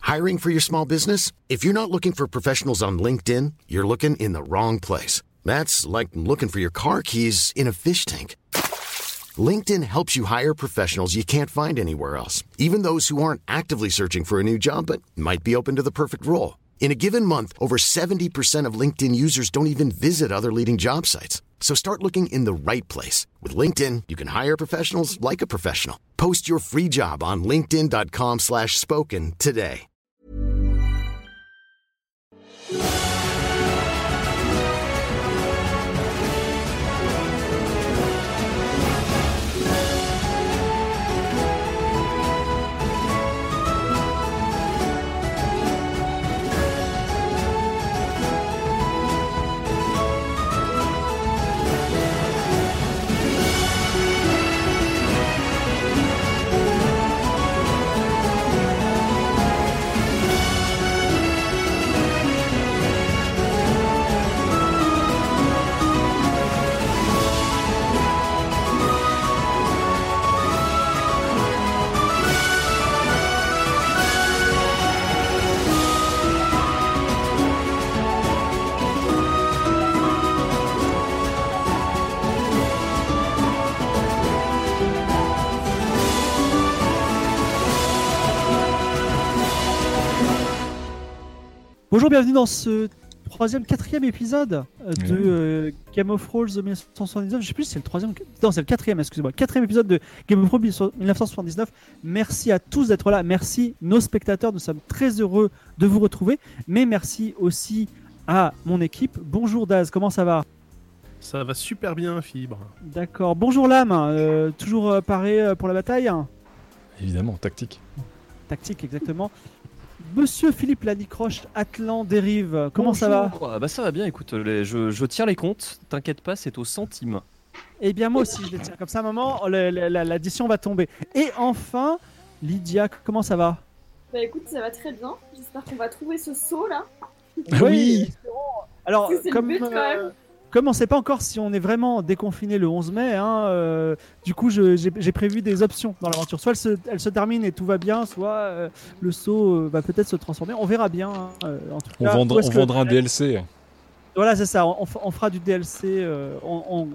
Hiring for your small business? If you're not looking for professionals on LinkedIn, you're looking in the wrong place. That's like looking for your car keys in a fish tank. LinkedIn helps you hire professionals you can't find anywhere else, even those who aren't actively searching for a new job but might be open to the perfect role. In a given month, over 70% of LinkedIn users don't even visit other leading job sites. So start looking in the right place. With LinkedIn, you can hire professionals like a professional. Post your free job on linkedin.com/spoken today. Bonjour, bienvenue dans ce quatrième épisode de Game of Thrones 1979. Je sais plus si c'est le troisième. Non, c'est le quatrième, excusez-moi. Quatrième épisode de Game of Thrones 1979. Merci à tous d'être là. Merci nos spectateurs. Nous sommes très heureux de vous retrouver. Mais merci aussi à mon équipe. Bonjour Daz, comment ça va ? Ça va super bien, Fibre. D'accord. Bonjour Lame, toujours paré pour la bataille ? Évidemment, tactique. Tactique, exactement. Monsieur Philippe Lanicroche, Atlan Dérive, comment ça va ? Bah ça va bien, écoute, je tiens les comptes, t'inquiète pas, c'est au centime. Eh bien moi aussi je les tiens, comme ça à un moment l'addition va tomber. Et enfin, Lydia, comment ça va ? Bah écoute, ça va très bien, j'espère qu'on va trouver ce saut là. Oui. Alors, c'est le but, quand même. Comme on ne sait pas encore si on est vraiment déconfiné le 11 mai, du coup j'ai prévu des options dans l'aventure. Soit elle se termine et tout va bien, soit le saut va peut-être se transformer. On verra bien. En tout cas, on vendra un DLC. Voilà, c'est ça. On fera du DLC. On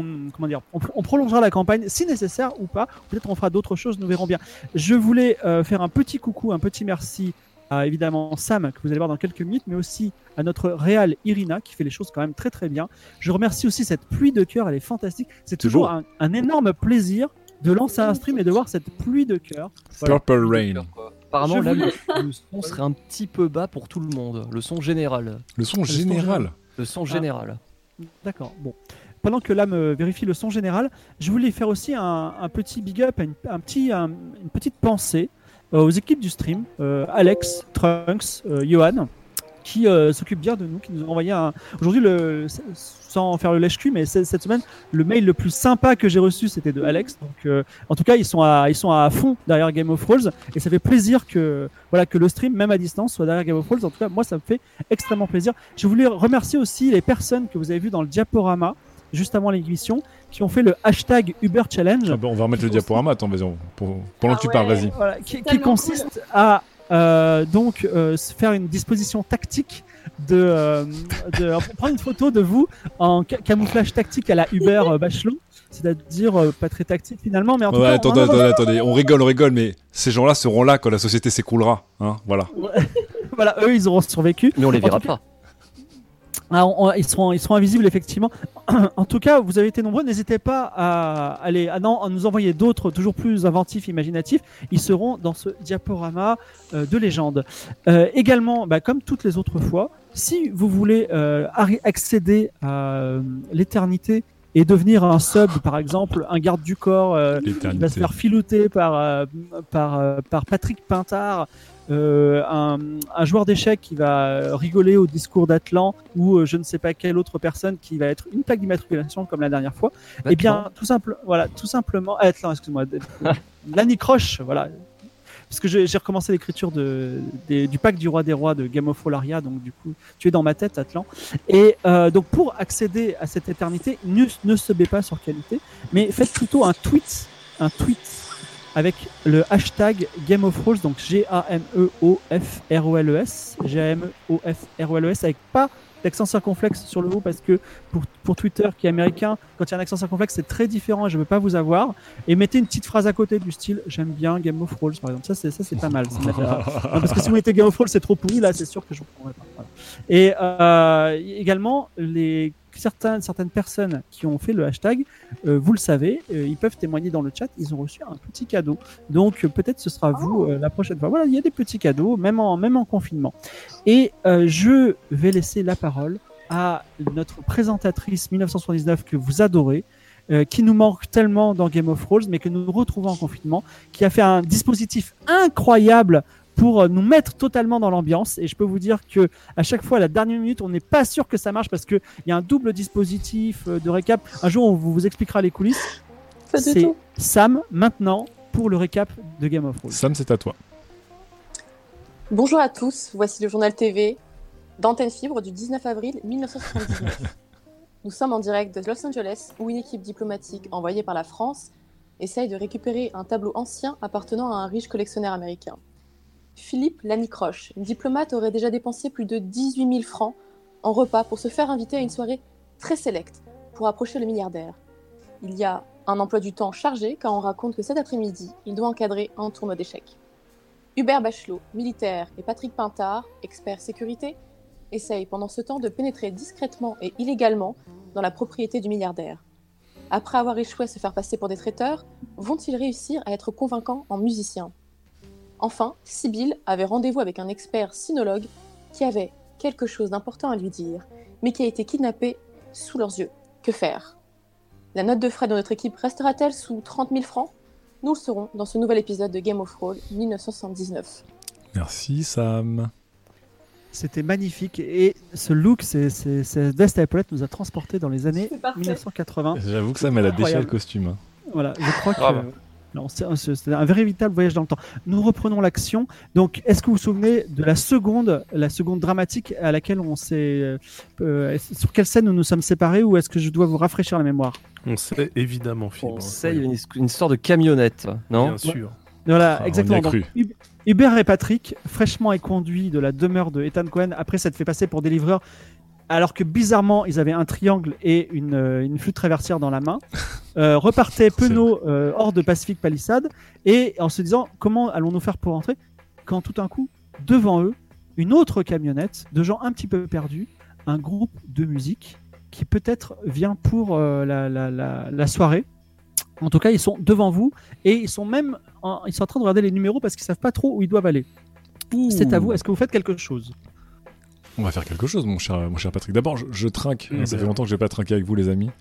prolongera la campagne si nécessaire ou pas. Peut-être on fera d'autres choses. Nous verrons bien. Je voulais faire un petit coucou, un petit merci à évidemment Sam, que vous allez voir dans quelques minutes, mais aussi à notre réal Irina, qui fait les choses quand même très très bien. Je remercie aussi cette pluie de cœur, elle est fantastique. C'est toujours un énorme plaisir de lancer un stream et de voir cette pluie de cœur. Voilà. Purple Rain. Apparemment, là, le son serait un petit peu bas pour tout le monde. Le son général. Le son général. Le son général. D'accord, bon. Pendant que l'âme vérifie le son général, je voulais faire aussi un petit big up, une petite pensée aux équipes du stream, Alex, Trunks, Johan, qui s'occupent bien de nous, qui nous ont envoyé aujourd'hui, sans faire le lèche-cul, mais cette semaine, le mail le plus sympa que j'ai reçu, c'était de Alex. Donc, en tout cas, ils sont à fond derrière Game of Thrones, et ça fait plaisir que le stream, même à distance, soit derrière Game of Thrones. En tout cas, moi, ça me fait extrêmement plaisir. Je voulais remercier aussi les personnes que vous avez vues dans le diaporama, juste avant l'émission, qui ont fait le hashtag Uber Challenge. Ah bon, on va remettre le diaporama, attends, vas-y, pendant que tu parles, vas-y. Voilà, qui consiste à faire une disposition tactique de prendre une photo de vous en camouflage tactique à la Uber Bachelot, c'est-à-dire pas très tactique finalement, mais en tout cas... Attendez, on rigole, mais ces gens-là seront là quand la société s'écroulera, hein, voilà. Voilà, eux, ils auront survécu. Mais on les verra pas. Ils seront invisibles effectivement. En tout cas, vous avez été nombreux. N'hésitez pas à nous envoyer d'autres, toujours plus inventifs, imaginatifs. Ils seront dans ce diaporama de légende. Également, comme toutes les autres fois, si vous voulez accéder à l'éternité et devenir un sub, par exemple, un garde du corps qui va se faire filouter par Patrick Pintard, un joueur d'échecs qui va rigoler au discours d'Atlan, ou je ne sais pas quelle autre personne qui va être une plaque d'immatriculation comme la dernière fois. Atlan. Eh bien, tout simplement, Atlan, excuse-moi, Lanicroche, voilà. Parce que j'ai recommencé l'écriture du pack du roi des rois de Game of Thrones, donc du coup, tu es dans ma tête, Atlan. Et donc, pour accéder à cette éternité, ne se baie pas sur qualité, mais faites plutôt un tweet avec le hashtag Game of Thrones, donc GAMEOFROLES, GAMEOFROLES, avec pas d'accent circonflexe sur le haut, parce que pour Twitter qui est américain, quand il y a un accent circonflexe, c'est très différent et je ne veux pas vous avoir. Et mettez une petite phrase à côté du style j'aime bien Game of Thrones, par exemple. Ça, c'est pas mal. Non, parce que si vous mettez Game of Thrones, c'est trop pourri, là, c'est sûr que je ne prendrai pas. Voilà. Et également, certaines personnes qui ont fait le hashtag, vous le savez, ils peuvent témoigner dans le chat, ils ont reçu un petit cadeau. Donc peut-être ce sera vous la prochaine fois. Voilà, il y a des petits cadeaux, même en confinement. Et je vais laisser la parole à notre présentatrice 1979 que vous adorez, qui nous manque tellement dans Game of Thrones, mais que nous retrouvons en confinement, qui a fait un dispositif incroyable pour nous mettre totalement dans l'ambiance. Et je peux vous dire que à chaque fois, à la dernière minute, on n'est pas sûr que ça marche parce qu'il y a un double dispositif de récap. Un jour, on vous expliquera les coulisses. C'est Sam, maintenant, pour le récap de Game of Thrones. Sam, c'est à toi. Bonjour à tous, voici le journal TV d'Antenne Fibre du 19 avril 1979. Nous sommes en direct de Los Angeles où une équipe diplomatique envoyée par la France essaye de récupérer un tableau ancien appartenant à un riche collectionneur américain. Philippe Lanicroche, une diplomate, aurait déjà dépensé plus de 18 000 francs en repas pour se faire inviter à une soirée très sélecte pour approcher le milliardaire. Il y a un emploi du temps chargé car on raconte que cet après-midi, il doit encadrer un tournoi d'échecs. Hubert Bachelot, militaire, et Patrick Pintard, expert sécurité, essayent pendant ce temps de pénétrer discrètement et illégalement dans la propriété du milliardaire. Après avoir échoué à se faire passer pour des traiteurs, vont-ils réussir à être convaincants en musiciens ? Enfin, Sibylle avait rendez-vous avec un expert sinologue qui avait quelque chose d'important à lui dire, mais qui a été kidnappé sous leurs yeux. Que faire ? La note de frais de notre équipe restera-t-elle sous 30 000 francs ? Nous le saurons dans ce nouvel épisode de Game of Thrones 1979. Merci Sam. C'était magnifique et ce look, cette veste à épaulettes nous a transporté dans les années 1980. J'avoue que Sam, elle a déchiré le costume. Hein. Voilà, je crois que... Non, c'est un véritable voyage dans le temps. Nous reprenons l'action. Donc, est-ce que vous vous souvenez de la seconde dramatique à laquelle on s'est... sur quelle scène nous nous sommes séparés ou est-ce que je dois vous rafraîchir la mémoire ? On sait évidemment, Fibre. On sait, il y a une histoire de camionnette, non ? Bien sûr. Voilà, exactement. On y a cru. Donc, Hubert et Patrick, fraîchement éconduits de la demeure de Ethan Cohen, après s'être fait passer pour des livreurs, alors que bizarrement, ils avaient un triangle et une flûte traversière dans la main, repartaient penauds hors de Pacific Palisades, et en se disant comment allons-nous faire pour rentrer, quand tout d'un coup, devant eux, une autre camionnette de gens un petit peu perdus, un groupe de musique qui peut-être vient pour la soirée. En tout cas, ils sont devant vous et ils sont en train de regarder les numéros parce qu'ils savent pas trop où ils doivent aller. C'est à vous. Est-ce que vous faites quelque chose ? On va faire quelque chose, mon cher Patrick. D'abord, je trinque. Ça fait longtemps que je n'ai pas trinqué avec vous, les amis.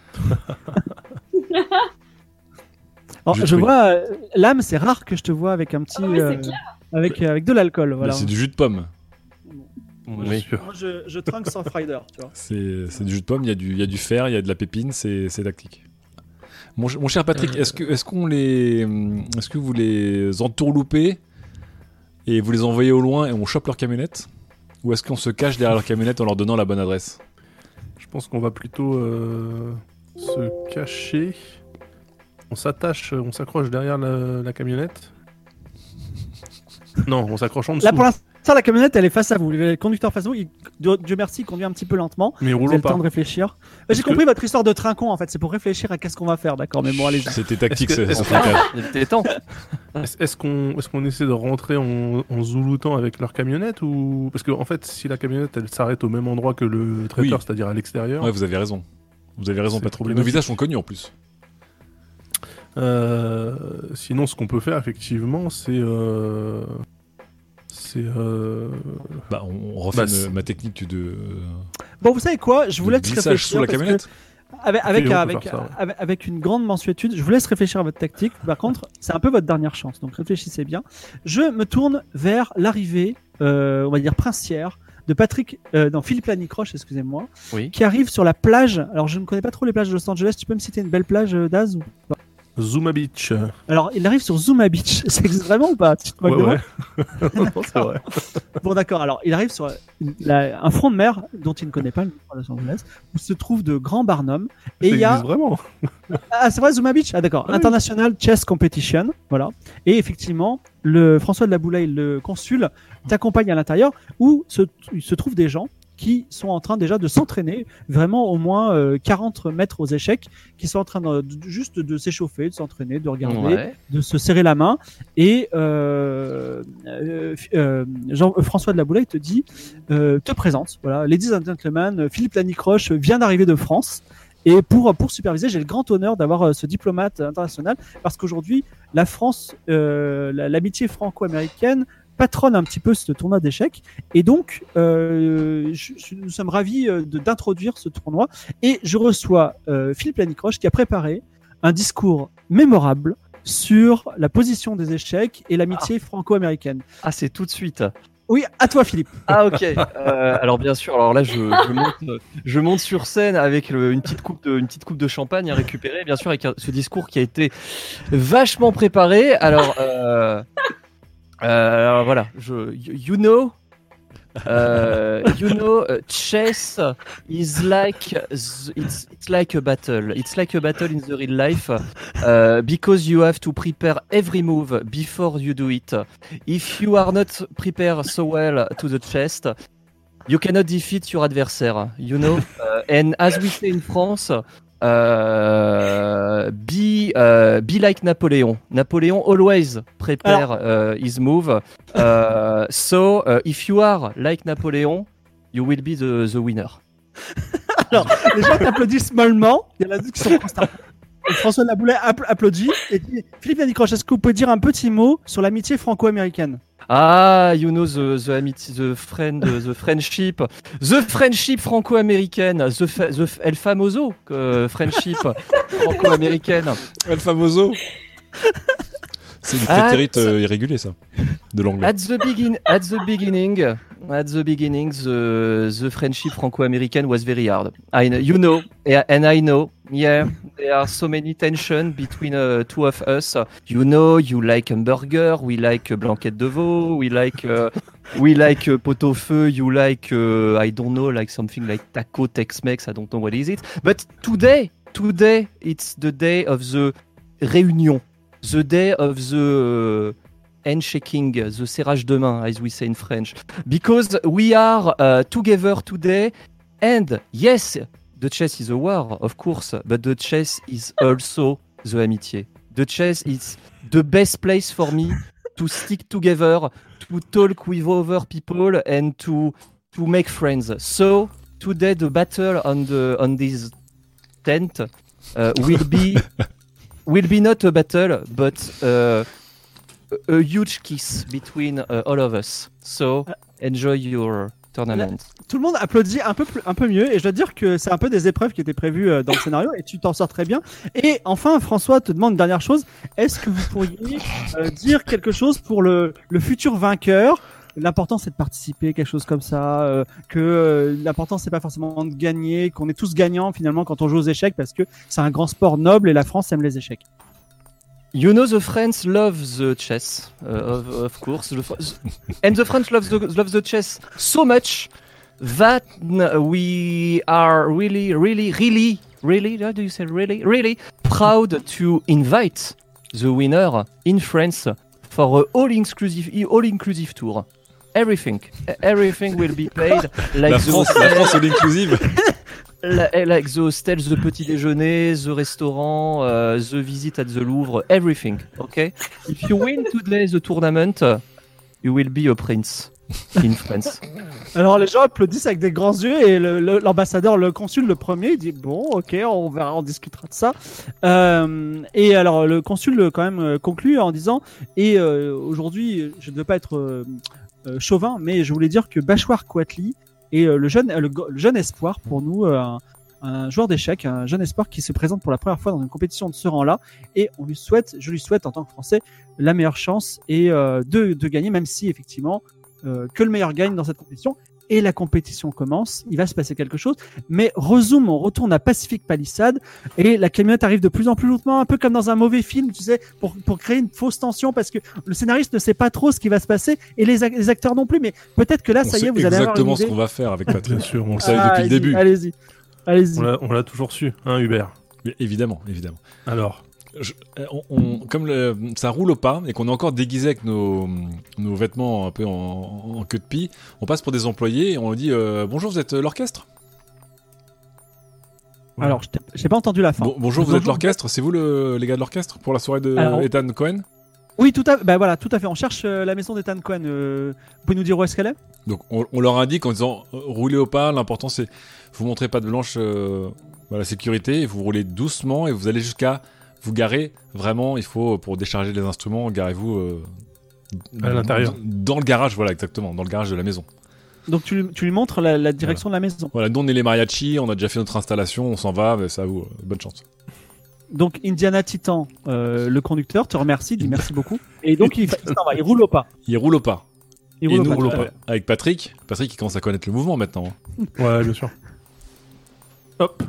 Alors, je vois, l'âme, c'est rare que je te vois avec un petit, avec de l'alcool. Voilà. C'est du jus de pomme. Oui. Moi, je trinque sans Friday, tu vois. C'est du jus de pomme. Il y a du fer, il y a de la pépine. C'est tactique. Mon cher Patrick, est-ce que vous les entourloupez et vous les envoyez au loin et on chope leur camionnette ? Ou est-ce qu'on se cache derrière leur camionnette en leur donnant la bonne adresse ? Je pense qu'on va plutôt se cacher. On s'accroche derrière la camionnette. Non, on s'accroche en dessous. Là, pour l'instant, la camionnette, elle est face à vous. Le conducteur face à vous, Dieu merci, il conduit un petit peu lentement. Mais vous avez le temps de réfléchir. J'ai compris votre histoire de trinquant, en fait. C'est pour réfléchir à qu'est-ce qu'on va faire, d'accord ? Mais bon, allez-y. C'était tactique, Il était temps. Est-ce qu'on essaie de rentrer en zouloutant avec leur camionnette ou... Parce qu'en fait, si la camionnette, elle s'arrête au même endroit que le traiteur, Oui. c'est-à-dire à l'extérieur... Ouais, vous avez raison. C'est pas trop. Nos visages sont connus en plus. Sinon, ce qu'on peut faire, effectivement, c'est... on refait ma technique de... Bon, vous savez quoi ? Je vous laisse glissage réfléchir. sous la camionnette. Avec une grande mansuétude, je vous laisse réfléchir à votre tactique. Par contre, c'est un peu votre dernière chance, donc réfléchissez bien. Je me tourne vers l'arrivée, on va dire princière, de Philippe Lanicroche, excusez-moi, Oui. qui arrive sur la plage. Alors, je ne connais pas trop les plages de Los Angeles. Tu peux me citer une belle plage, Daz, ou pas ? Zuma Beach. Alors, il arrive sur Zuma Beach. Ça existe vraiment ou pas? Tu te moques de moi? Non, c'est vrai. Bon, d'accord. Alors, il arrive sur un front de mer dont il ne connaît pas le nom de Los Angeles, où se trouvent de grands barnums. Et Ça il y a. existe vraiment. Ah, c'est vrai, Zuma Beach? Ah, d'accord. Ah oui. International Chess Competition. Voilà. Et effectivement, François de la Boulaye, le consul, t'accompagne à l'intérieur où il se trouvent des gens qui sont en train déjà de s'entraîner, vraiment au moins 40 mètres aux échecs, qui sont en train juste de s'échauffer, de s'entraîner, de regarder, Ouais. de se serrer la main. Et François de la Boulaye te dit, te présente, voilà, Ladies and Gentlemen, Philippe Lanicroche vient d'arriver de France. Et pour superviser, j'ai le grand honneur d'avoir ce diplomate international parce qu'aujourd'hui, la France, l'amitié franco-américaine patronne un petit peu ce tournoi d'échecs. Et donc, nous sommes ravis d'introduire ce tournoi. Et je reçois Philippe Lanicroche qui a préparé un discours mémorable sur la position des échecs et l'amitié franco-américaine. Ah, c'est tout de suite. Oui, à toi Philippe. Ah, ok. Alors bien sûr, alors là je monte sur scène avec une petite coupe de champagne à récupérer, bien sûr, avec ce discours qui a été vachement préparé. Alors voilà, you know, chess is like it's like a battle. It's like a battle in the real life because you have to prepare every move before you do it. If you are not prepared so well to the chess, you cannot defeat your adversary. You know, and as we say in France. Be like Napoleon. Napoleon always prepare his move. So if you are like Napoleon, you will be the winner. Alors, les gens t'applaudissent mollement. Il y en a deux qui sont constants. Et François de la Boulaye applaudit et dit Philippe Lanicroche, est-ce que vous pouvez dire un petit mot sur l'amitié franco-américaine? Ah, you know the friendship franco-américaine, el famoso friendship franco-américaine. El famoso. C'est du prétérit irrégulier, ça, de l'anglais. At the beginning, the friendship franco-american was very hard. I know, and I know. Yeah, there are so many tension between two of us. You know, you like hamburger, we like blanquette de veau, we like pot-au-feu, you like I don't know, like something like taco Tex-Mex. I don't know what is it. But today, it's the day of the réunion. The day of the handshaking, the serrage de main, as we say in French. Because we are together today, and yes, the chess is a war, of course, but the chess is also the amitié. The chess is the best place for me to stick together, to talk with other people, and to make friends. So today, the battle on this tent will be not a battle, but a huge kiss between all of us. So enjoy your tournament. Tout le monde applaudit un peu mieux et je dois dire que c'est un peu des épreuves qui étaient prévues dans le scénario et tu t'en sors très bien. Et enfin, François te demande une dernière chose. Est-ce que vous pourriez dire quelque chose pour le futur vainqueur? L'important c'est de participer, quelque chose comme ça, que l'important c'est pas forcément de gagner, qu'on est tous gagnants finalement quand on joue aux échecs parce que c'est un grand sport noble et la France aime les échecs. You know, the French love the chess, of course, and the French love the chess so much that we are really, how do you say really proud to invite the winner in France for a all-inclusive tour. Everything will be paid. Like la France all-inclusive. Like the hostels, the petit déjeuner, the restaurant, the visit at the Louvre, everything. Okay. If you win today the tournament, you will be a prince in France. Alors les gens applaudissent avec des grands yeux et l'ambassadeur, le consul, le premier, il dit bon, ok, on verra, on discutera de ça. Et alors le consul quand même conclut en disant et aujourd'hui, je ne veux pas être chauvin, mais je voulais dire que Bachwar Kouatli est le jeune espoir pour nous, un joueur d'échecs, un jeune espoir qui se présente pour la première fois dans une compétition de ce rang-là. Et je lui souhaite en tant que Français la meilleure chance et de gagner, même si effectivement que le meilleur gagne dans cette compétition. et la compétition commence, il va se passer quelque chose. Mais on retourne à Pacific Palisades et la camionnette arrive de plus en plus lentement, un peu comme dans un mauvais film, tu sais, pour créer une fausse tension parce que le scénariste ne sait pas trop ce qui va se passer et les acteurs non plus. Mais peut-être que là, ça y est, vous allez avoir une exactement idée. ce qu'on va faire avec Patrick. Bien sûr, on le savait sait. depuis le début. Allez-y. On l'a toujours su, hein, Hubert. Mais évidemment. Alors, Comme ça roule au pas et qu'on est encore déguisé avec nos vêtements un peu en queue de pie, on passe pour des employés et on dit bonjour, vous êtes l'orchestre. Alors, j'ai pas entendu la fin. Bonjour, vous êtes l'orchestre. C'est vous les gars de l'orchestre pour la soirée de Ethan Cohen? Oui, tout à fait. On cherche la maison d'Ethan Cohen. Vous pouvez nous dire où est-ce qu'elle est? Donc on leur indique en disant roulez au pas. L'important c'est vous montrez pas de blanche à la sécurité. Vous roulez doucement et vous allez jusqu'à vous garer. Vraiment, il faut pour décharger les instruments, garez-vous à l'intérieur. Dans le garage, voilà exactement, dans le garage de la maison. Donc tu lui montres la direction de la maison. Voilà, nous on est les mariachis, on a déjà fait notre installation, on s'en va, mais ça vous bonne chance. Donc Indiana Titan, le conducteur, te remercie, dit merci beaucoup. Et donc il s'en va, il roule au pas. Il roule au pas. Il roule au pas. Avec Patrick qui commence à connaître le mouvement maintenant. Ouais, bien sûr. Hop.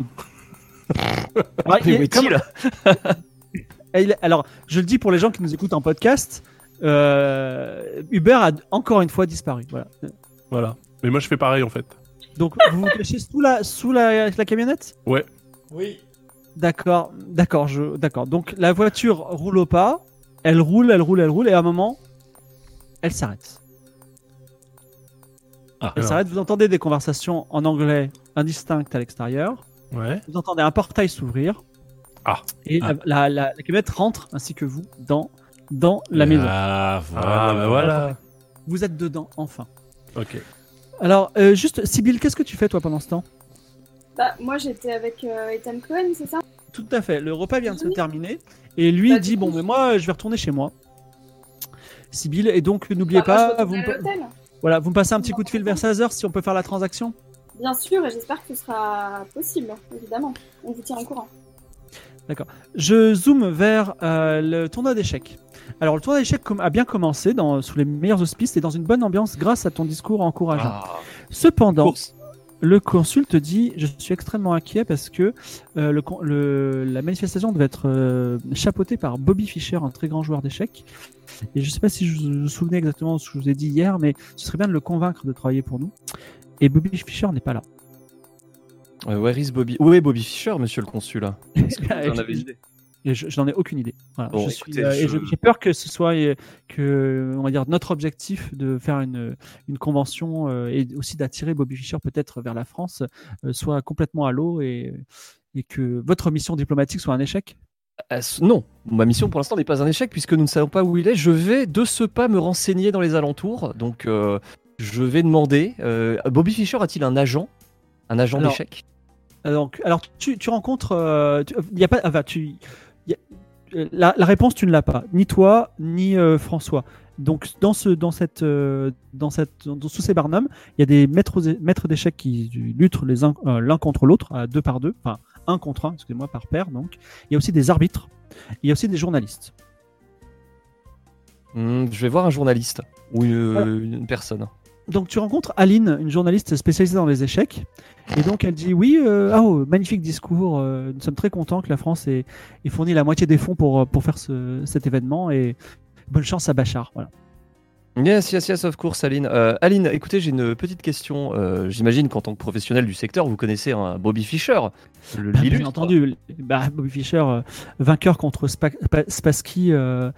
Alors, je le dis pour les gens qui nous écoutent en podcast, Hubert a encore une fois disparu. Voilà. Mais moi, je fais pareil en fait. Donc, vous vous cachez sous la camionnette? Ouais. Oui. D'accord. Donc, la voiture roule au pas, elle roule, et à un moment, elle s'arrête. Elle s'arrête, vous entendez des conversations en anglais indistinctes à l'extérieur. Ouais. Vous entendez un portail s'ouvrir. Et la camionnette rentre, ainsi que vous, dans la maison. Voilà. Vous êtes dedans, enfin. Ok. Alors, juste, Sybille, qu'est-ce que tu fais, toi, pendant ce temps? Moi, j'étais avec Ethan Cohen, c'est ça? Tout à fait. Le repas vient de se terminer. Et lui, il dit, mais moi, je vais retourner chez moi. Sybille, et donc, n'oubliez pas... Vous me passez un petit coup de fil vers 16h, si on peut faire la transaction? Bien sûr, et j'espère que ce sera possible, évidemment. On vous tient au courant. D'accord. Je zoome vers le tournoi d'échecs. Alors, le tournoi d'échecs a bien commencé sous les meilleurs auspices et dans une bonne ambiance grâce à ton discours encourageant. Cependant, le consul te dit, je suis extrêmement inquiet parce que la manifestation devait être chapeautée par Bobby Fischer, un très grand joueur d'échecs. Et je ne sais pas si je vous souvenez exactement de ce que je vous ai dit hier, mais ce serait bien de le convaincre de travailler pour nous. Et Bobby Fischer n'est pas là. Where is Bobby? Où est Bobby Fischer, monsieur le consul? Est-ce que vous en avez une idée? Et je n'en ai aucune idée. Voilà. Bon, J'ai peur que ce soit on va dire, notre objectif de faire une convention et aussi d'attirer Bobby Fischer peut-être vers la France soit complètement à l'eau et que votre mission diplomatique soit un échec. Non, ma mission pour l'instant n'est pas un échec puisque nous ne savons pas où il est. Je vais de ce pas me renseigner dans les alentours. Donc je vais demander, Bobby Fischer a-t-il un agent d'échecs? Alors tu rencontres, y a pas, la réponse tu ne l'as pas, ni toi ni François. Donc sous ces barnums, il y a des maîtres d'échecs qui luttent l'un contre l'autre à 2 par 2, enfin 1 contre 1, excusez-moi, par paire. Donc il y a aussi des arbitres, il y a aussi des journalistes. Je vais voir un journaliste ou une personne. Donc tu rencontres Aline, une journaliste spécialisée dans les échecs, et donc elle dit oui, magnifique discours, nous sommes très contents que la France ait fourni la moitié des fonds pour faire cet événement, et bonne chance à Bachar. Voilà. Yes, of course, Aline. Aline, écoutez, j'ai une petite question. J'imagine qu'en tant que professionnel du secteur, vous connaissez un Bobby Fischer. Bien entendu. Bobby Fischer, vainqueur contre Spassky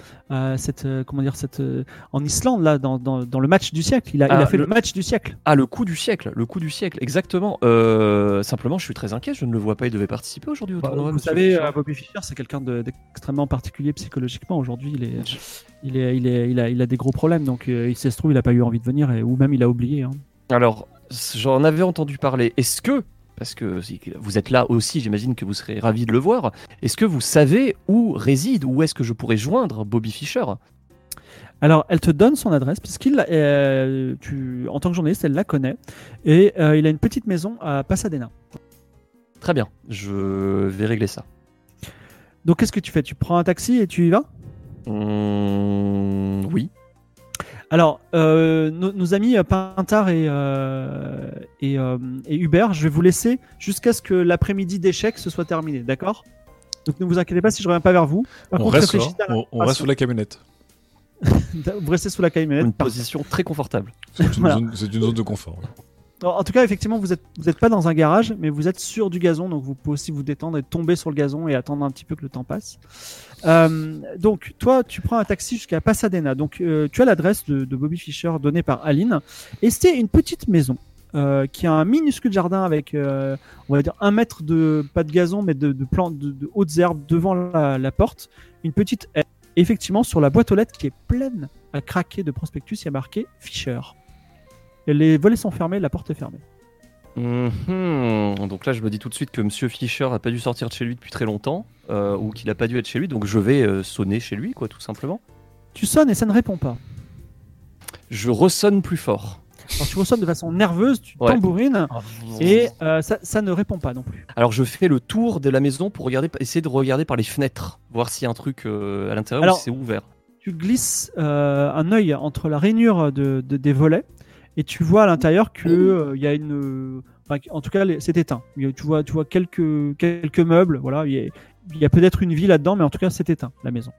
en Islande, là, dans le match du siècle. Il a fait le match du siècle. Ah, le coup du siècle, exactement. Simplement, je suis très inquiet, je ne le vois pas, il devait participer aujourd'hui au tournoi. Vous savez, Bobby Fischer, c'est quelqu'un d'extrêmement particulier psychologiquement. Aujourd'hui, il a des gros problèmes, donc il se trouve, il n'a pas eu envie de venir, ou même il a oublié. Hein. Alors, j'en avais entendu parler. Est-ce que, parce que vous êtes là aussi, j'imagine que vous serez ravis de le voir, est-ce que vous savez où réside, où est-ce que je pourrais joindre Bobby Fischer? Alors, elle te donne son adresse, puisqu'il, en tant que journaliste, elle la connaît, et il a une petite maison à Pasadena. Très bien, je vais régler ça. Donc, qu'est-ce que tu fais? Tu prends un taxi et tu y vas? Oui. Alors, nos amis Pintard et Hubert, je vais vous laisser jusqu'à ce que l'après-midi d'échecs se soit terminé, d'accord? Donc ne vous inquiétez pas si je reviens pas vers vous. Par On contre, reste là, réfléchissez à la on reste sous la camionnette. Vous restez sous la camionnette. Une position très confortable. C'est une, Voilà. c'est une zone de confort. Ouais. Alors, en tout cas, effectivement, vous êtes pas dans un garage, mais vous êtes sur du gazon, donc vous pouvez aussi vous détendre et tomber sur le gazon et attendre un petit peu que le temps passe. Donc, toi, tu prends un taxi jusqu'à Pasadena. Donc, tu as l'adresse de Bobby Fischer donnée par Aline, et c'est une petite maison qui a un minuscule jardin avec, on va dire, 1 mètre de pas de gazon, mais de plantes, de hautes herbes devant la porte. Une petite haie. Effectivement, sur la boîte aux lettres qui est pleine à craquer de prospectus, il y a marqué Fischer. Et les volets sont fermés, la porte est fermée. Donc là, je me dis tout de suite que Monsieur Fischer a pas dû sortir de chez lui depuis très longtemps, ou qu'il a pas dû être chez lui, donc je vais sonner chez lui, quoi, tout simplement. Tu sonnes et ça ne répond pas. Je ressonne plus fort. Alors tu ressonnes de façon nerveuse, tu Ouais. tambourines et ça ne répond pas non plus. Alors je fais le tour de la maison pour essayer de regarder par les fenêtres, voir s'il y a un truc à l'intérieur Alors- ou si c'est ouvert. Tu glisses un œil entre la rainure des volets et tu vois à l'intérieur que il y a une, enfin, en tout cas c'est éteint. Tu vois quelques meubles, voilà. Il y a peut-être une vie là-dedans, mais en tout cas c'est éteint la maison.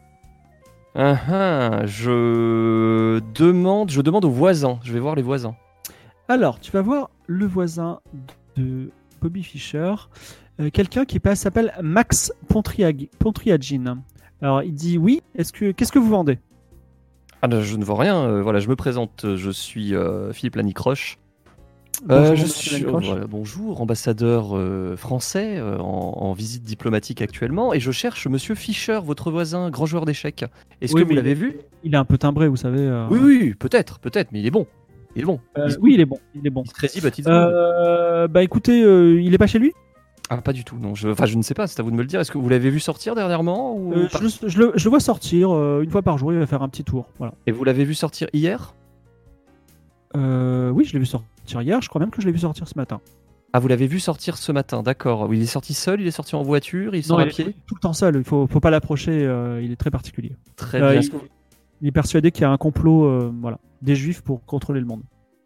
Je demande aux voisins. Je vais voir les voisins. Alors tu vas voir le voisin de Bobby Fischer, quelqu'un qui s'appelle Max Pontriagin. Alors il dit oui. Qu'est-ce que vous vendez? Ah, je ne vois rien. Voilà, je me présente. Je suis Philippe Lanicroche. Bonjour, Je monsieur suis Lanicroche. voilà, bonjour, ambassadeur français en visite diplomatique actuellement, et je cherche Monsieur Fischer, votre voisin, grand joueur d'échecs. Est-ce Oui, que vous mais l'avez vu? Il est un peu timbré, vous savez. Oui, peut-être, mais il est bon. Il est bon. Oui, il est bon. Il est bon. Il se résiste, Baptiste. Bah écoutez, il est pas chez lui. Ah, pas du tout. Non, je ne sais pas. C'est à vous de me le dire. Est-ce que vous l'avez vu sortir dernièrement ou pas Je le vois sortir une fois par jour. Il va faire un petit tour. Voilà. Et vous l'avez vu sortir hier? Oui, je l'ai vu sortir hier. Je crois même que je l'ai vu sortir ce matin. Ah, vous l'avez vu sortir ce matin, d'accord. Il est sorti seul, il est sorti en voiture, il sort à il pied. est tout le temps seul. Il faut pas l'approcher. Il est très particulier. Très bien. Il est persuadé qu'il y a un complot, voilà, des juifs pour contrôler le monde.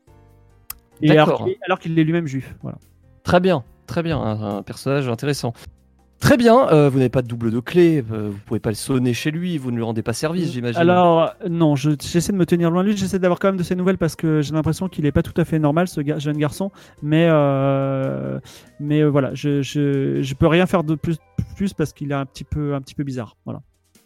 Et D'accord. alors qu'il est lui-même juif. Voilà. Très bien, un personnage intéressant. Très bien, vous n'avez pas de double de clé, vous pouvez pas le sonner chez lui, vous ne lui rendez pas service, j'imagine. Alors, non, j'essaie de me tenir loin de lui, j'essaie d'avoir quand même de ses nouvelles parce que j'ai l'impression qu'il est pas tout à fait normal, ce jeune garçon, mais voilà, je peux rien faire de plus parce qu'il est un petit peu bizarre, voilà.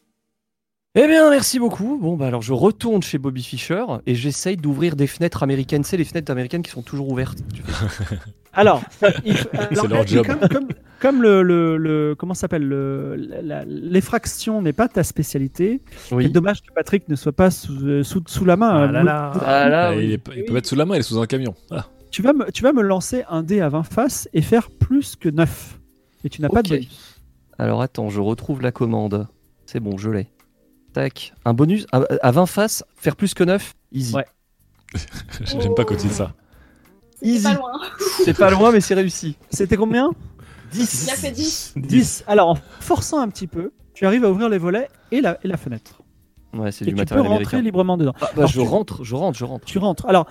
Eh bien, merci beaucoup. Bon, bah alors je retourne chez Bobby Fischer et j'essaye d'ouvrir des fenêtres américaines. C'est les fenêtres américaines qui sont toujours ouvertes. Alors, leur job. Comme le comment ça s'appelle, l'effraction n'est pas ta spécialité. Oui. C'est dommage que Patrick ne soit pas sous la main. Ah là là. Ah là, il, oui. il peut mettre sous la main, il est sous un camion. Ah. Tu vas me lancer un dé à 20 faces et faire plus que 9. Et tu n'as pas de Ok. bonus. Alors attends, je retrouve la commande. C'est bon, je l'ai. Tac. Un bonus à 20 faces, faire plus que 9, easy. Ouais. J'aime pas quand il dit ça. C'est Easy. pas loin. C'est pas loin, mais c'est réussi. C'était combien? 10. Il a fait 10. 10. Alors, en forçant un petit peu, tu arrives à ouvrir les volets et la fenêtre. Ouais, c'est Et du tu peux matériel rentrer américain. librement dedans. Ah, bah, Alors, je rentre. Tu rentres. Alors,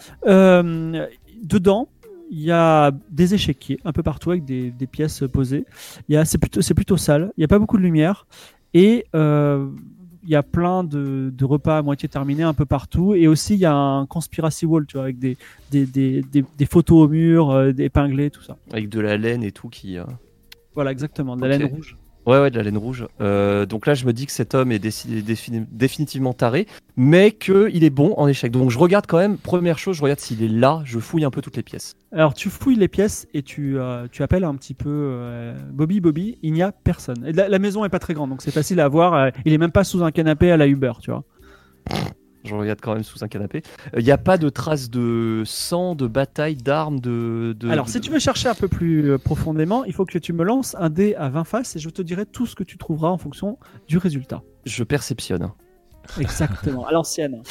dedans, il y a des échiquiers un peu partout avec des pièces posées. C'est plutôt sale. Il n'y a pas beaucoup de lumière. Et il y a plein de repas à moitié terminés un peu partout. Et aussi, il y a un conspiracy wall, tu vois, avec des photos au mur, des épinglés, tout ça. Avec de la laine et tout qui. Voilà, exactement. De la Ok. laine rouge. Ouais, de la laine rouge. Donc là, je me dis que cet homme est définitivement taré, mais qu'il est bon en échec. Donc je regarde quand même, première chose, je regarde s'il est là, je fouille un peu toutes les pièces. Alors, tu fouilles les pièces et tu appelles un petit peu Bobby, il n'y a personne. Et la maison est pas très grande, donc c'est facile à voir. Il est même pas sous un canapé à la Uber, tu vois. Je regarde quand même sous un canapé. Il n'y a pas de traces de sang, de bataille, d'armes, Alors, si tu veux chercher un peu plus profondément, il faut que tu me lances un dé à 20 faces et je te dirai tout ce que tu trouveras en fonction du résultat. Je perceptionne. Exactement, à l'ancienne.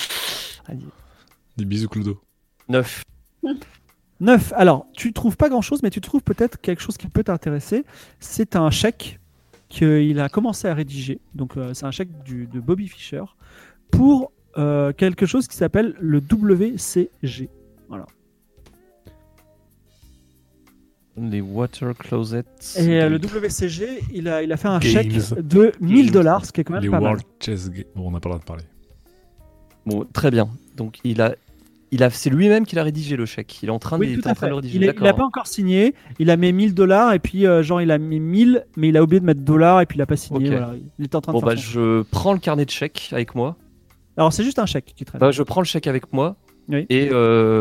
Des bisous, Clodo. 9. 9. Alors, tu trouves pas grand-chose, mais tu trouves peut-être quelque chose qui peut t'intéresser. C'est un chèque qu'il a commencé à rédiger. Donc, c'est un chèque de Bobby Fischer pour quelque chose qui s'appelle le WCG. Voilà. Les water closets. Et le WCG, il a fait un Games. chèque de $1000, ce qui est quand même Les pas mal. World Chess Games. Bon, on n'a pas le droit de parler. Bon, très bien. Donc c'est lui-même qui l'a rédigé le chèque. Il est en train, Oui, de, tout à fait. le rédiger. Il n'a D'accord. pas encore signé. Il a mis $1000 et puis genre il a mis 1000, mais il a oublié de mettre $ et puis il a pas signé. Ok. Voilà. Il était en train Bon de bah faire son- je prends le carnet de chèques avec moi. Alors c'est juste un chèque qui traîne. Bah, je prends le chèque avec moi. Oui. Et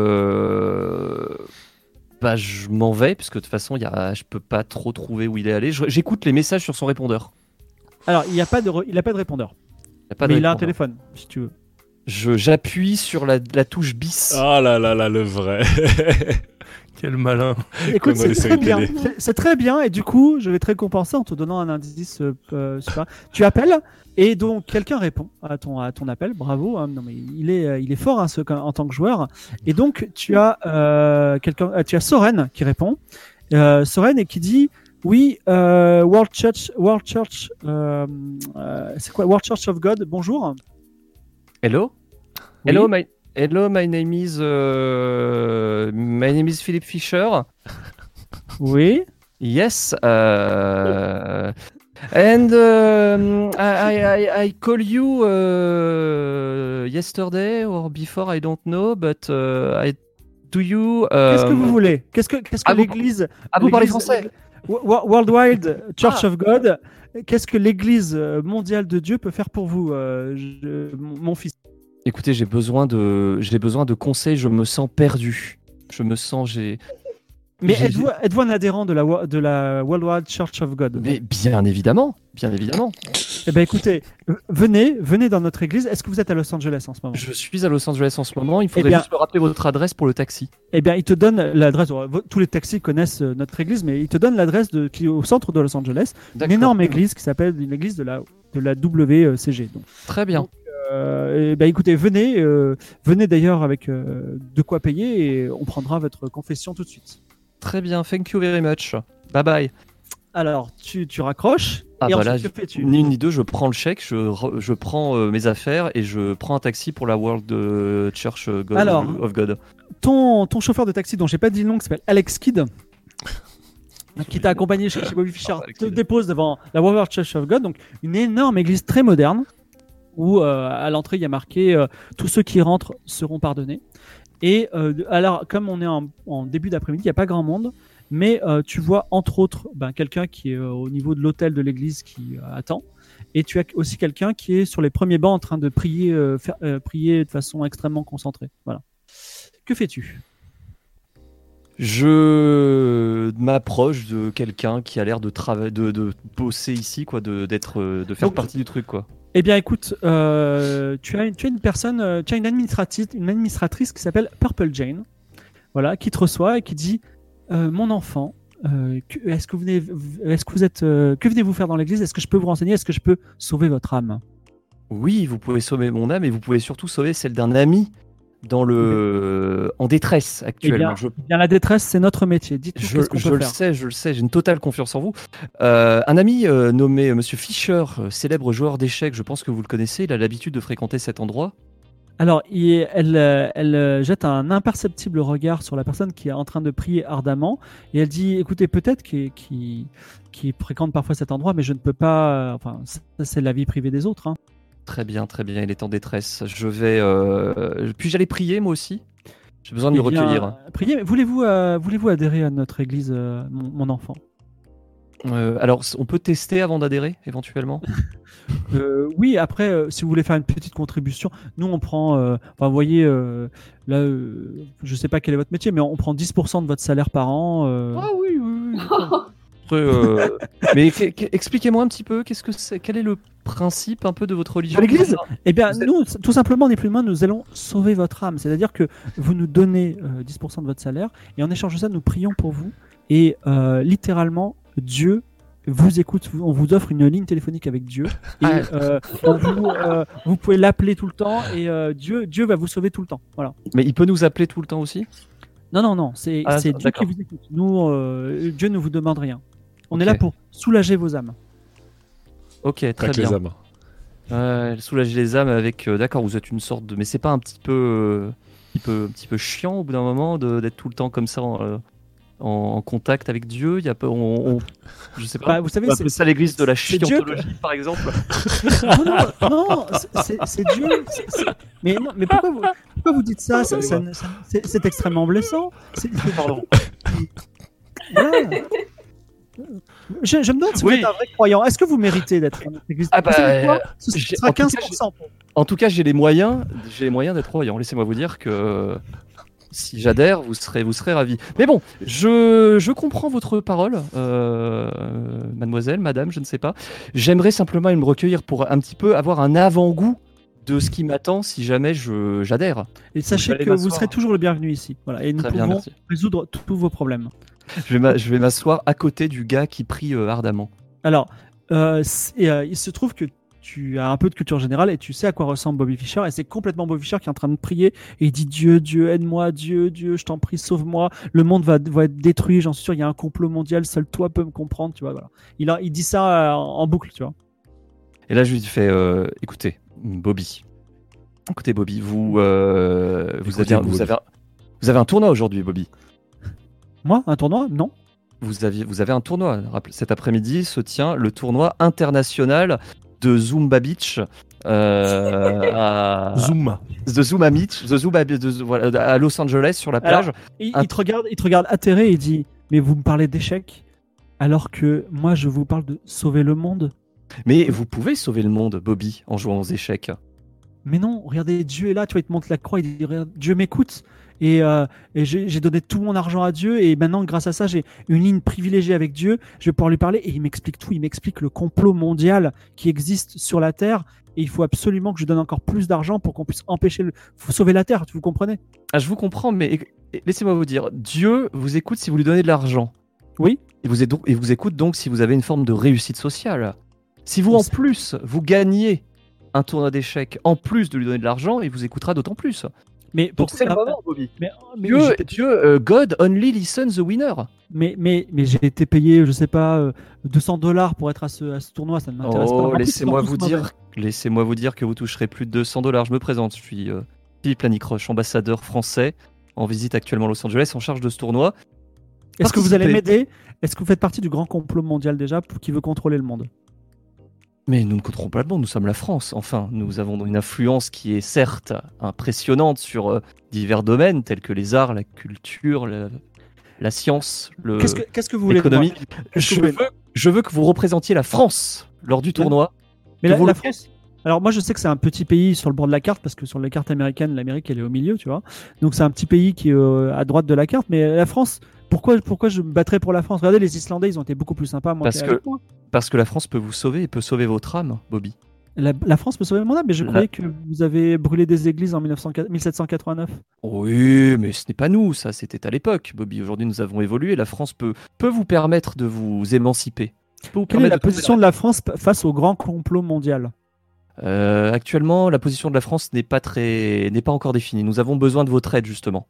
bah je m'en vais parce que de toute façon je peux pas trop trouver où il est allé. J'écoute les messages sur son répondeur. Alors il a pas de répondeur. Il y a pas de Mais il a un répondeur. téléphone si tu veux. J'appuie sur la touche bis. Ah là là là, le vrai. Quel malin. Écoute, Comme dans c'est les très séries bien. télé. C'est très bien et du coup, je vais te récompenser en te donnant un indice super. Tu appelles et donc quelqu'un répond à ton appel. Bravo. Hein. Non mais il est fort hein, en tant que joueur. Et donc tu as tu as Soren qui répond. Soren et qui dit oui, World Church, c'est quoi World Church of God. Bonjour. Hello. Oui. Hello, my name is Philip Fisher. Oui. Yes. And I call you yesterday or before, I don't know, but do you. Qu'est-ce que vous voulez Qu'est-ce que Ah, vous- l'Église vous parlez l'Église- français? Worldwide Church of God. Qu'est-ce que l'Église mondiale de Dieu peut faire pour vous, mon fils? Écoutez, j'ai besoin de conseils. Je me sens perdu. Mais J'ai- êtes-vous un adhérent de la Worldwide Church of God? Mais bien évidemment. Eh ben écoutez, venez dans notre église. Est-ce que vous êtes à Los Angeles en ce moment? Je suis à Los Angeles en ce moment. Il faudrait bien- juste me rappeler votre adresse pour le taxi. Eh bien, il te donne l'adresse. Tous les taxis connaissent notre église, mais il te donne l'adresse qui est au centre de Los Angeles. Une D'accord. énorme église qui s'appelle une église de la WCG. Donc, Très bien. eh ben, écoutez, venez d'ailleurs avec de quoi payer et on prendra votre confession tout de suite. Très bien. Thank you very much. Bye bye. Alors, tu raccroches Ah et bah ensuite, là, que fais-tu? ni une ni deux, je prends le chèque, je prends mes affaires et je prends un taxi pour la World Church Alors, of God. Ton chauffeur de taxi, dont j'ai pas dit le nom, qui s'appelle Alex Kidd, qui t'a accompagné chez Bobby Fischer, Alex te Kidd. dépose devant la World Church of God, donc une énorme église très moderne, où à l'entrée il y a marqué tous ceux qui rentrent seront pardonnés. Et alors, comme on est en début d'après-midi, il n'y a pas grand monde, mais tu vois entre autres quelqu'un qui est au niveau de l'hôtel de l'église qui attend. Et tu as aussi quelqu'un qui est sur les premiers bancs en train de prier, prier de façon extrêmement concentrée. Voilà. Que fais-tu? Je m'approche de quelqu'un qui a l'air de travailler, de bosser ici, quoi, de faire Donc, partie du truc, quoi. Eh bien, écoute, tu as une personne, tu as une administratrice qui s'appelle Purple Jane, voilà, qui te reçoit et qui dit mon enfant, que venez-vous faire dans l'église? Est-ce que je peux vous renseigner? Est-ce que je peux sauver votre âme? Oui, vous pouvez sauver mon âme et vous pouvez surtout sauver celle d'un ami en détresse Eh actuellement. bien, la détresse, c'est notre métier. Dites-nous qu'est-ce qu'on Je peut le faire. sais, j'ai une totale confiance en vous. Un ami nommé Monsieur Fischer, célèbre joueur d'échecs, je pense que vous le connaissez, il a l'habitude de fréquenter cet endroit. Alors, elle jette un imperceptible regard sur la personne qui est en train de prier ardemment et elle dit écoutez, peut-être qu'il fréquente parfois cet endroit, mais je ne peux pas. Enfin, ça, c'est la vie privée des autres. Hein. Très bien, il est en détresse. Je vais. Puis j'allais prier moi aussi. J'ai besoin de me Eh bien, recueillir. priez, mais voulez-vous adhérer à notre église, mon enfant? Alors, on peut tester avant d'adhérer, éventuellement. Oui, après, si vous voulez faire une petite contribution, nous on prend, vous voyez, là, je sais pas quel est votre métier, mais on prend 10% de votre salaire par an. Oui. Mais expliquez-moi un petit peu, qu'est-ce que c'est, quel est le principe un peu de votre religion? De l'église? Eh bien, Vous êtes- nous, tout simplement, ni plus ni moins, nous allons sauver votre âme. C'est-à-dire que vous nous donnez 10% de votre salaire et en échange de ça, nous prions pour vous. Et littéralement, Dieu vous écoute. On vous offre une ligne téléphonique avec Dieu. Et vous pouvez l'appeler tout le temps et Dieu va vous sauver tout le temps. Voilà. Mais il peut nous appeler tout le temps aussi? Non, c'est Dieu d'accord. qui vous écoute. Nous, Dieu ne vous demande rien. On est Ok. là pour soulager vos âmes. Ok, très Pas que les bien. âmes. Elle soulage les âmes avec. D'accord, vous êtes une sorte de. Mais c'est pas un petit peu chiant au bout d'un moment d'être tout le temps comme ça en contact avec Dieu. Il y a pas, je sais pas. Bah, vous savez, on appelle ça l'église de la c'est Dieu chiantologie, par exemple. non, c'est Dieu. Mais pourquoi vous dites ça, c'est extrêmement blessant. Pardon. Voilà. Je me demande si vous êtes un vrai croyant. Est-ce que vous méritez d'être dans notre église? Ah bah, Vous savez quoi ce j'ai- sera en tout cas, 15%. En tout cas, j'ai les moyens d'être croyant. Laissez-moi vous dire que si j'adhère, vous serez ravis. Mais bon, je comprends votre parole, mademoiselle, madame, je ne sais pas. J'aimerais simplement me recueillir pour un petit peu avoir un avant-goût de ce qui m'attend si jamais j'adhère. Et sachez vais que vous m'asseoir. serez toujours le bienvenu ici. Voilà. Et nous Très bien, pouvons merci. résoudre tous vos problèmes. Je vais m'asseoir à côté du gars qui prie ardemment. Alors, il se trouve que tu as un peu de culture générale et tu sais à quoi ressemble Bobby Fischer. Et c'est complètement Bobby Fischer qui est en train de prier. Et il dit Dieu, Dieu, aide-moi, Dieu, Dieu, je t'en prie, sauve-moi. Le monde va être détruit, j'en suis sûr. Il y a un complot mondial, seul toi peux me comprendre. Tu vois, voilà. Il dit ça en boucle, tu vois. Et là, je lui fais écoutez, Bobby. Écoutez, Bobby, vous avez un tournoi aujourd'hui, Bobby. Moi, un tournoi? Non. Vous avez un tournoi. Cet après-midi se tient le tournoi international de Zumba Beach. Zuma. Voilà, à Los Angeles sur la plage. Alors, il te regarde atterré et il dit mais vous me parlez d'échecs alors que moi je vous parle de sauver le monde. Mais vous pouvez sauver le monde, Bobby, en jouant aux échecs. Mais non, regardez, Dieu est là, tu vois, il te montre la croix, il dit regarde, Dieu m'écoute. Et j'ai donné tout mon argent à Dieu et maintenant grâce à ça j'ai une ligne privilégiée avec Dieu, je vais pouvoir lui parler et il m'explique tout, il m'explique le complot mondial qui existe sur la Terre et il faut absolument que je donne encore plus d'argent pour qu'on puisse faut sauver la Terre, vous comprenez? Ah, je vous comprends, mais laissez-moi vous dire, Dieu vous écoute si vous lui donnez de l'argent. Oui. Et vous écoute donc si vous avez une forme de réussite sociale. Si vous, en plus, vous gagnez un tournoi d'échecs, en plus de lui donner de l'argent, il vous écoutera d'autant plus. Mais Donc c'est le moment, Bobby. mais God only listens the winner. Mais j'ai été payé, je sais pas, $200 pour être à ce tournoi, ça ne m'intéresse pas. En Oh, plus, laissez-moi ils vous sont tous dire que vous toucherez plus de $200. Je me présente, je suis Philippe Lanicroche, ambassadeur français, en visite actuellement à Los Angeles, en charge de ce tournoi. Est-ce que vous allez Participez. m'aider? Est-ce que vous faites partie du grand complot mondial déjà qui veut contrôler le monde? Mais nous ne contrôlons pas le monde, nous sommes la France. Enfin, nous avons une influence qui est certes impressionnante sur divers domaines tels que les arts, la culture, la science, Qu'est-ce que vous voulez de moi? l'économie. Je veux que vous représentiez la France lors du tournoi. Mais Que vous la le- France. Alors moi je sais que c'est un petit pays sur le bord de la carte parce que sur les cartes américaines, l'Amérique elle est au milieu, tu vois. Donc c'est un petit pays qui est à droite de la carte. Mais la France, pourquoi je me battrais pour la France? Regardez, les Islandais, ils ont été beaucoup plus sympas. Moi, Parce que la France peut vous sauver et peut sauver votre âme, Bobby. la France peut sauver mon âme, mais je croyais que vous avez brûlé des églises en 1789. Oui, mais ce n'est pas nous, ça c'était à l'époque, Bobby. Aujourd'hui nous avons évolué, la France peut vous permettre de vous émanciper. Peut vous Quelle est permettre la position de la France face au grand complot mondial? Actuellement, la position de la France n'est pas encore définie. Nous avons besoin de votre aide, justement.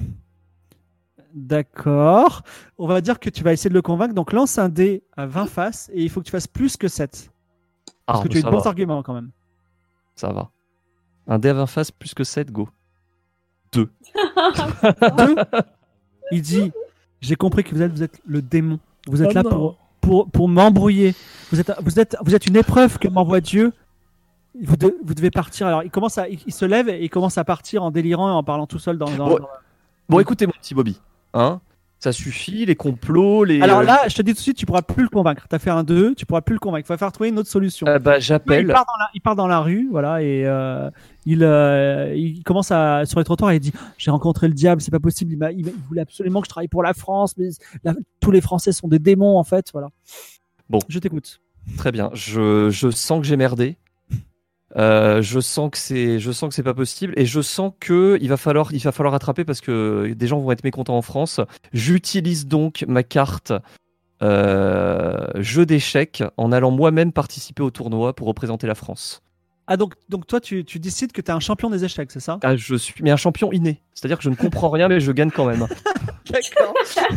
D'accord. On va dire que tu vas essayer de le convaincre. Donc lance un dé à 20 faces et il faut que tu fasses plus que 7. Parce que tu as de bons arguments quand même. Ça va. Un dé à 20 faces plus que 7, go. 2. Il dit j'ai compris que vous êtes le démon. Vous êtes là pour m'embrouiller. Vous êtes une épreuve que m'envoie Dieu. Vous devez partir. Alors il se lève et il commence à partir en délirant et en parlant tout seul Bon, écoutez, mon petit Bobby. Hein, ça suffit, les complots, les. Alors là, je te dis tout de suite, tu pourras plus le convaincre. T'as fait un 2, tu pourras plus le convaincre. Il va falloir trouver une autre solution. J'appelle. Il part dans la rue, voilà, et il commence sur les trottoirs et il dit j'ai rencontré le diable, c'est pas possible. Il voulait absolument que je travaille pour la France, mais tous les Français sont des démons en fait, voilà. Bon, je t'écoute. Très bien. Je sens que j'ai merdé. Je sens que c'est pas possible et je sens que il va falloir rattraper parce que des gens vont être mécontents en France. J'utilise donc ma carte jeu d'échecs en allant moi-même participer au tournoi pour représenter la France. Ah donc toi tu décides que t'es un champion des échecs, c'est ça? Ah, je suis mais un champion inné, c'est-à-dire que je ne comprends rien mais je gagne quand même. D'accord.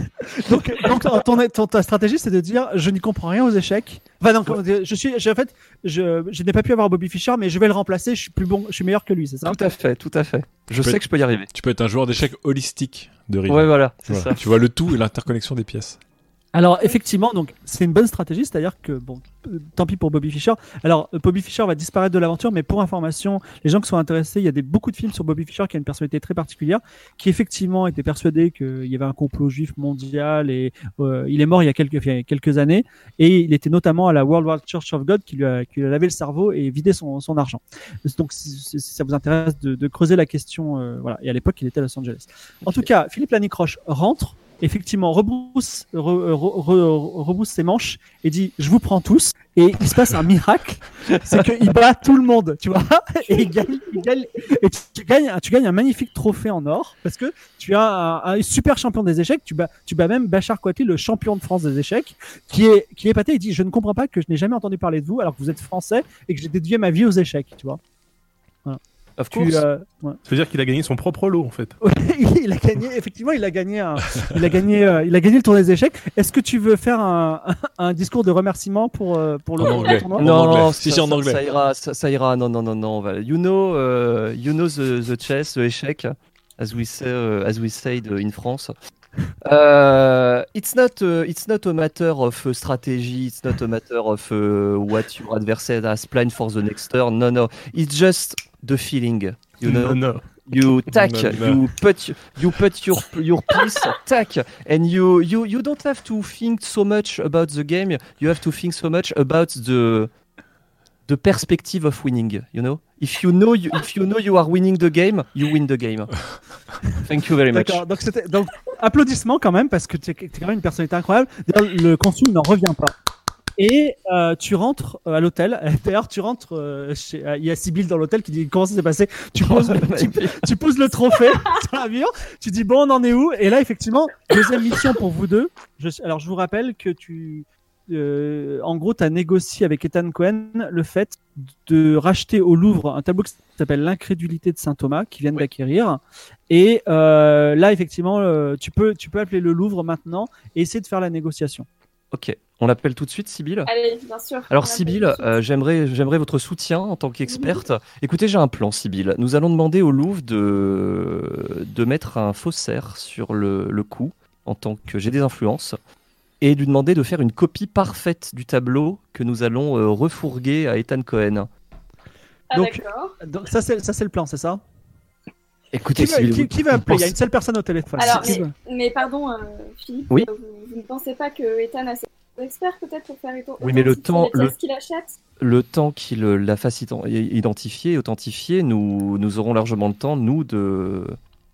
Donc ta stratégie, c'est de dire je n'y comprends rien aux échecs. Enfin, non, comment dire, je n'ai pas pu avoir Bobby Fischer, mais je vais le remplacer. Je suis plus bon, je suis meilleur que lui, c'est ça? Tout à fait, tout à fait. Je peux sais être- que je peux y arriver. Tu peux être un joueur d'échecs holistique de Rive. Ouais, voilà, c'est Voilà. ça. Tu vois le tout et l'interconnexion des pièces. Alors effectivement, donc c'est une bonne stratégie, c'est-à-dire que bon, tant pis pour Bobby Fischer. Alors Bobby Fischer va disparaître de l'aventure, mais pour information, les gens qui sont intéressés, il y a beaucoup de films sur Bobby Fischer qui a une personnalité très particulière, qui effectivement était persuadé qu'il y avait un complot juif mondial et il est mort il y a quelques années et il était notamment à la World Wide Church of God qui lui a lavé le cerveau et vidé son argent. Donc si ça vous intéresse de creuser la question, voilà. Et à l'époque, il était à Los Angeles. En tout cas, Philippe Lanicroche rentre. Effectivement, rebrousse ses manches et dit je vous prends tous, et il se passe un miracle, c'est qu'il bat tout le monde, tu vois, et il gagne, et tu gagnes un magnifique trophée en or parce que tu as un super champion des échecs, tu bats même Bachar Kouati, le champion de France des échecs, qui est épaté. Il dit je ne comprends pas que je n'ai jamais entendu parler de vous alors que vous êtes français et que j'ai dédié ma vie aux échecs, tu vois. Voilà. Of course. Ouais. Ça veut dire qu'il a gagné son propre lot en fait. il a gagné le tournoi des échecs. Est-ce que tu veux faire un discours de remerciement pour le anglais. tournoi? Non, Non, Si, en anglais. Ça ira. Non. You know the chess, the échec, as we said in France. It's not a matter of strategy. It's not a matter of what your adversary has planned for the next turn. No. It's just the feeling. You know. Non. You tack, No. you put your piece, tack, and you don't have to think so much about the game. You have to think so much about the perspective of winning. You know, if you know you are winning the game, you win the game. Thank you very much. D'accord. Donc applaudissements quand même parce que tu es quand même une personnalité incroyable. D'ailleurs, le consul n'en revient pas. Et tu rentres à l'hôtel. D'ailleurs, tu rentres il y a Sybille dans l'hôtel qui dit comment ça s'est passé. Tu poses le trophée sur la mur. Tu dis bon, on en est où? Et là, effectivement, deuxième mission pour vous deux. Alors, je vous rappelle que en gros, tu as négocié avec Ethan Cohen le fait de racheter au Louvre un tableau qui s'appelle L'incrédulité de Saint Thomas, qui viennent d'acquérir. Et là, effectivement, tu peux appeler le Louvre maintenant et essayer de faire la négociation. Ok, on l'appelle tout de suite, Sybille. Allez, bien sûr. Alors On l'appelle Sybille, tout de suite. j'aimerais votre soutien en tant qu'experte. Écoutez, j'ai un plan, Sybille. Nous allons demander au Louvre de mettre un faussaire sur le coup, en tant que j'ai des influences, et lui demander de faire une copie parfaite du tableau que nous allons refourguer à Ethan Cohen. Ah, donc- d'accord. Donc ça c'est le plan, c'est ça? Écoutez, Qui Sybille, va vous appeler? Il y a pensez- une seule personne au téléphone. Alors, Qui veut? mais pardon, Philippe, Oui. Vous ne pensez pas que Ethan a ses experts peut-être pour faire autant Oui, mais le temps- les pièces qu'il achète? Le temps qu'il la fasse identifier, authentifier, nous aurons largement le temps, nous, de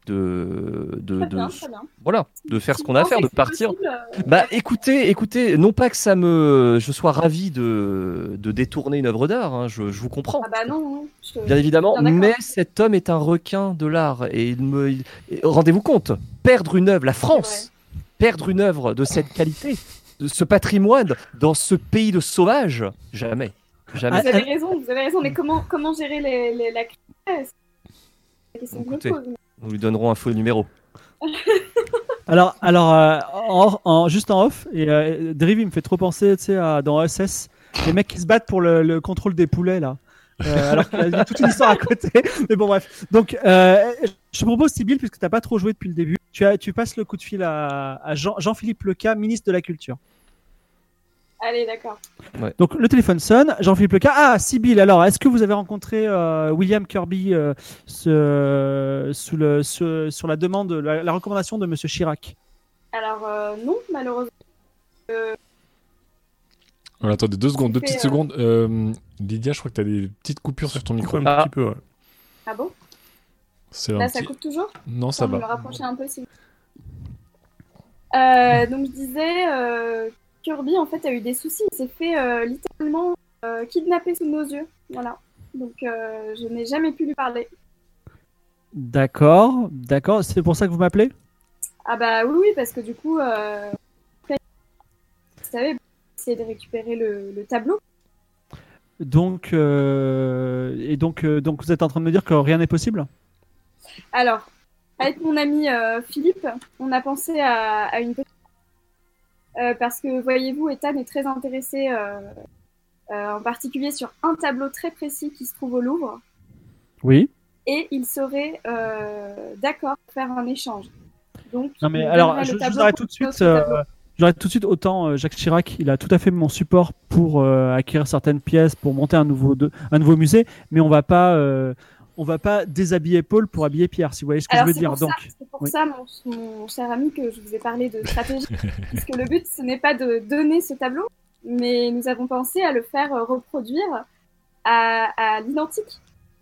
Très bien. voilà, de faire ce Si qu'on a à vous faire, de pensez que c'est partir. possible, Bah écoutez, non pas que je sois ravi de détourner une œuvre d'art, hein, je vous comprends, Ah bah non. bien évidemment, Bien d'accord. mais cet homme est un requin de l'art et rendez-vous compte, perdre une œuvre, la France, perdre une œuvre de cette qualité, de ce patrimoine dans ce pays de sauvages, jamais. Vous avez raison, mais comment gérer la crise? C'est la question que je me Écoutez. pose. Nous lui donnerons un faux numéro. Alors, juste en off, et Drive, il me fait trop penser, tu sais, dans OSS, les mecs qui se battent pour le contrôle des poulets, là. Alors qu'il y a toute une histoire à côté. Mais bon, bref. Donc, je te propose, Sybille, puisque tu n'as pas trop joué depuis le début, tu passes le coup de fil à Jean-Philippe Leca, ministre de la Culture. Allez, d'accord. Donc, le téléphone sonne. Jean-Philippe Leca. Ah, Sybille, alors, est-ce que vous avez rencontré William Kirby sur la demande, la recommandation de Monsieur Chirac? Alors, non, malheureusement. Alors, attendez 2 secondes, 2 fait, petites secondes. Lydia, je crois que tu as des petites coupures sur ton micro. Un Ah. petit peu, ouais. Ah bon? C'est Là, un ça petit- coupe toujours? Non, ça Attends, me va. rapprocher un peu, s'il vous donc, je disais, Kirby, en fait, a eu des soucis. Il s'est fait littéralement kidnapper sous nos yeux. Voilà. Donc, je n'ai jamais pu lui parler. D'accord. C'est pour ça que vous m'appelez? Ah bah oui, parce que du coup, vous savez, essayer de récupérer le tableau. Donc, donc vous êtes en train de me dire que rien n'est possible? Alors, avec mon ami Philippe, on a pensé à une petite... parce que, voyez-vous, Ethan est très intéressé en particulier sur un tableau très précis qui se trouve au Louvre. Oui. Et il serait d'accord pour faire un échange. Donc, Non mais il alors, donnerait je le vous tableau arrête pour tout de suite. notre tableau. J'arrête tout de suite. Autant Jacques Chirac, il a tout à fait mon support pour acquérir certaines pièces, pour monter un nouveau musée, mais on va pas déshabiller Paul pour habiller Pierre, si vous voyez ce que Alors, je veux dire. Donc, c'est pour oui. ça, mon cher ami, que je vous ai parlé de stratégie, puisque le but, ce n'est pas de donner ce tableau, mais nous avons pensé à le faire reproduire à l'identique.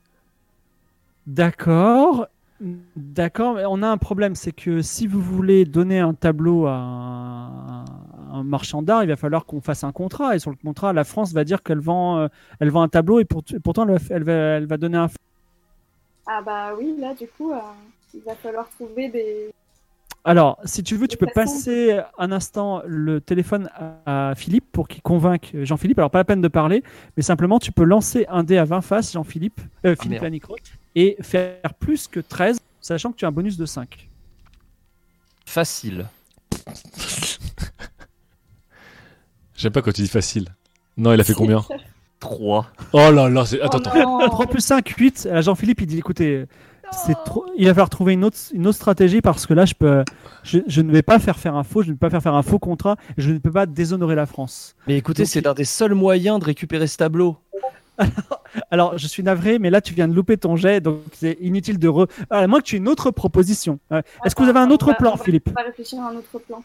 D'accord, mais on a un problème, c'est que si vous voulez donner un tableau à un marchand d'art, il va falloir qu'on fasse un contrat, et sur le contrat, la France va dire qu'elle vend un tableau, et pourtant elle va donner un. Ah bah oui, là, du coup, il va falloir trouver des... Alors, si tu veux, tu peux De toute façon- passer un instant le téléphone à Philippe pour qu'il convainque Jean-Philippe. Alors, pas la peine de parler, mais simplement, tu peux lancer un dé à 20 faces, Philippe merde. Lanicroc, et faire plus que 13, sachant que tu as un bonus de 5. Facile. J'aime pas quand tu dis facile. Non, il a fait combien? 3. Oh là là, c'est... Oh Attends. non. 3 plus 5, 8. Jean-Philippe, il dit, écoutez, c'est trop... il va falloir trouver une autre stratégie parce que là, je ne vais pas faire un faux, je ne vais pas faire un faux contrat, et je ne peux pas déshonorer la France. Mais écoutez, Donc, c'est l'un des seuls moyens de récupérer ce tableau. Alors, je suis navré, mais là, tu viens de louper ton jet, donc c'est inutile de à moins que tu aies une autre proposition. Est-ce que vous avez un autre plan, Philippe? On va réfléchir à un autre plan.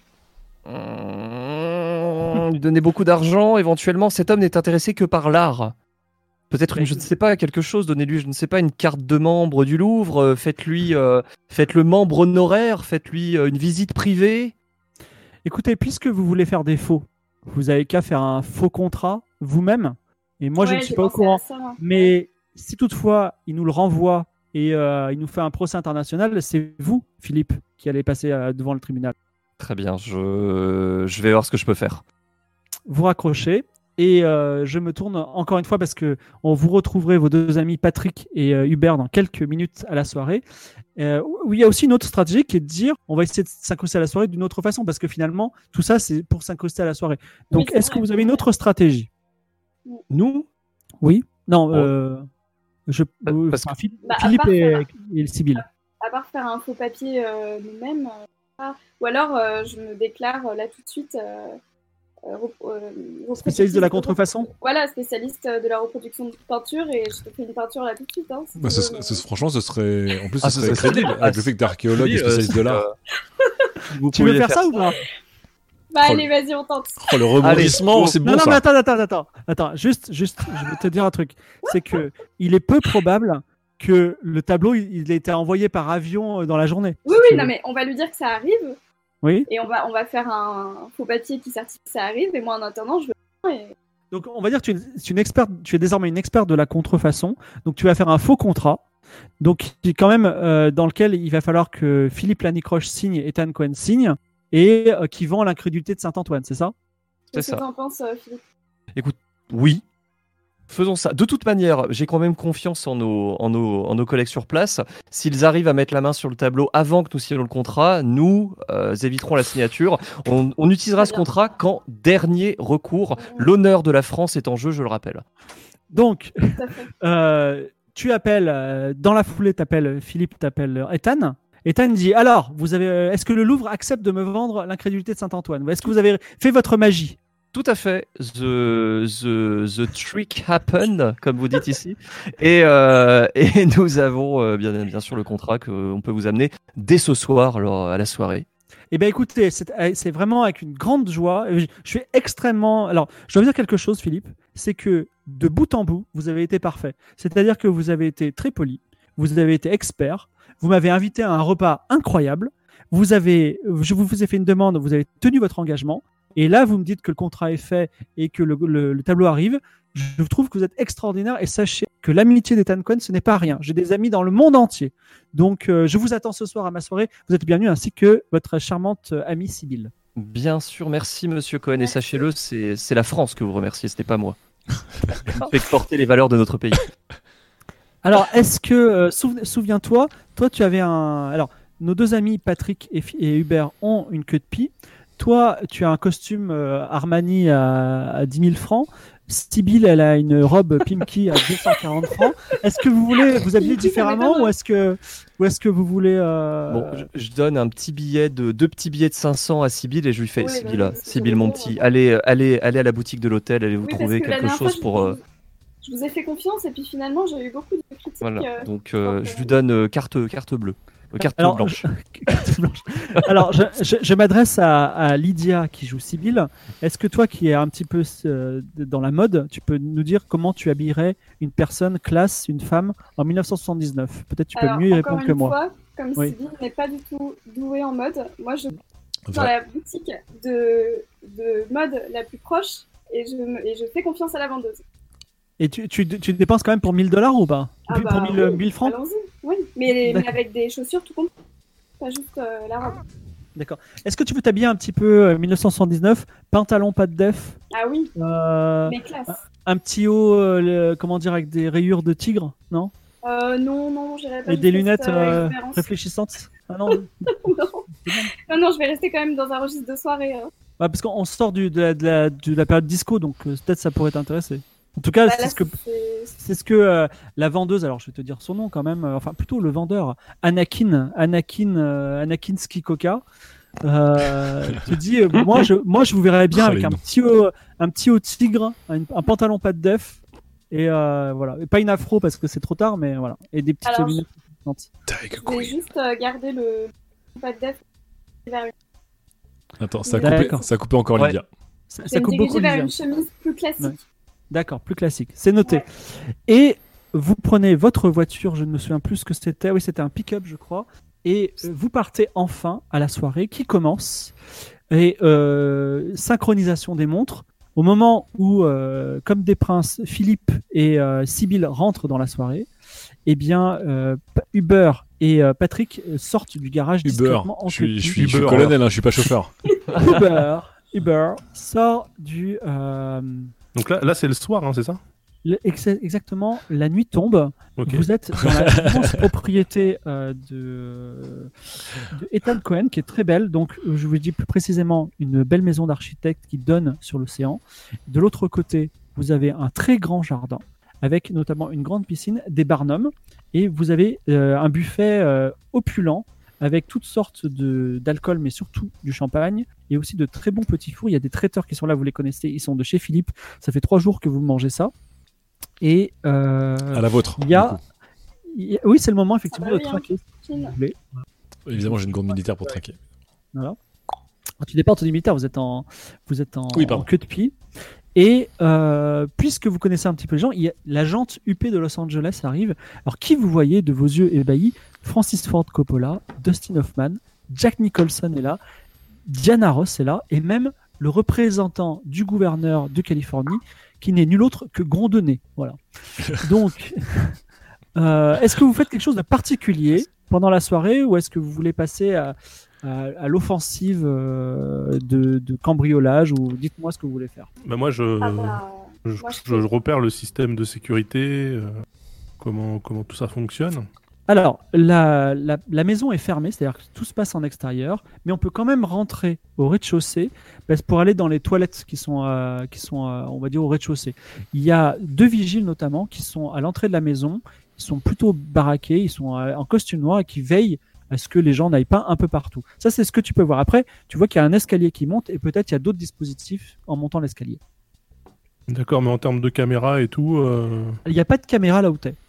Lui donner beaucoup d'argent, éventuellement, cet homme n'est intéressé que par l'art. Peut-être je ne sais pas, quelque chose, donnez-lui, je ne sais pas, une carte de membre du Louvre, faites-le membre honoraire, faites-lui une visite privée. Écoutez, puisque vous voulez faire des faux, vous avez qu'à faire un faux contrat vous-même. Et moi, je Ouais, ne suis j'ai pas au pensé à courant. ça, hein. Mais si toutefois, il nous le renvoie et il nous fait un procès international, c'est vous, Philippe, qui allez passer devant le tribunal. Très bien, je vais voir ce que je peux faire. Vous raccrochez et je me tourne encore une fois parce que vous retrouverez vos deux amis Patrick et Hubert dans quelques minutes à la soirée. Où il y a aussi une autre stratégie qui est de dire on va essayer de s'incruster à la soirée d'une autre façon parce que finalement tout ça c'est pour s'incruster à la soirée. Donc Oui, c'est est-ce que vrai, vous avez c'est une vrai. autre stratégie? Nous, Oui. Non. parce que- Philippe, Bah, à Philippe part et Sibylle. À part faire un faux papier nous-mêmes, ou alors je me déclare là tout de suite Spécialiste de la contrefaçon. Voilà, spécialiste de la reproduction de peinture, et je te fais une peinture là tout de suite. Hein, si Bah, tu veux, franchement, ce serait... En plus, Ah, ce ce serait serait crédible, crédible. avec le fait que t'es archéologue et spécialiste de l'art. Tu veux faire ça ou pas? Bah Oh, allez, vas-y, on tente. Oh, le rebondissement, Allez, c'est bon, Non, ça. mais attends. Juste, je vais te dire un truc. C'est que il est peu probable que le tableau il ait été envoyé par avion dans la journée. Oui, Si tu non veux. mais on va lui dire que ça arrive, Oui. et on va faire un faux papier qui certifie que ça arrive, et moi en attendant, je veux... Et... Donc on va dire que tu es désormais une experte de la contrefaçon. Donc tu vas faire un faux contrat. Donc qui est quand même dans lequel il va falloir que Philippe Lanicroche signe, Ethan Cohen signe, et qui vend l'incrédulité de Saint-Antoine, c'est ça? C'est Qu'est-ce que ça. t'en penses, Philippe? Oui. Faisons ça. De toute manière, j'ai quand même confiance en nos collègues sur place. S'ils arrivent à mettre la main sur le tableau avant que nous signions le contrat, nous éviterons la signature. On utilisera ce Très bien. contrat qu'en dernier recours. L'honneur de la France est en jeu, je le rappelle. Donc Tout à fait. tu appelles dans la foulée, Philippe, t'appelles Ethan. Ethan dit alors, est-ce que le Louvre accepte de me vendre l'incrédulité de Saint-Antoine? Est-ce que vous avez fait votre magie? Tout à fait. The trick happened, comme vous dites ici. Et nous avons bien sûr le contrat qu'on peut vous amener dès ce soir à la soirée. Eh bien, écoutez, c'est vraiment avec une grande joie. Je suis extrêmement. Alors, je dois vous dire quelque chose, Philippe. C'est que de bout en bout, vous avez été parfait. C'est-à-dire que vous avez été très poli, vous avez été expert, vous m'avez invité à un repas incroyable. Je vous ai fait une demande, vous avez tenu votre engagement. Et là, vous me dites que le contrat est fait et que le tableau arrive. Je trouve que vous êtes extraordinaire et sachez que l'amitié d'Ethan Cohen, ce n'est pas rien. J'ai des amis dans le monde entier. Donc, je vous attends ce soir à ma soirée. Vous êtes bienvenue ainsi que votre charmante amie Sibylle. Bien sûr, merci Monsieur Cohen. Et sachez-le, c'est la France que vous remerciez, ce n'est pas moi. Fait porter les valeurs de notre pays. Alors, est-ce que, souviens-toi, toi, tu avais un... Alors, nos deux amis Patrick et Hubert ont une queue de pie. Toi, tu as un costume Armani à 10 000 francs. Sibylle, elle a une robe Pimki à 240 francs. Est-ce que vous voulez vous habiller différemment ou est-ce que vous voulez Bon, je donne deux petits billets de 500 à Sibylle et je lui fais Oui, Sibylle, mon petit, allez à la boutique de l'hôtel, allez vous Oui, trouver parce que la quelque dernière chose fois, pour. Je vous ai fait confiance et puis finalement j'ai eu beaucoup de critiques. Voilà. Donc je lui donne carte bleue. Carte Alors, blanche. Carte blanche. Alors, je m'adresse à Lydia qui joue Sibylle. Est-ce que toi, qui es un petit peu dans la mode, tu peux nous dire comment tu habillerais une personne, classe, une femme en 1979? Peut-être tu peux Alors, mieux y encore répondre que une moi. fois, comme Oui. Sibylle n'est pas du tout douée en mode, moi je vais dans Vrai. la boutique de mode la plus proche et je fais confiance à la vendeuse. Et tu dépenses quand même pour 1 000 $ ou pas? Ah Pour bah, 1000 francs? Allons-y, oui, mais D'accord. avec des chaussures tout compris, pas juste la robe. D'accord. Est-ce que tu peux t'habiller un petit peu 1979, pantalon pas de def, Ah oui, euh, mais classe. un petit haut, comment dire, avec des rayures de tigre, non? Non, j'irai pas. Et des jusqu'à lunettes cette exubérance. réfléchissantes? Ah non. non, je vais rester quand même dans un registre de soirée. Ouais, parce qu'on sort de la période disco, donc peut-être ça pourrait t'intéresser. En tout cas, Bah, là, c'est ce que la vendeuse, alors je vais te dire son nom quand même, enfin plutôt le vendeur, Anakin Ski Coca, te dit moi je vous verrais bien Ah, avec les un petit haut tigre, un pantalon pas de def et voilà, et pas une afro parce que c'est trop tard, mais voilà, et des petites Alors, lunettes. Je vais juste garder le pas de def vers une... Attends, ça a D'accord. coupé encore Ouais. Lydia. Ça Je vais me coupe beaucoup diriger vers Lydia. une chemise plus classique. Ouais. D'accord, plus classique. C'est noté. Ouais. Et vous prenez votre voiture, je ne me souviens plus ce que c'était. Oui, c'était un pick-up, je crois. Et vous partez enfin à la soirée qui commence. Et synchronisation des montres. Au moment où, comme des princes, Philippe et Sibylle rentrent dans la soirée, eh bien, Hubert et Patrick sortent du garage Uber. discrètement en Je suis Uber, colonel, hein, je suis pas chauffeur. Hubert sort du... Donc là c'est le soir, hein, c'est ça? exactement, la nuit tombe. Ok. Vous êtes dans la immense propriété de Ethan Cohen, qui est très belle. Donc, je vous dis plus précisément, une belle maison d'architecte qui donne sur l'océan. De l'autre côté, vous avez un très grand jardin, avec notamment une grande piscine, des barnums, et vous avez un buffet opulent, avec toutes sortes d'alcool, mais surtout du champagne, et aussi de très bons petits fours. Il y a des traiteurs qui sont là, vous les connaissez, ils sont de chez Philippe. Ça fait 3 jours que vous mangez ça. Et À la vôtre. il y a... du coup. Oui, c'est le moment effectivement Ah bah de oui, traquer. Fine. Si vous voulez. Évidemment, j'ai une gourde militaire pour traquer. Voilà. Quand tu départes du militaire, vous êtes en Oui, pardon. queue de pied. Et puisque vous connaissez un petit peu les gens, la jante UP de Los Angeles arrive. Alors, qui vous voyez de vos yeux ébahis? Francis Ford Coppola, Dustin Hoffman, Jack Nicholson est là, Diana Ross est là, et même le représentant du gouverneur de Californie, qui n'est nul autre que Grondonnet. Voilà. Donc, est-ce que vous faites quelque chose de particulier pendant la soirée, ou est-ce que vous voulez passer à l'offensive de cambriolage, ou dites-moi ce que vous voulez faire. Bah moi je moi, je repère le système de sécurité, comment tout ça fonctionne. Alors, la maison est fermée, c'est-à-dire que tout se passe en extérieur, mais on peut quand même rentrer au rez-de-chaussée pour aller dans les toilettes qui sont, on va dire, au rez-de-chaussée. Il y a 2 vigiles notamment qui sont à l'entrée de la maison, ils sont plutôt baraqués, ils sont en costume noir et qui veillent à ce que les gens n'aillent pas un peu partout. Ça, c'est ce que tu peux voir. Après, tu vois qu'il y a un escalier qui monte et peut-être il y a d'autres dispositifs en montant l'escalier. D'accord, mais en termes de caméra et tout, Il n'y a pas de caméra là où tu es.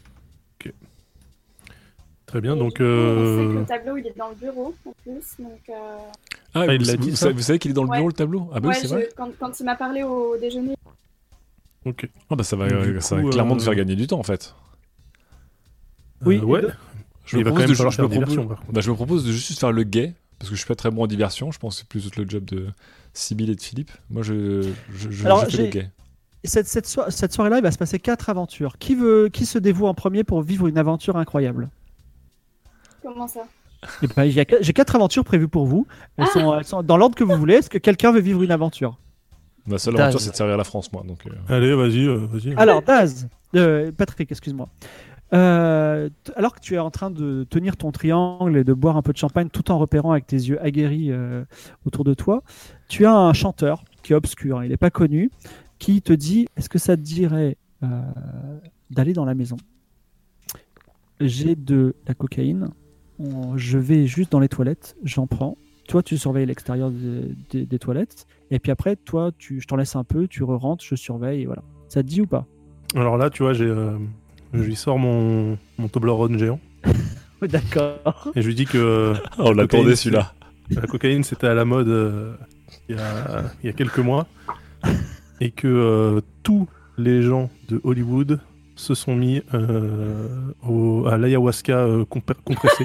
très bien. Et Donc du coup, on sait que le tableau il est dans le bureau en plus, donc Ah, il vous, l'a dit, vous ça savez, vous savez qu'il est dans le Ouais. bureau, le tableau? Ah bah ouais, oui, c'est vrai. quand il m'a parlé au déjeuner, ok. Ah bah ça va, Du ça va coup, clairement te faire gagner du temps en fait. Oui, Ouais. Je me Il va quand propose même de- falloir je faire me propose- diversion, par contre. Bah, je me propose de juste faire le guet, parce que je suis pas très bon en diversion. Je pense que c'est plus le job de Sibylle et de Philippe. Moi, Alors, je fais le guet. Cette soirée-là, il va se passer 4 aventures. Qui se dévoue en premier pour vivre une aventure incroyable? comment ça? Eh ben, j'ai 4 aventures prévues pour vous. Elles sont dans l'ordre que vous voulez. Est-ce que quelqu'un veut vivre une aventure? Ma seule Daz. aventure, c'est de servir la France, moi. Donc, Allez, vas-y. Alors, Daz, Patrick, excuse-moi. Alors que tu es en train de tenir ton triangle et de boire un peu de champagne tout en repérant avec tes yeux aguerris autour de toi, tu as un chanteur qui est obscur, hein, il n'est pas connu, qui te dit est-ce que ça te dirait d'aller dans la maison? J'ai de la cocaïne, je vais juste dans les toilettes, j'en prends. Toi, tu surveilles l'extérieur des toilettes, et puis après, toi, je t'en laisse un peu, tu re-rentres, je surveille, et voilà. Ça te dit ou pas? Alors là, tu vois, je lui sors mon Toblerone géant D'accord. et je lui dis que On l'attendait cocaïne, celui-là. la cocaïne c'était à la mode il y a quelques mois et que tous les gens de Hollywood se sont mis à l'ayahuasca compressé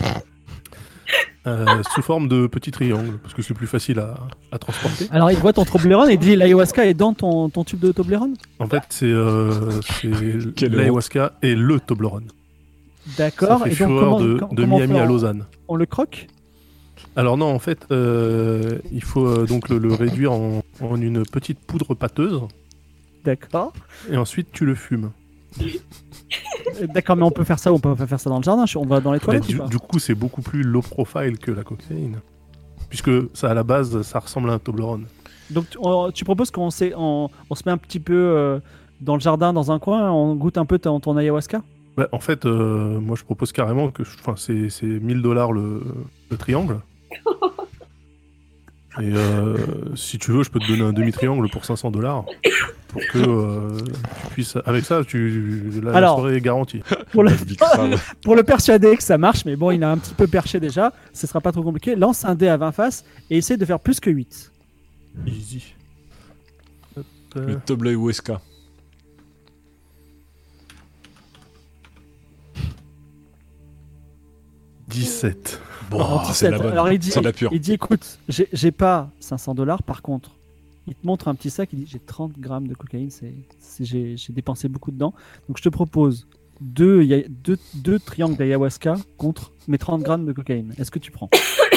sous forme de petits triangles parce que c'est plus facile à transporter. Alors, il voit ton Toblerone et il dit l'ayahuasca est dans ton tube de Toblerone? En fait, c'est Quelle l'ayahuasca et le Toblerone. D'accord. Ça fait Et donc, fureur de comment Miami à Lausanne. on le croque? Alors non, en fait, il faut donc le réduire en une petite poudre pâteuse D'accord. et ensuite tu le fumes. D'accord, mais on peut faire ça ou on peut pas faire ça dans le jardin? On va dans les Bah, toilettes ou pas? du coup, c'est beaucoup plus low profile que la cocaïne. Puisque ça, à la base, ça ressemble à un Toblerone. Donc, tu proposes qu'on se met un petit peu dans le jardin, dans un coin, on goûte un peu ton ayahuasca? Bah, en fait, moi, je propose carrément que c'est $1000 le triangle. Et si tu veux, je peux te donner un demi-triangle pour $500 pour que tu puisses... Avec ça, la Alors, soirée est garantie. Pour le, Big Crab. pour le persuader que ça marche, mais bon, il a un petit peu perché déjà, ce sera pas trop compliqué. Lance un dé à 20 faces et essaie de faire plus que 8. Easy. Hop, Le Toblerone Huesca. « 17. Bon, Alors, c'est la 17. bonne. Alors, il dit, C'est de la pure. il dit écoute, j'ai pas $500, par contre, il te montre un petit sac, il dit j'ai 30 grammes de cocaïne, j'ai dépensé beaucoup dedans, donc je te propose deux triangles d'ayahuasca contre mes 30 grammes de cocaïne. Est-ce que tu prends?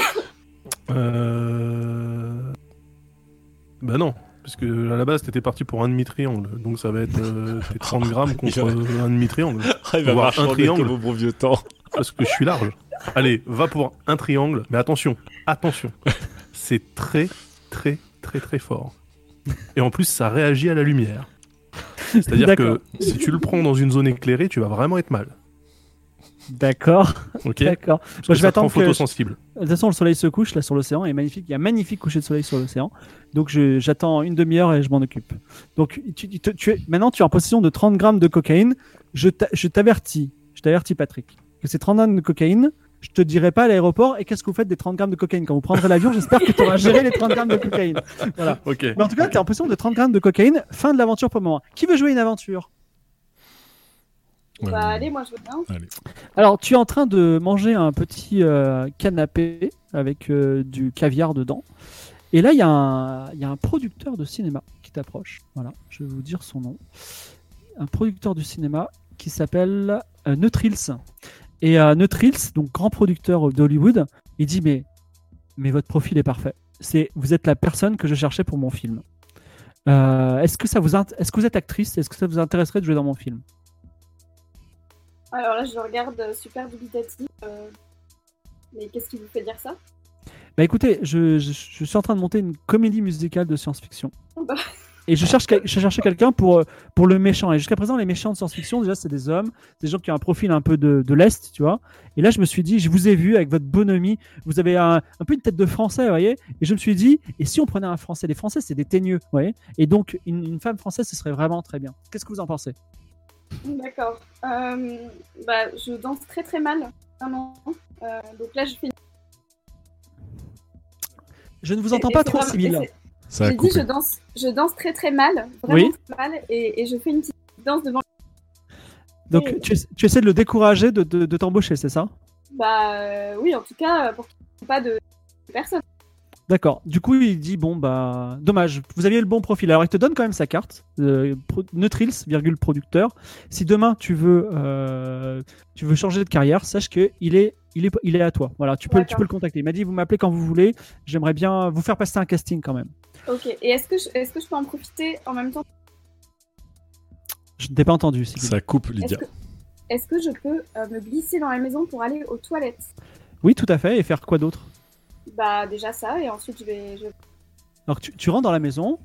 Bah non, parce que à la base t'étais parti pour un demi-triangle, donc ça va être tes 30 grammes contre un demi-triangle, Ah, il va Voir un marchander triangle. comme au bon vieux temps. parce que je suis large. Allez, va pour un triangle, mais attention, c'est très très très très fort. Et en plus ça réagit à la lumière. C'est-à-dire D'accord. que si tu le prends dans une zone éclairée, tu vas vraiment être mal. D'accord, Ok. d'accord. Parce Moi, que je vais ça te rend attendre que... photosensible. De toute façon, le soleil se couche là sur l'océan et magnifique. Il y a un magnifique coucher de soleil sur l'océan. Donc j'attends une demi-heure et je m'en occupe. Donc maintenant tu es en possession de 30 grammes de cocaïne. Je t'avertis, Patrick, que ces 30 grammes de cocaïne, je te dirai pas à l'aéroport. Et qu'est-ce que vous faites des 30 grammes de cocaïne quand vous prendrez l'avion? J'espère que tu auras géré les 30 grammes de cocaïne. Voilà. Ok. Mais en tout cas, tu es en possession de 30 grammes de cocaïne. Fin de l'aventure pour le moment. Qui veut jouer une aventure? Ouais, Bah mais- allez, moi je veux bien. Allez. Alors, tu es en train de manger un petit canapé avec du caviar dedans. Et là, il y a un producteur de cinéma qui t'approche. Voilà, je vais vous dire son nom. Un producteur de cinéma qui s'appelle Neutrils. Et Neutrils, donc grand producteur d'Hollywood, il dit mais votre profil est parfait. Vous êtes la personne que je cherchais pour mon film. Est-ce que vous êtes actrice? Est-ce que ça vous intéresserait de jouer dans mon film? Alors là, je regarde super dubitatif. Mais qu'est-ce qui vous fait dire ça? Bah écoutez, je suis en train de monter une comédie musicale de science-fiction. Bah. Et je cherchais quelqu'un pour le méchant. Et jusqu'à présent, les méchants de science-fiction, déjà, c'est des hommes, des gens qui ont un profil un peu de l'Est, tu vois. Et là, je me suis dit, je vous ai vu avec votre bonhomie, vous avez un peu une tête de Français, vous voyez. Et je me suis dit, et si on prenait un Français? Les Français, c'est des teigneux, vous voyez. Et donc, une femme française, ce serait vraiment très bien. Qu'est-ce que vous en pensez? D'accord. Bah, je danse très très mal. Vraiment. Donc là, je fais. Je ne vous entends pas trop, Sybille. Ça a J'ai dit, coupé. je danse très très mal. Vraiment Oui. très mal. Et je fais une petite danse devant. Donc, Et- tu essaies de le décourager de t'embaucher, c'est ça? Bah oui, en tout cas, pour qu'il n'y ait pas de personne. D'accord. Du coup, il dit bon bah dommage. Vous aviez le bon profil. Alors il te donne quand même sa carte, Neutrils, producteur. Si demain tu veux changer de carrière, sache que il est à toi. Voilà, tu peux le contacter. Il m'a dit vous m'appelez quand vous voulez. J'aimerais bien vous faire passer un casting quand même. Ok. Et est-ce que je peux en profiter en même temps? Je ne t'ai pas entendu. Sylvie. Ça coupe, Lydia. est-ce que je peux me glisser dans la maison pour aller aux toilettes? Oui, tout à fait. Et faire quoi d'autre? Bah déjà ça, et ensuite Alors, tu rentres dans la maison.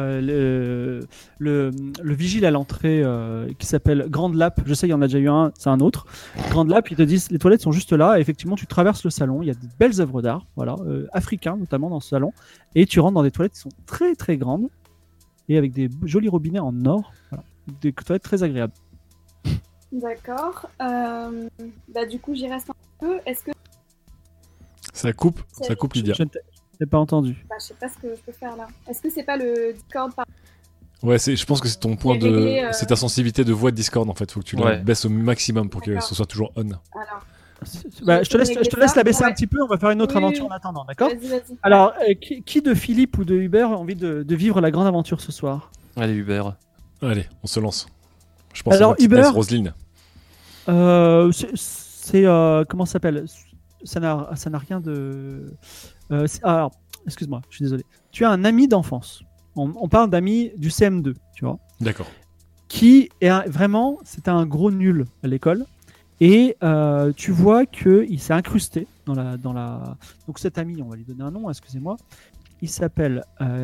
Le vigile à l'entrée qui s'appelle Grande Lap, je sais il y en a déjà eu un, c'est un autre. Grande Lap, ils te disent les toilettes sont juste là, et effectivement tu traverses le salon, il y a de belles œuvres d'art, voilà, africains notamment dans ce salon, et tu rentres dans des toilettes qui sont très très grandes et avec des jolis robinets en or, voilà. Des toilettes très agréables. D'accord. Bah du coup j'y reste un peu. Est-ce que Ça coupe Lydia. Je ne t'ai pas entendu. bah, je sais pas ce que je peux faire là. Est-ce que c'est pas le Discord par... Ouais, je pense que c'est ton point Régler, c'est ta sensibilité de voix de Discord en fait. Faut que tu la baisses au maximum pour que D'accord. ce soit toujours on. Alors, Bah, je te laisse la baisser Ouais. un petit peu, on va faire une autre Oui, aventure oui. en attendant, d'accord? vas-y. Alors, qui de Philippe ou de Hubert a envie de vivre la grande aventure ce soir? Allez, Hubert. Allez, on se lance. Je pense Alors, à ma petite Hubert- nièce Roselyne. Comment ça s'appelle? Ça n'a rien de. Alors, excuse-moi, je suis désolé. Tu as un ami d'enfance. On parle d'ami du CM2, tu vois, D'accord. qui est vraiment, c'était un gros nul à l'école. Et tu vois qu'il s'est incrusté dans la. Donc cet ami, on va lui donner un nom, excusez-moi. Il s'appelle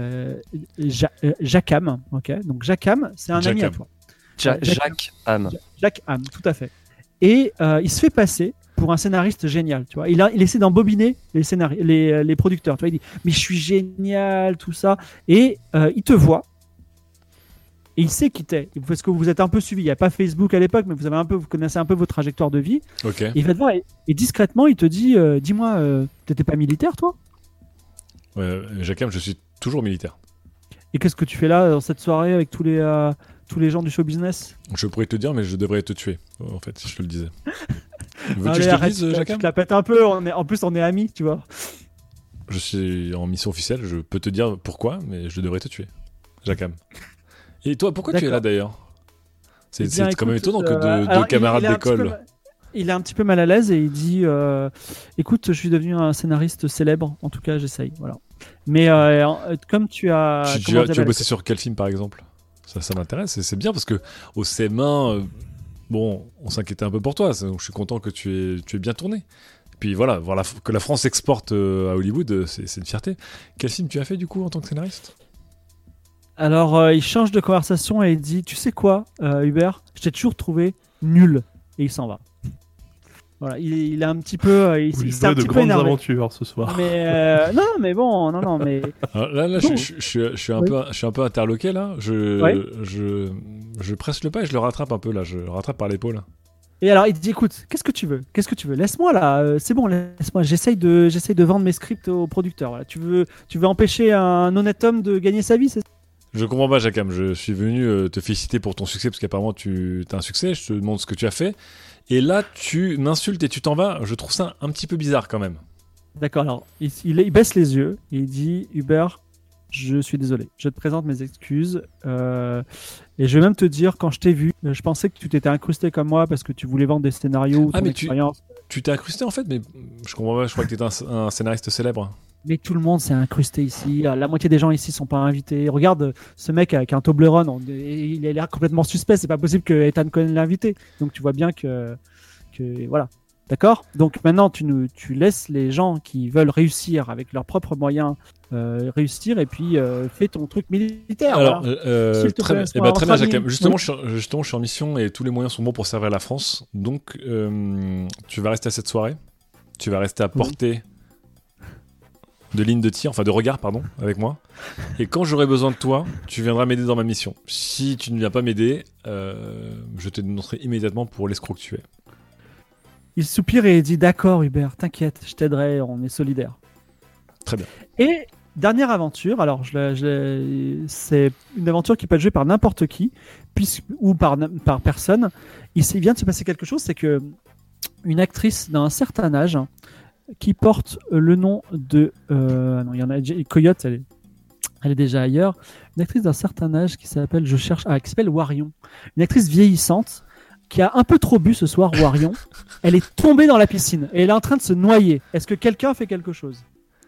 Jacam. Ok. Donc Jacam, c'est un ami à Jacam. toi. Jacques Ham. Jacques Ham, tout à fait. Et il se fait passer pour un scénariste génial, tu vois. Il essaie d'embobiner les producteurs, tu vois. Il dit mais je suis génial, tout ça. Et il te voit. Et il sait qui t'es. Parce que vous êtes un peu suivi. Il n'y a pas Facebook à l'époque, mais vous connaissez un peu votre trajectoire de vie. Ok. Et il va te voir et discrètement, il te dit dis-moi, t'étais pas militaire, toi? Jacquem, je suis toujours militaire. Et qu'est-ce que tu fais là dans cette soirée avec tous les gens du show business? Je pourrais te dire, mais je devrais te tuer, en fait, si je te le disais. Veux-tu Allez, que je te le arrête, dise, tu Jacquem? te la pètes un peu. En plus, on est amis, tu vois. Je suis en mission officielle, je peux te dire pourquoi, mais je devrais te tuer. Jacquem. Et toi, pourquoi tu es D'accord. là d'ailleurs? C'est Eh bien, quand même écoute, étonnant que alors, deux camarades il est un petit d'école. peu- Il est un petit peu mal à l'aise et il dit écoute, je suis devenu un scénariste célèbre, en tout cas j'essaye, voilà. Mais comme tu as Tu as bossé sur quel film par exemple? Ça m'intéresse et c'est bien parce que au CM1, bon, on s'inquiétait un peu pour toi, donc je suis content que tu aies bien tourné. Et puis voilà, voir que la France exporte à Hollywood, c'est une fierté. Quel film tu as fait du coup en tant que scénariste? Alors il change de conversation et il dit tu sais quoi Hubert, je t'ai toujours trouvé nul, et il s'en va. Voilà, il est un petit peu il Vous s'est un jouez de petit peu grandes énervé. aventures ce soir. Mais non mais bon, non mais Alors là Non. je suis un peu interloqué là. Je presse le pas et je le rattrape un peu là. Je le rattrape par l'épaule. et alors il dit écoute, qu'est-ce que tu veux? Laisse-moi là, c'est bon, laisse-moi, j'essaye de vendre mes scripts aux producteurs. Voilà. Tu veux empêcher un honnête homme de gagner sa vie, c'est ça? Je comprends pas, Jacquem. Je suis venu te féliciter pour ton succès parce qu'apparemment tu as un succès. Je te demande ce que tu as fait. Et là, tu m'insultes et tu t'en vas. Je trouve ça un petit peu bizarre quand même. D'accord, alors il baisse les yeux et il dit Hubert, je suis désolé, je te présente mes excuses et je vais même te dire, quand je t'ai vu, je pensais que tu t'étais incrusté comme moi parce que tu voulais vendre des scénarios ou ton mais expérience. Tu t'es incrusté en fait, mais je comprends pas. Je crois que t'étais un scénariste célèbre. Mais tout le monde s'est incrusté ici, la moitié des gens ici sont pas invités. Regarde ce mec avec un Toblerone, il a l'air complètement suspect, c'est pas possible que Ethan Cohen l'ait invité. Donc tu vois bien que voilà. D'accord? Donc maintenant, tu laisses les gens qui veulent réussir avec leurs propres moyens réussir et puis fais ton truc militaire. Alors, voilà. S'il te très plaît, bien, très bien, Jacquem. oui. Justement, je suis en mission et tous les moyens sont bons pour servir la France. Donc, tu vas rester à cette soirée. Tu vas rester à portée de ligne de tir, enfin de regard, pardon, avec moi. Et quand j'aurai besoin de toi, tu viendras m'aider dans ma mission. Si tu ne viens pas m'aider, je te dénoncerai immédiatement pour l'escroc que tu es. Il soupire et dit d'accord Hubert, t'inquiète, je t'aiderai, on est solidaires. Très bien. Et dernière aventure, alors c'est une aventure qui peut être jouée par n'importe qui, ou par personne. Il vient de se passer quelque chose, c'est que une actrice d'un certain âge qui porte le nom de... non, il y en a Coyote, elle est déjà ailleurs. Une actrice d'un certain âge qui s'appelle, qui s'appelle Warion. Une actrice vieillissante qui a un peu trop bu ce soir, Warion. Elle est tombée dans la piscine et elle est en train de se noyer. Est-ce que quelqu'un fait quelque chose?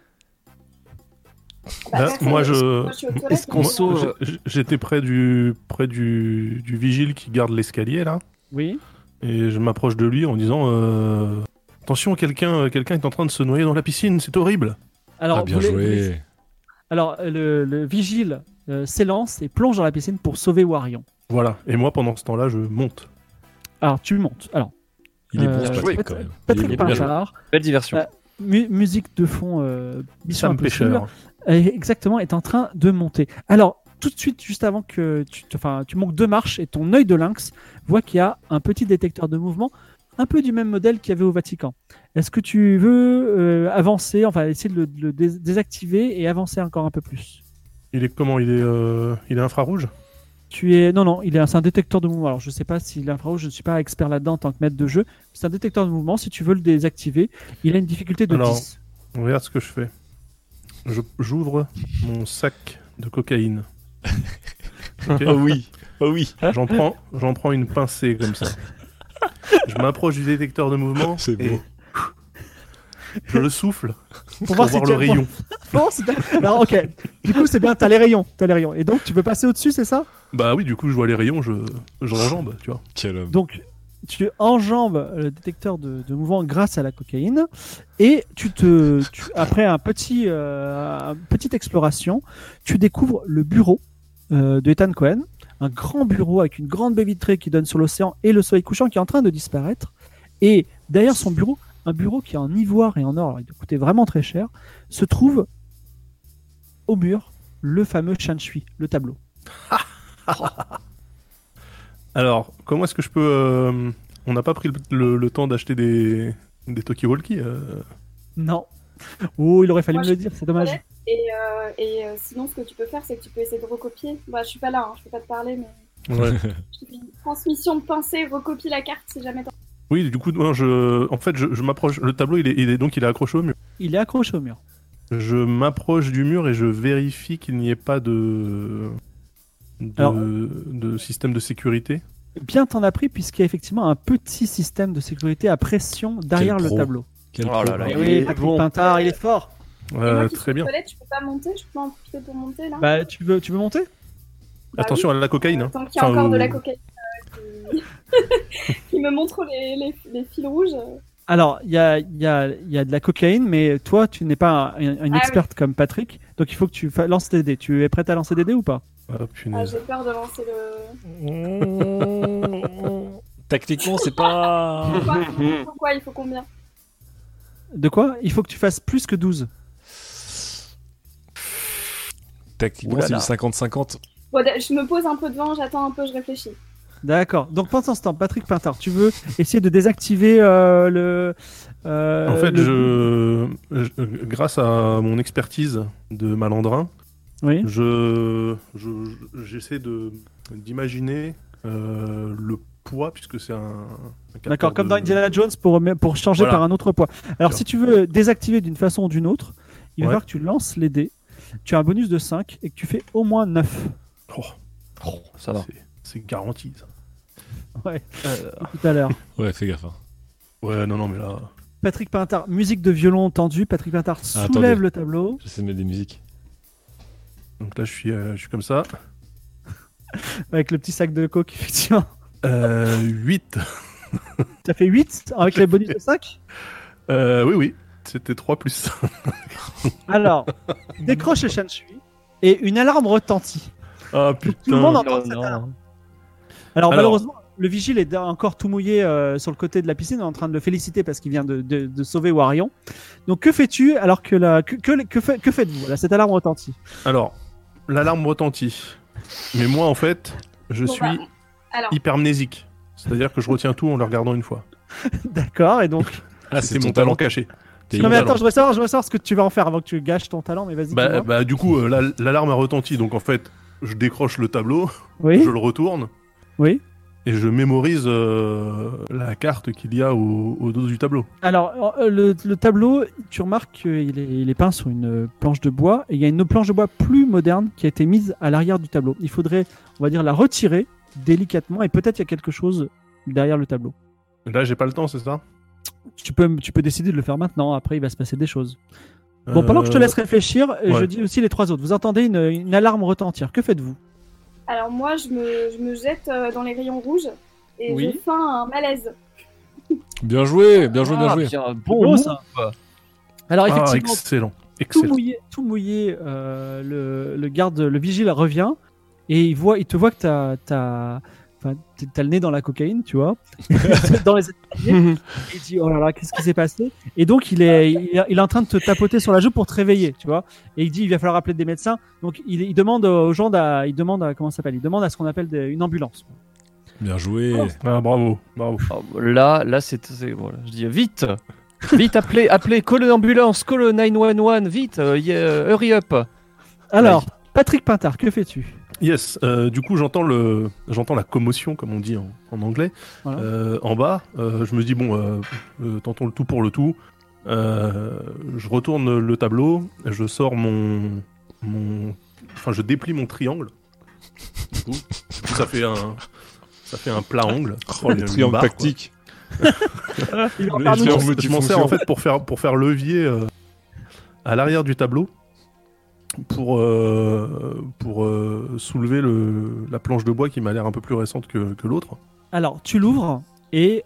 Là, moi, je suis aux toilettes, Est-ce qu'on mais- sauve J'étais près du vigile qui garde l'escalier là. Oui. Et je m'approche de lui en disant attention, quelqu'un est en train de se noyer dans la piscine, c'est horrible. Alors, Ah, bien vous les- joué. Alors, le vigile s'élance et plonge dans la piscine pour sauver Warion. Voilà. Et moi, pendant ce temps-là, je monte. Alors, tu montes. Alors, Il est bon, Euh, ce Patrick, joué, quand même. Patrick Il est bien joué. Pintard, Belle diversion. musique de fond, Mission Sam Impossible, Pêcheur. exactement, est en train de monter. Alors, tout de suite, juste avant que tu montes 2 marches et ton œil de lynx voit qu'il y a un petit détecteur de mouvement, un peu du même modèle qu'il y avait au Vatican. Est-ce que tu veux avancer, enfin essayer de le désactiver et avancer encore un peu plus? Il est comment? Il est infrarouge? Non, c'est un détecteur de mouvement. Alors, je sais pas si l'infrarouge, je ne suis pas expert là-dedans en tant que maître de jeu. C'est un détecteur de mouvement. Si tu veux le désactiver, il a une difficulté de Alors, 10. Regarde ce que je fais. J'ouvre mon sac de cocaïne. Ok. Oh oui. Oh oui. J'en prends une pincée comme ça. Je m'approche du détecteur de mouvement C'est et beau. je le souffle Pour pour voir voir si le tu- rayon. Bon, alors, ok. Du coup, c'est bien, t'as les rayons. Et donc, tu peux passer au-dessus, c'est ça? Bah oui, du coup, je vois les rayons, je enjambe, tu vois. Quel homme. Donc, tu enjambes le détecteur de mouvement grâce à la cocaïne. Et après une petite exploration, tu découvres le bureau de Ethan Cohen. Un grand bureau avec une grande baie vitrée qui donne sur l'océan et le soleil couchant qui est en train de disparaître. Et derrière son bureau, un bureau qui est en ivoire et en or, alors il doit coûter vraiment très cher, se trouve au mur le fameux Shanshui, le tableau. Alors, comment est-ce que je peux... On n'a pas pris le temps d'acheter des talkie-walkie Non. Oh, il aurait fallu Moi, me le dire, c'est dommage. Sinon, ce que tu peux faire, c'est que tu peux essayer de recopier. Bah, je suis pas là, hein, je peux pas te parler, mais Ouais. je te fais une transmission de pensée, recopie la carte si jamais t'en... Oui, du coup, moi, en fait, je m'approche... Le tableau, il est accroché au mur. Il est accroché au mur. Je m'approche du mur et je vérifie qu'il n'y ait pas de Alors- système de sécurité. Bien t'en as pris, puisqu'il y a effectivement un petit système de sécurité à pression derrière Quel le pro. tableau. Quel Oh pro. là là, Eh il oui, est Patrick bon. Pintard, il est fort. Et moi qui suis Très aux bien. toilettes, je peux pas monter, je peux en profiter pour monter là. Bah, tu veux monter? Bah Attention à la cocaïne. Hein. Tant qu'il y a Enfin, encore de la ou- cocaïne qui me montre les fils rouges. Alors, il y a de la cocaïne, mais toi, tu n'es pas une Ah experte comme Patrick, donc il faut que tu lances tes dés. Tu es prête à lancer des dés ou pas? Ah, Ah, punaise. j'ai peur de lancer le. Tactiquement, c'est pas. Pourquoi il faut combien? De quoi? Il faut que tu fasses plus que 12. Tactiquement, Ouh là c'est là. du 50-50. Bon, je me pose un peu devant, j'attends un peu, je réfléchis. D'accord. Donc pendant ce temps, Patrick Pintard, tu veux essayer de désactiver le. En fait, grâce à mon expertise de malandrin, Oui. j'essaie d'imaginer le poids, puisque c'est un capteur D'accord, comme de- dans Indiana Jones pour changer Voilà. par un autre poids. Alors Sûr. si tu veux désactiver d'une façon ou d'une autre, il va Ouais. falloir que tu lances les dés. Tu as un bonus de 5 et que tu fais au moins 9. Oh, Ça va. c'est garanti, ça. Ouais, tout à l'heure. Ouais, fais gaffe. Hein. Ouais, non, mais là... Patrick Pintard, musique de violon tendue. Patrick Pintard soulève attendez. le tableau. J'essaie de mettre des musiques. Donc là, je suis comme ça. Avec le petit sac de coke, effectivement. 8. Ça fait 8 avec les bonus de 5. Oui. C'était 3 plus. Alors, décroche le Shanshui et une alarme retentit. Ah, Tout le monde putain. entend Non, cette non. alarme. Alors, Alors- malheureusement, le vigile est encore tout mouillé sur le côté de la piscine, en train de le féliciter parce qu'il vient de sauver Warion. Donc que fais-tu alors que que faites-vous là? Cette alarme retentit. Alors, l'alarme retentit. Mais moi, en fait, je Bon, suis bah, alors, hypermnésique. C'est-à-dire que je retiens tout en le regardant une fois. D'accord, et donc. Ah, C'est c'est mon ton talent talent. caché. T'es Non mais talent. attends, je voudrais savoir ce que tu vas en faire avant que tu gâches ton talent, mais vas-y. dis-moi. Bah, du coup, l'alarme a retenti. Donc, en fait, je décroche le tableau, Oui, je le retourne. oui. Et je mémorise la carte qu'il y a au dos du tableau. Alors, le tableau, tu remarques qu'il est peint sur une planche de bois, et il y a une planche de bois plus moderne qui a été mise à l'arrière du tableau. Il faudrait, on va dire, la retirer délicatement, et peut-être il y a quelque chose derrière le tableau. Là, j'ai pas le temps, c'est ça? Tu peux décider de le faire maintenant, après il va se passer des choses. Bon, pendant que je te laisse réfléchir, je ouais. dis aussi les trois autres. Vous entendez une alarme retentir, que faites-vous? alors moi, je me jette dans les rayons rouges et Oui. je feins un malaise. Bien joué, bien joué, bien Ah, joué. bien, Beau, bon, ça. Alors Ah, effectivement, excellent. tout Excellent. mouillé, le garde, le vigile revient et il te voit que t'as le nez dans la cocaïne, tu vois, dans les escaliers. Et il dit oh là là, qu'est-ce qui s'est passé? Et donc il est en train de te tapoter sur la joue pour te réveiller, tu vois. Et il dit il va falloir appeler des médecins. Donc il demande aux gens, il demande à, comment ça s'appelle? Il demande à ce qu'on appelle une ambulance. Bien joué. Ah, bravo. Oh, là, voilà. Je dis vite, appelez, call l'ambulance, call 911, vite, hurry up. Alors Patrick Pintard, que fais-tu? Yes, du coup j'entends la commotion comme on dit en anglais. Voilà. En bas, je me dis bon, tentons le tout pour le tout. Je retourne le tableau, je sors je déplie mon triangle. Du coup, ça fait un plat angle. Oh, le triangle tactique. Il va Mais faire nous- je m'en sers en fait pour faire levier à l'arrière du tableau pour soulever la planche de bois qui m'a l'air un peu plus récente que l'autre. Alors, tu l'ouvres et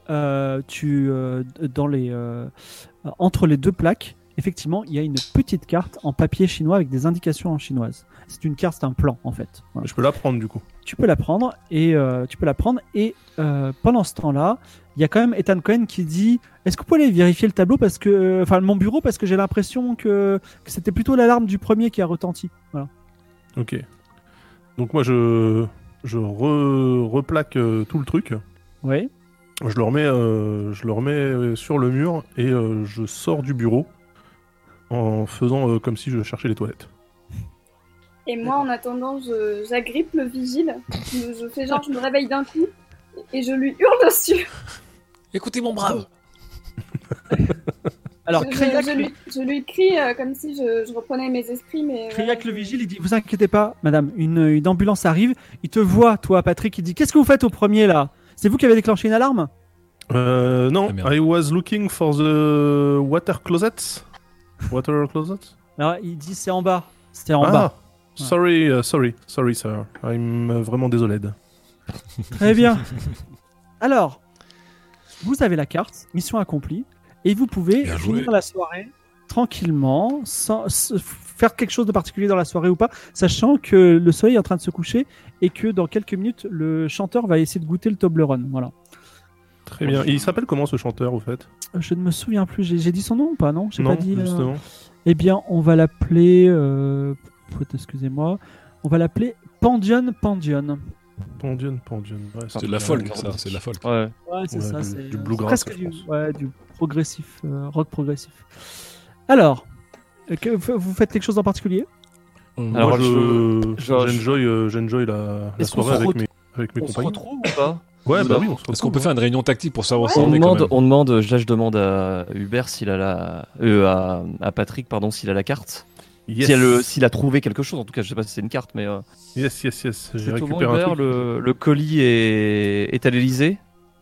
entre les deux plaques, effectivement, il y a une petite carte en papier chinois avec des indications en chinoise. C'est une carte, c'est un plan en fait. Voilà. Je peux la prendre du coup. Tu peux la prendre et pendant ce temps-là, il y a quand même Ethan Cohen qui dit est-ce que vous pouvez aller vérifier le tableau parce que mon bureau parce que j'ai l'impression que c'était plutôt l'alarme du premier qui a retenti. Voilà. Ok. Donc moi je replaque tout le truc. Oui. Je le remets sur le mur et je sors du bureau en faisant comme si je cherchais les toilettes. Et moi, en attendant, j'agrippe le vigile. Je fais genre, je me réveille d'un coup et je lui hurle dessus. Écoutez mon brave. Alors, Je lui crie comme si je reprenais mes esprits, mais... Kriak le vigile, il dit vous inquiétez pas, madame, une ambulance arrive. Il te voit, toi, Patrick, il dit qu'est-ce que vous faites au premier là? C'est vous qui avez déclenché une alarme? Non, Ah, merde. I was looking for the water closets. Water closets? Alors, il dit c'est en bas. C'était en bas. Sorry, sir. I'm vraiment désolé. Très bien. Alors, vous avez la carte, mission accomplie, et vous pouvez Bien joué. finir la soirée tranquillement, sans faire quelque chose de particulier dans la soirée ou pas, sachant que le soleil est en train de se coucher et que dans quelques minutes, le chanteur va essayer de goûter le Toblerone. Voilà. Très bien. Et il s'appelle comment ce chanteur, au fait? Je ne me souviens plus. J'ai dit son nom ou pas? Non, j'ai Non, pas dit. justement. Eh bien, on va l'appeler. Excusez-moi. On va l'appeler Pandion. Pandion. Ouais, C'est de la folk, ça. C'est de la folk. Ouais. Ouais, c'est Ouais, ça. du C'est bluegrass, presque je pense. du progressif, rock progressif. Alors, vous faites quelque chose en particulier? Alors, Moi, j'enjoy la Est-ce qu'on soirée se avec mes On se compagnons. retrouve ou pas? Ouais, bah oui, on se retrouve. Est-ce qu'on peut faire une réunion tactique pour savoir Ouais. où on est quand même Je demande à Hubert s'il a à Patrick, pardon, s'il a la carte. Yes. S'il a trouvé quelque chose, en tout cas, je sais pas si c'est une carte, mais Yes. J'ai c'est tout bon, récupéré un Hubert, truc. le colis est à l'Elysée.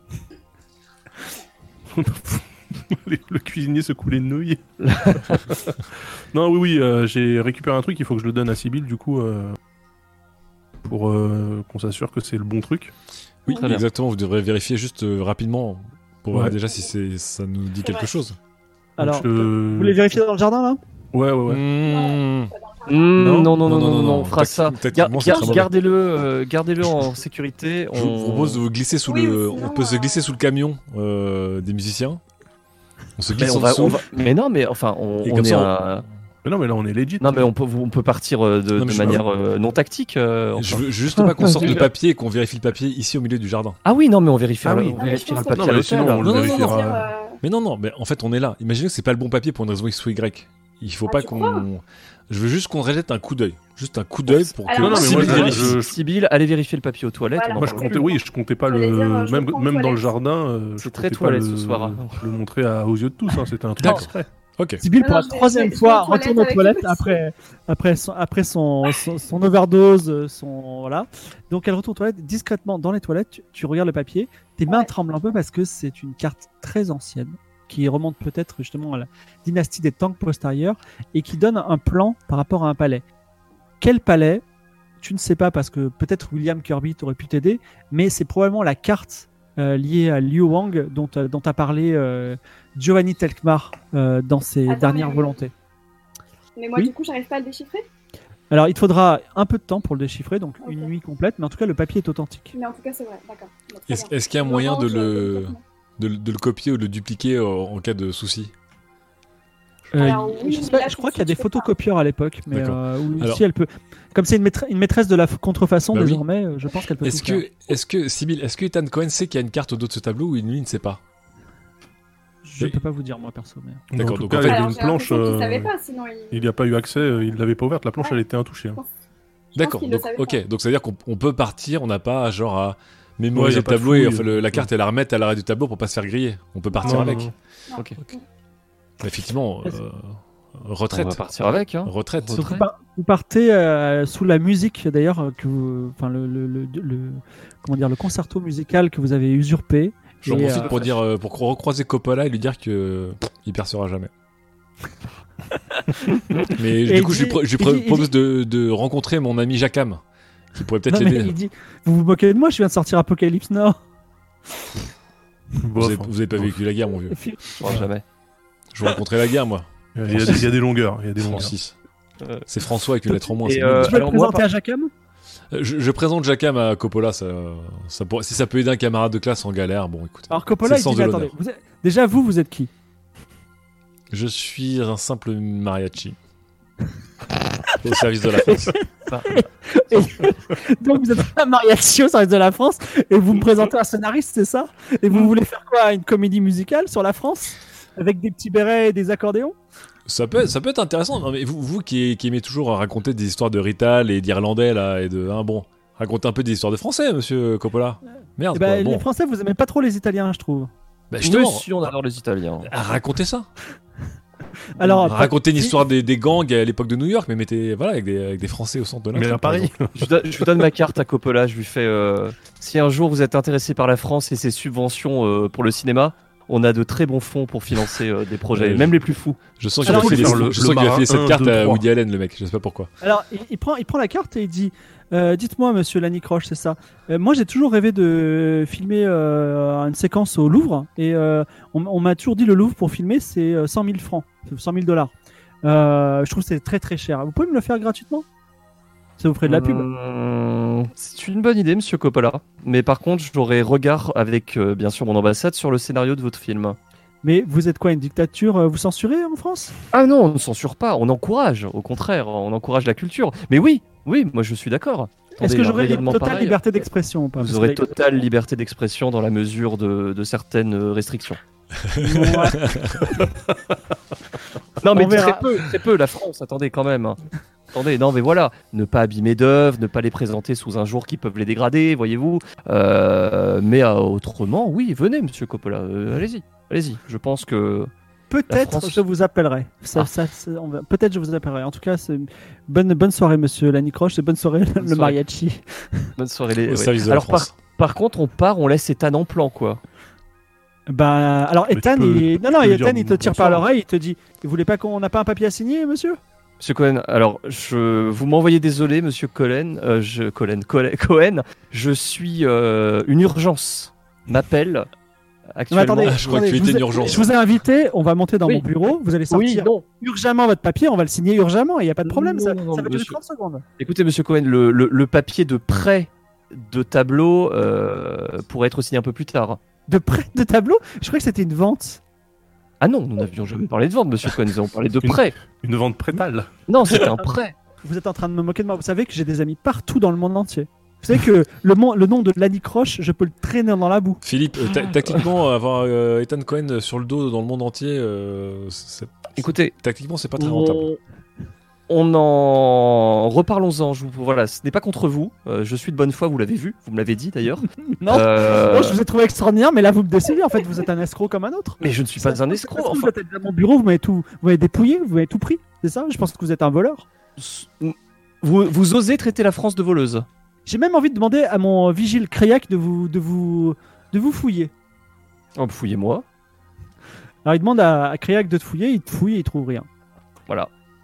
Le cuisinier se coulait de nouilles. Non, oui, j'ai récupéré un truc, il faut que je le donne à Sibyl, du coup, pour qu'on s'assure que c'est le bon truc. Oui, Très bien. exactement. Vous devrez vérifier juste rapidement pour voir Ouais. déjà si ça nous dit quelque vrai. chose. Alors, Donc, vous voulez vérifier dans le jardin là? Ouais. Mmh. Non, non, on fera ça. Tactiquement, c'est très mauvais. Gardez-le en sécurité. Je vous propose de vous glisser sous Oui, le. ou sinon, On peut se glisser sous le camion des musiciens. On se glisse en dessous. Mais non, mais enfin, Et on comme est ça, Mais non, mais là, on est legit. Non, mais on peut partir Non, mais de je- manière non tactique. Je enfin. veux juste pas qu'on sorte le papier et qu'on vérifie le papier ici au milieu du jardin. Ah oui, non, mais on vérifiera, Ah oui. on vérifiera le Non, papier mais à l'hôtel. sinon, on le Non, non, vérifiera. Mais non, mais en fait, on est là. Imaginez que c'est pas le bon papier pour une raison X ou Y. Il faut pas tu qu'on. Je veux juste qu'on rejette un coup d'œil. Juste un coup d'œil pour que. Alors, Non, non, mais moi, Sibyl je- vérifie. Sibyl, allez vérifier le papier aux toilettes. Voilà. on en Moi, je parle comptais, plus. je comptais pas J'allais dire, je même prends dans le toilette. jardin. C'est je très comptais pas toilette ce soir. le montrer aux yeux de tous. C'était un truc D'accord. exprès. Ok. Sibyl, Ah pour non, la je vais- troisième je vais fois, aux toilettes retourne aux avec toilettes le après son overdose, voilà. Donc elle retourne aux toilettes discrètement dans les toilettes. Tu regardes le papier, tes mains Ouais. tremblent un peu parce que c'est une carte très ancienne qui remonte peut-être justement à la dynastie des Tang postérieurs et qui donne un plan par rapport à un palais. Quel palais? Tu ne sais pas parce que peut-être William Kirby t'aurait pu t'aider, mais c'est probablement la carte liées à Liu Wang dont a parlé Giovanni Telkmar dans ses Attends, dernières mais- volontés. Mais moi, Oui. du coup, j'arrive pas à le déchiffrer. Alors, il te faudra un peu de temps pour le déchiffrer, donc une nuit complète, mais en tout cas, le papier est authentique. Mais en tout cas, c'est vrai. D'accord. Bon, très bien. Est-ce qu'il y a un moyen Orange, de complètement. le copier ou de le dupliquer en cas de souci? Alors, oui, je sais mais pas, là, je tout crois de qu'il y a suite, des je peux pas. photocopieurs à l'époque, mais D'accord. où Alors- si elle peut. Comme c'est une maîtresse de la contrefaçon Bah oui. désormais, je pense qu'elle peut tout faire. Sibyl, est-ce que Ethan Cohen sait qu'il y a une carte au dos de ce tableau ou lui ne sait pas? Je ne peux pas vous dire, moi, perso. Mais... D'accord, En tout donc cas, en il fait- y avait Alors, une j'ai planche. l'impression qu'il savait pas, sinon Il n'y a pas eu accès, il l'avait pas ouverte. La planche, elle était intouchée. Hein. D'accord, qu'il le donc savait ok, donc ça veut dire qu'on peut partir, on n'a pas genre à Ouais, mémoriser y a le pas de tableau et fouille, enfin, la carte et la remettre à l'arrêt du tableau pour pas se faire griller. On peut partir Non, avec. non, non. Non. Ok. Effectivement, On retraite. va partir avec. Hein. Retraite. Donc, vous partez sous la musique d'ailleurs enfin comment dire, le concerto musical que vous avez usurpé. J'en Et, profite pour dire pour recroiser Coppola et lui dire que il percera jamais. Mais Et du coup, il je lui dit- pro- je lui il dit- propose de rencontrer mon ami Jacam, qui pourrait peut-être Non, mais l'aider. il dit, vous vous moquez de moi, je viens de sortir Apocalypse Now. Bof, Vous avez pas vécu la guerre, mon vieux. Je crois jamais. Je veux rencontrer la guerre, moi. Il y a des longueurs. Il y a des longueurs. Francis. Euh, C'est François avec une lettre en moins. et, c'est euh, nul. Tu veux le alors, moi, présenter à Jacam Je présente Jacam à Coppola, si ça peut aider un camarade de classe en galère, bon écoute. Alors Coppola, C'est il le dit, sens mais de attendez, l'honneur. déjà vous êtes qui? Je suis un simple mariachi. Au service de la France. Donc vous êtes un mariachi au service de la France et vous me présentez un scénariste, c'est ça? Et vous voulez faire quoi? Une comédie musicale sur la France? Avec des petits bérets et des accordéons? Ça peut être intéressant. Non, mais vous qui aimez toujours raconter des histoires de Rital et d'Irlandais là et de racontez un peu des histoires de Français, monsieur Coppola. Merde. Eh ben, quoi, bon. les Français, vous aimez pas trop les Italiens, je trouve. Bah, justement, Monsieur, on adore les Italiens. racontez ça. Alors, Racontez une histoire des gangs à l'époque de New York, mais mettez avec des Français au centre de Mais l'intrigue. à Paris. Je vous donne ma carte à Coppola. Je lui fais si un jour vous êtes intéressé par la France et ses subventions pour le cinéma, on a de très bons fonds pour financer des projets, Ouais, même les plus fous. Je sens Alors, qu'il il a faut filé, faire je le sens qu'il a marin filé cette 1, carte 2, à 3. Woody Allen, le mec. Je sais pas pourquoi. Alors, il prend la carte et il dit dites-moi, monsieur Lanicroche, c'est ça. Moi, j'ai toujours rêvé de filmer une séquence au Louvre. Et on m'a toujours dit le Louvre pour filmer, c'est 100 000 francs, 100 000 $. Je trouve que c'est très très cher. Vous pouvez me le faire gratuitement? Ça vous ferait de la pub. C'est une bonne idée, monsieur Coppola. Mais par contre, j'aurai regard avec, bien sûr, mon ambassade sur le scénario de votre film. Mais vous êtes quoi, une dictature? Vous censurez en France? Ah non, on ne censure pas, on encourage. Au contraire, on encourage la culture. Mais oui, moi je suis d'accord. Est-ce Attendez, que un j'aurai une rayonnement totale pareil, liberté d'expression ou pas? Vous Parce aurez que- totale liberté d'expression dans la mesure de certaines restrictions. Ouais. Non, mais On verra. très peu, la France, attendez quand même. Hein. Attendez, non, mais voilà, ne pas abîmer d'œuvres, ne pas les présenter sous un jour qui peuvent les dégrader, voyez-vous. Mais autrement, oui, venez, monsieur Coppola, allez-y. Je pense que. La Peut-être France- je vous appellerai. Peut-être je vous appellerai. En tout cas, c'est bonne soirée, monsieur Lanicroche, et bonne soirée, le soirée. mariachi. Bonne soirée, Au ouais. service de la Alors, France. par contre, on part, on laisse Ethan en plan, quoi. Bah, alors Mais Ethan, tu peux- il... non, tu peux lui Ethan, dire il te tire par bonsoir. l'oreille, il te dit, vous voulez pas qu'on n'a pas un papier à signer, monsieur? Monsieur Cohen, alors vous m'envoyez désolé, monsieur Cohen, Cohen, je suis une urgence m'appelle actuellement. attendez, je crois que tu étais une urgence. Je vous ai invité, on va monter dans Oui. mon bureau, vous allez Oui, sortir non. urgemment votre papier, on va le signer urgemment, il n'y a pas de problème, ça, Non, ça va durer monsieur. 30 secondes. Écoutez, monsieur Cohen, le papier de prêt de tableau pourrait être signé un peu plus tard. De prêt de tableau? Je croyais que c'était une vente. Ah non, nous n'avions jamais parlé de vente, monsieur Cohen, nous avons parlé de Une- prêt. Une vente prétale. Non, c'était un prêt. Vous êtes en train de me moquer de moi, vous savez que j'ai des amis partout dans le monde entier. Vous savez que le nom de Lanicroche, je peux le traîner dans la boue. Philippe, tactiquement, avoir Ethan Cohen sur le dos dans le monde entier, Écoutez, tactiquement, c'est pas très rentable. on en reparlons-en. Voilà, ce n'est pas contre vous. Je suis de bonne foi, vous l'avez vu, vous me l'avez dit d'ailleurs. Non, non, je vous ai trouvé extraordinaire, mais là vous me décevez, en fait, vous êtes un escroc comme un autre. Mais je ne suis pas un escroc. Parce que Enfin, Vous êtes dans mon bureau, vous m'avez dépouillé, vous m'avez tout pris, c'est ça? Je pense que vous êtes un voleur. vous osez traiter la France de voleuse. J'ai même envie de demander à mon vigile Créac de vous fouiller. Oh, fouillez-moi. Alors il demande à Créac de te fouiller, il te fouille et il trouve rien. Voilà.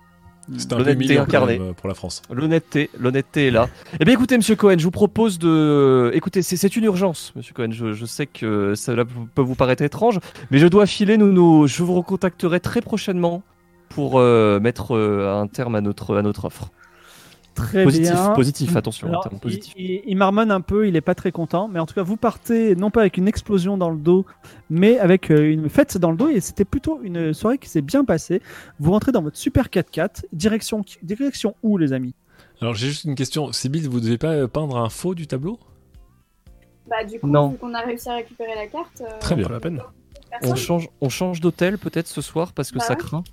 C'était un peu L'honnêteté humiliant quand incarnée. même, pour la France. L'honnêteté est là. Eh bien, écoutez, Monsieur Cohen, je vous propose de. Écoutez, c'est une urgence, Monsieur Cohen. Je sais que cela peut vous paraître étrange, mais je dois filer. Je vous recontacterai très prochainement pour mettre un terme à notre offre. Très Positif, bien. positif, attention, Alors, un terme positif. il marmonne un peu, il est pas très content, mais en tout cas, vous partez non pas avec une explosion dans le dos, mais avec une fête dans le dos, et c'était plutôt une soirée qui s'est bien passée. Vous rentrez dans votre super 4x4, direction où, les amis? Alors j'ai juste une question. Sybille, vous devez pas peindre un faux du tableau? Bah, du coup, Non. vu qu'on a réussi à récupérer la carte. Très bien. Pas la peine. On change d'hôtel peut-être ce soir parce que Bah ça ouais. craint.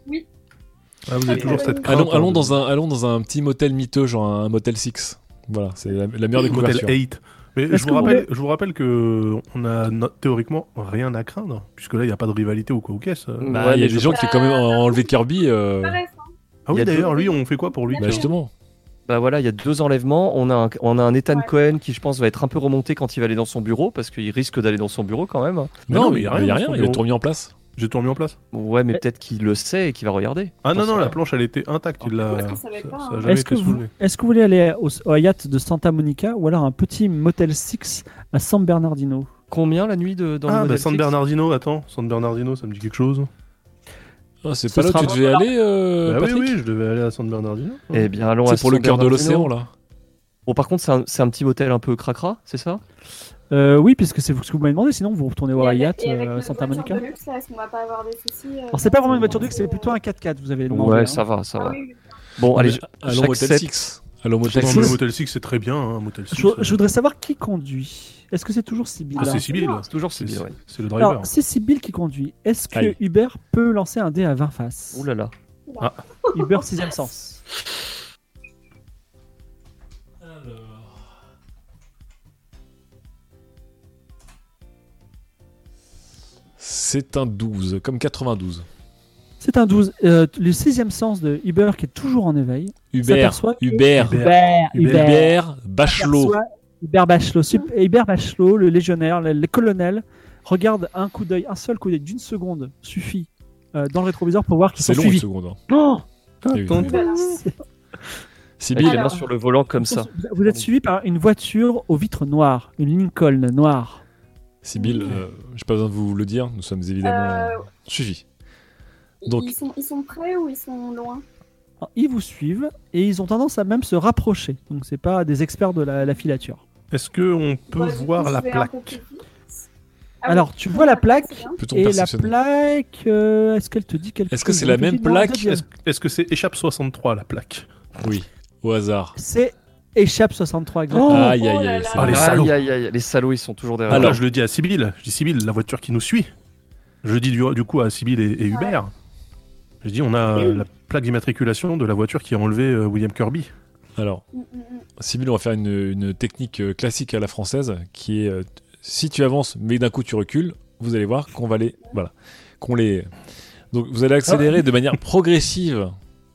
Ah, vous avez toujours cette crainte. Allons dans un petit motel miteux, genre un motel 6. Voilà, c'est la meilleure des Motel couvertures. 8. Mais Est-ce je vous rappelle que on a théoriquement rien à craindre, puisque là il n'y a pas de rivalité ou quoi ou qu'est-ce. Bah, Ouais, il y mais a des je gens qui ont quand même enlevé Kirby. Pareil, ça. Ah il y oui, a d'ailleurs, lui, on fait quoi pour lui Bah justement. Bah voilà, il y a 2 enlèvements. On a un Ethan Ouais. Cohen qui, je pense, va être un peu remonté quand il va aller dans son bureau parce qu'il risque d'aller dans son bureau quand même. Mais Non, non, mais il y a rien. dans son Il a bureau. tout remis en place. J'ai tout remis en place. Ouais, mais peut-être qu'il le sait et qu'il va regarder. Ah non, J'en sais non, la rien. planche elle était intacte. Il l'a. Parce qu'on savait pas, Ça hein. a jamais été soulevé. Est-ce que vous voulez aller au Hyatt de Santa Monica ou alors un petit motel 6 à San Bernardino? Combien la nuit dans le Ah, bah Model San 6? Bernardino, attends. San Bernardino, ça me dit quelque chose. Ah, c'est Ce pas là où sera tu devais aller, Bah oui, Patrick? oui, je devais aller à San Bernardino. Eh bien, allons à C'est pour le San cœur de Bernardino. l'océan là. Bon, par contre, c'est un petit motel un peu cracra, c'est ça? Oui, puisque c'est ce que vous m'avez demandé, sinon vous retournez au Et Hyatt avec notre Santa voiture Monica. de luxe, là, est-ce qu'on va pas avoir des soucis Alors c'est pas vraiment une voiture de luxe, c'est plutôt un 4x4, vous avez demandé. Ouais, hein. ça va, ça Ah va. oui, oui. Bon, allez, Allons au motel j'accepte. 6. Allons au motel J'accepte. Non, mais 6. le Motel 6, c'est très bien, hein, Motel 6. Je voudrais savoir qui conduit. Est-ce que c'est toujours Sybille? Ah, c'est Sybille. C'est toujours C'est Sybille, ouais. c'est le driver. Alors, c'est Sybille qui conduit. Est-ce que Aïe. Hubert peut lancer un dé à 20 faces? Ouh là là. Hubert, 6ème sens. C'est un 12, comme 92. C'est un 12. Le 6ème sens de Hubert qui est toujours en éveil. Hubert, s'aperçoit que- Hubert, Hubert, Bachelot. Aperçoit Hubert Bachelot. Et Hubert Bachelot, le légionnaire, le colonel, regarde un seul coup d'œil d'une seconde suffit dans le rétroviseur pour voir qu'ils sont C'est long une suivis. seconde. hein. Oh Eh oui. Voilà. Sybille, Avec les Alors. mains sur le volant comme ça. Vous êtes suivi par une voiture aux vitres noires, une Lincoln noire. Sybille, j'ai pas besoin de vous le dire, nous sommes évidemment suivis. Donc- Ils sont prêts ou ils sont loin? Alors, ils vous suivent et ils ont tendance à même se rapprocher. Donc c'est pas des experts de la filature. Est-ce qu'on peut Bah, du coup, voir je la vais un peu plaque plus vite. Ah oui. Alors tu vois la plaque C'est bien. Peut-on et la perceptionner plaque, est-ce qu'elle te dit quelque chose? Est-ce que c'est la même Non, plaque peut-être, Est-ce que c'est Échappe 63, la plaque? Oui, au hasard. c'est Échappe 63 exactement. Aïe, Oh aïe, là aïe. là. c'est Ah, les vrai. salauds. Aïe, aïe, aïe, les salauds, ils sont toujours derrière. Alors, Alors. je le dis à Sybille. Je dis Sybille, la voiture qui nous suit. Je dis du coup à Sybille et Hubert. Je dis, on a la plaque d'immatriculation de la voiture qui a enlevé William Kirby. Alors, Mm, mm, mm. Sybille, on va faire une technique classique à la française qui est si tu avances mais d'un coup tu recules, vous allez voir qu'on va les. Voilà. Qu'on les. Donc vous allez accélérer de manière progressive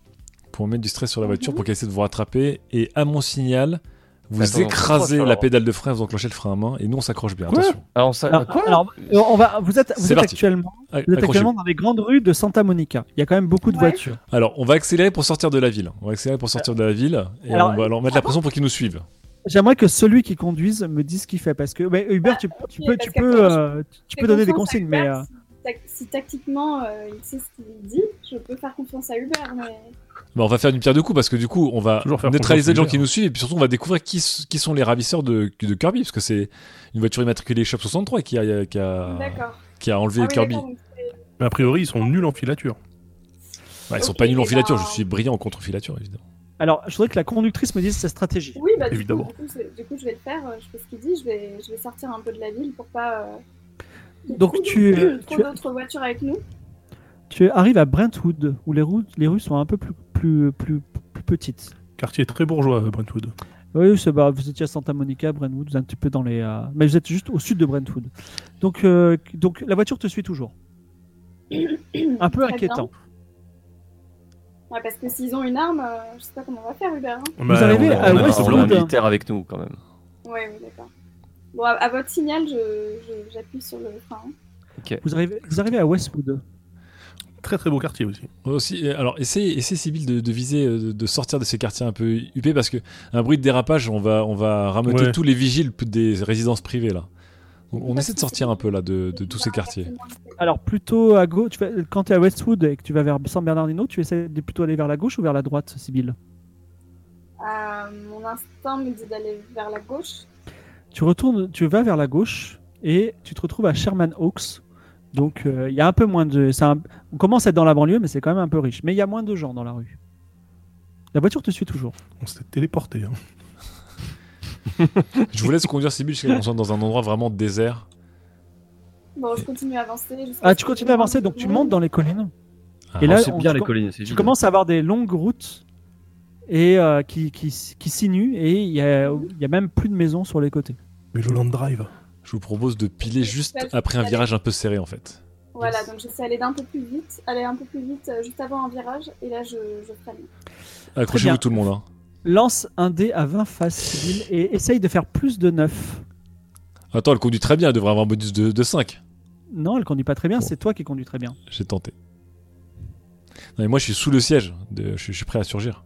pour mettre du stress sur la voiture pour qu'elle essaie de vous rattraper. Et à mon signal, vous Attends, écrasez alors. la pédale de frein, vous enclenchez le frein à main et nous on s'accroche bien. Quoi Attention. Alors, ça... Alors, vous êtes C'est parti. actuellement Accrochez-vous. dans les grandes rues de Santa Monica. Il y a quand même beaucoup de Ouais. voitures. Alors, on va accélérer pour sortir de la ville. On va accélérer pour sortir de la ville et Alors, on va leur mettre la pression pour qu'ils nous suivent. J'aimerais que celui qui conduise me dise ce qu'il fait parce que Hubert, tu parce peux Fais donner des confiance à consignes, mais Hubert. Si tactiquement il sait ce qu'il dit, je peux faire confiance à Hubert. Mais... Bah, on va faire d'une pierre deux coups parce que du coup, on va Toujours faire neutraliser les gens confiance à qui nous suivent et puis surtout, on va découvrir qui sont les ravisseurs de Kirby parce que c'est une voiture immatriculée Shop 63 qui a D'accord. enlevé Ah oui, Kirby. d'accord, donc c'est- Mais a priori, ils sont nuls en filature. Ouais, ils sont Ok, pas nuls en et filature, ben- je suis brillant en contre-filature évidemment. alors je voudrais que la conductrice me dise sa stratégie. Oui, bah, Évidemment. Du coup, je vais le faire. Je fais ce qu'il dit. Je vais sortir un peu de la ville pour pas. Donc, trop tu- d'autres voitures avec nous. Tu arrives à Brentwood où les rues sont un peu plus petites. Quartier très bourgeois, Brentwood. Oui, vous étiez à Santa Monica, Brentwood, vous êtes un petit peu dans les. Mais vous êtes juste au sud de Brentwood. Donc la voiture te suit toujours. Un peu Très inquiétant. Ouais, parce que s'ils ont une arme, je sais pas comment on va faire, Hubert. Hein. Bah, arrivez on à a on a Westwood. un un militaire avec nous quand même. Ouais, oui, d'accord. Bon, à votre signal, j'appuie sur le frein. Vous arrivez à Westwood. Très très beau quartier aussi. Aussi, alors, essaie Sibyl de viser, de sortir de ces quartiers un peu huppés parce que un bruit de dérapage, on va rameuter Ouais. tous les vigiles des résidences privées là. Donc, on essaie de sortir un peu là de tous ces quartiers. Alors plutôt à gauche, quand tu es à Westwood et que tu vas vers San Bernardino, tu essaies de plutôt aller vers la gauche ou vers la droite, Sibyl? Mon instinct me dit d'aller vers la gauche. Tu vas vers la gauche et tu te retrouves à Sherman Oaks. Donc il y a un peu moins de... On commence à être dans la banlieue, mais c'est quand même un peu riche. Mais il y a moins de gens dans la rue. La voiture te suit toujours. On s'est téléporté. Hein. Je vous laisse conduire Sibyl jusqu'à ce qu'on soit dans un endroit vraiment désert. Bon, je continue à avancer. Ah, tu continues à avancer, donc tu montes dans les collines. Ah, Et là, c'est bien les collines, c'est Tu génial. commences à avoir des longues routes et qui sinuent et il y a même plus de maisons sur les côtés. Mulholland Drive. je vous propose de piler juste après un virage un peu serré en fait. Voilà, donc j'essaie d'aller un peu plus vite, juste avant un virage, et là je freine. Accrochez-vous bien. tout le monde. Hein. Lance un dé à 20 faces, Sibyl, et essaye de faire plus de 9. Attends, elle conduit très bien, elle devrait avoir un bonus de 5. Non, elle conduit pas très bien, Bon. c'est toi qui conduis très bien. J'ai tenté. Non, mais moi je suis sous le siège, je suis prêt à surgir.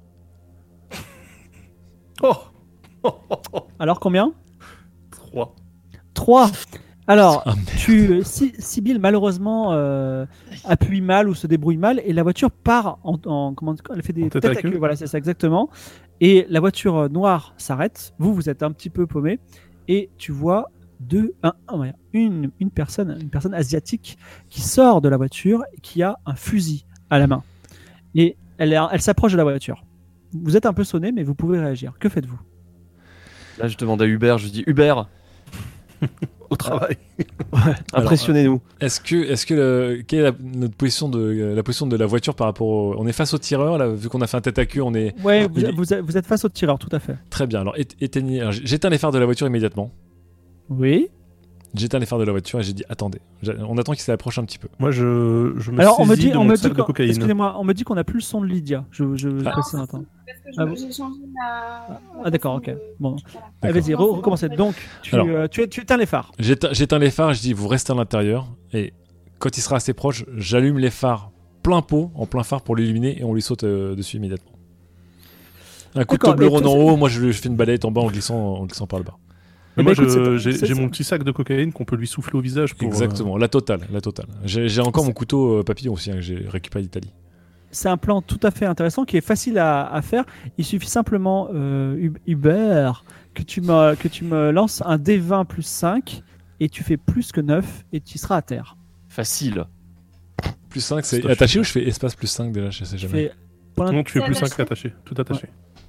Oh Alors combien 3. 3. Alors, Ah, merde. Sibyl malheureusement appuie mal ou se débrouille mal et la voiture part comment elle fait des En tête têtes à à queue. queue. Voilà, c'est ça exactement. Et la voiture noire s'arrête. Vous êtes un petit peu paumé et tu vois une personne asiatique qui sort de la voiture et qui a un fusil à la main. Et elle s'approche de la voiture. Vous êtes un peu sonné, mais vous pouvez réagir. Que faites-vous? Là, je demande à Hubert, je dis Hubert, Au travail. impressionnez-nous. Quelle est notre position la position de la voiture par rapport on est face au tireur là, vu qu'on a fait un tête à queue, on est Ouais, il est- vous êtes face au tireur, tout à fait. très bien. Alors j'éteins les phares de la voiture immédiatement. Oui. J'éteins les phares de la voiture et j'ai dit attendez, on attend qu'il s'approche un petit peu. Moi, je me Alors on me saisis dit, de on mon me sac dit, de cocaïne. excusez-moi, on me dit qu'on n'a plus le son de Lydia. Je Ah. précise, attends. Parce que Ah bon. j'ai changé ma Ah d'accord, façon ok. de- Bon, Voilà. allez, vas-y, Non, c'est recommencez. pas Donc, Alors. tu éteins les phares. J'éteins les phares, je dis vous restez à l'intérieur et quand il sera assez proche, j'allume les phares plein pot, en plein phare pour l'illuminer et on lui saute dessus immédiatement. Un coup de D'accord, Toblerone mais en haut, moi je fais une balayette en bas en glissant par le bas. Mais Eh moi, ben, écoute, j'ai mon petit sac de cocaïne qu'on peut lui souffler au visage pour. Exactement, la totale. J'ai encore mon couteau papillon aussi hein, que j'ai récupéré d'Italie. C'est un plan tout à fait intéressant qui est facile à faire. Il suffit simplement, Hubert, que tu me lances un D20 plus 5 et tu fais plus que 9 et tu seras à terre. Facile. Plus 5, c'est Stop. attaché ou je fais espace plus 5 déjà, je sais Tu jamais. fais point Non, tu fais C'est plus 5 attaché. attaché. Tout attaché.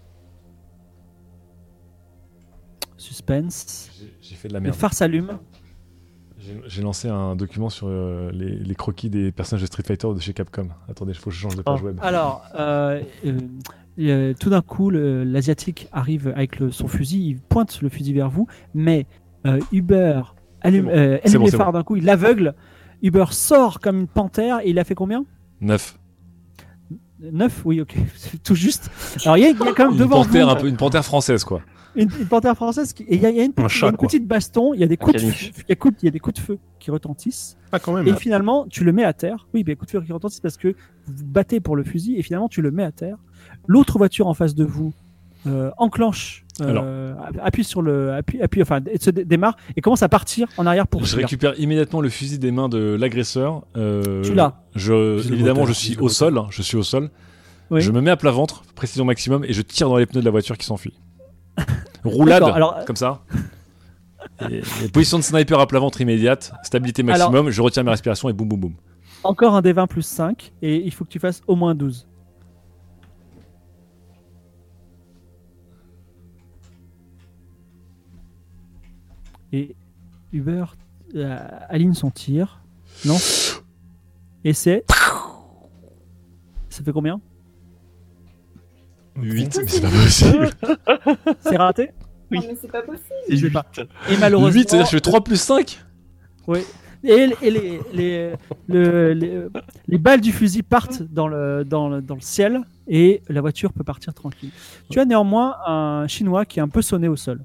suspense. J'ai fait de la Le merde. phare s'allume. J'ai lancé un document sur les croquis des personnages de Street Fighter de chez Capcom. Attendez, il faut que je change de page web. Alors, tout d'un coup, l'asiatique arrive avec son fusil, il pointe le fusil vers vous, mais Hubert allume, C'est bon. allume C'est bon, les c'est phares d'un coup, il l'aveugle. Hubert sort comme une panthère et il a fait combien? 9. 9, oui, ok, c'est tout juste. Alors il y a quand même Une devant panthère, vous un peu, une panthère française quoi. une panthère française et il y a une, Un chat, quoi. petite baston, il y a des coups de caniche. feu, il y a des coups de feu qui retentissent. Ah, quand même. Et finalement, tu le mets à terre. Oui, mais coup de feu qui retentissent parce que vous vous battez pour le fusil et finalement, tu le mets à terre. L'autre voiture en face de vous enclenche, appuie sur le, enfin, se démarre et commence à partir en arrière pour Je fuir. récupère immédiatement le fusil des mains de l'agresseur. Tu l'as. Évidemment, moteur, je suis vise le au moteur. sol. Je suis au sol. Oui. Je me mets à plat ventre, précision maximum, et je tire dans les pneus de la voiture qui s'enfuit. Roulade, D'accord, alors- comme ça. Et position de sniper à plat ventre immédiate, stabilité maximum, je retiens mes respirations et boum boum boum. Encore un D20 plus 5 et il faut que tu fasses au moins 12. Et Hubert aligne son tir, lance, essaie. Ça fait combien? 8, mais c'est pas possible. C'est raté? Non, mais c'est pas possible. Je sais pas. Et malheureusement, 8, c'est-à-dire que je fais 3 plus 5. oui. Et les balles du fusil partent dans le ciel et la voiture peut partir tranquille. Tu as néanmoins un Chinois qui est un peu sonné au sol.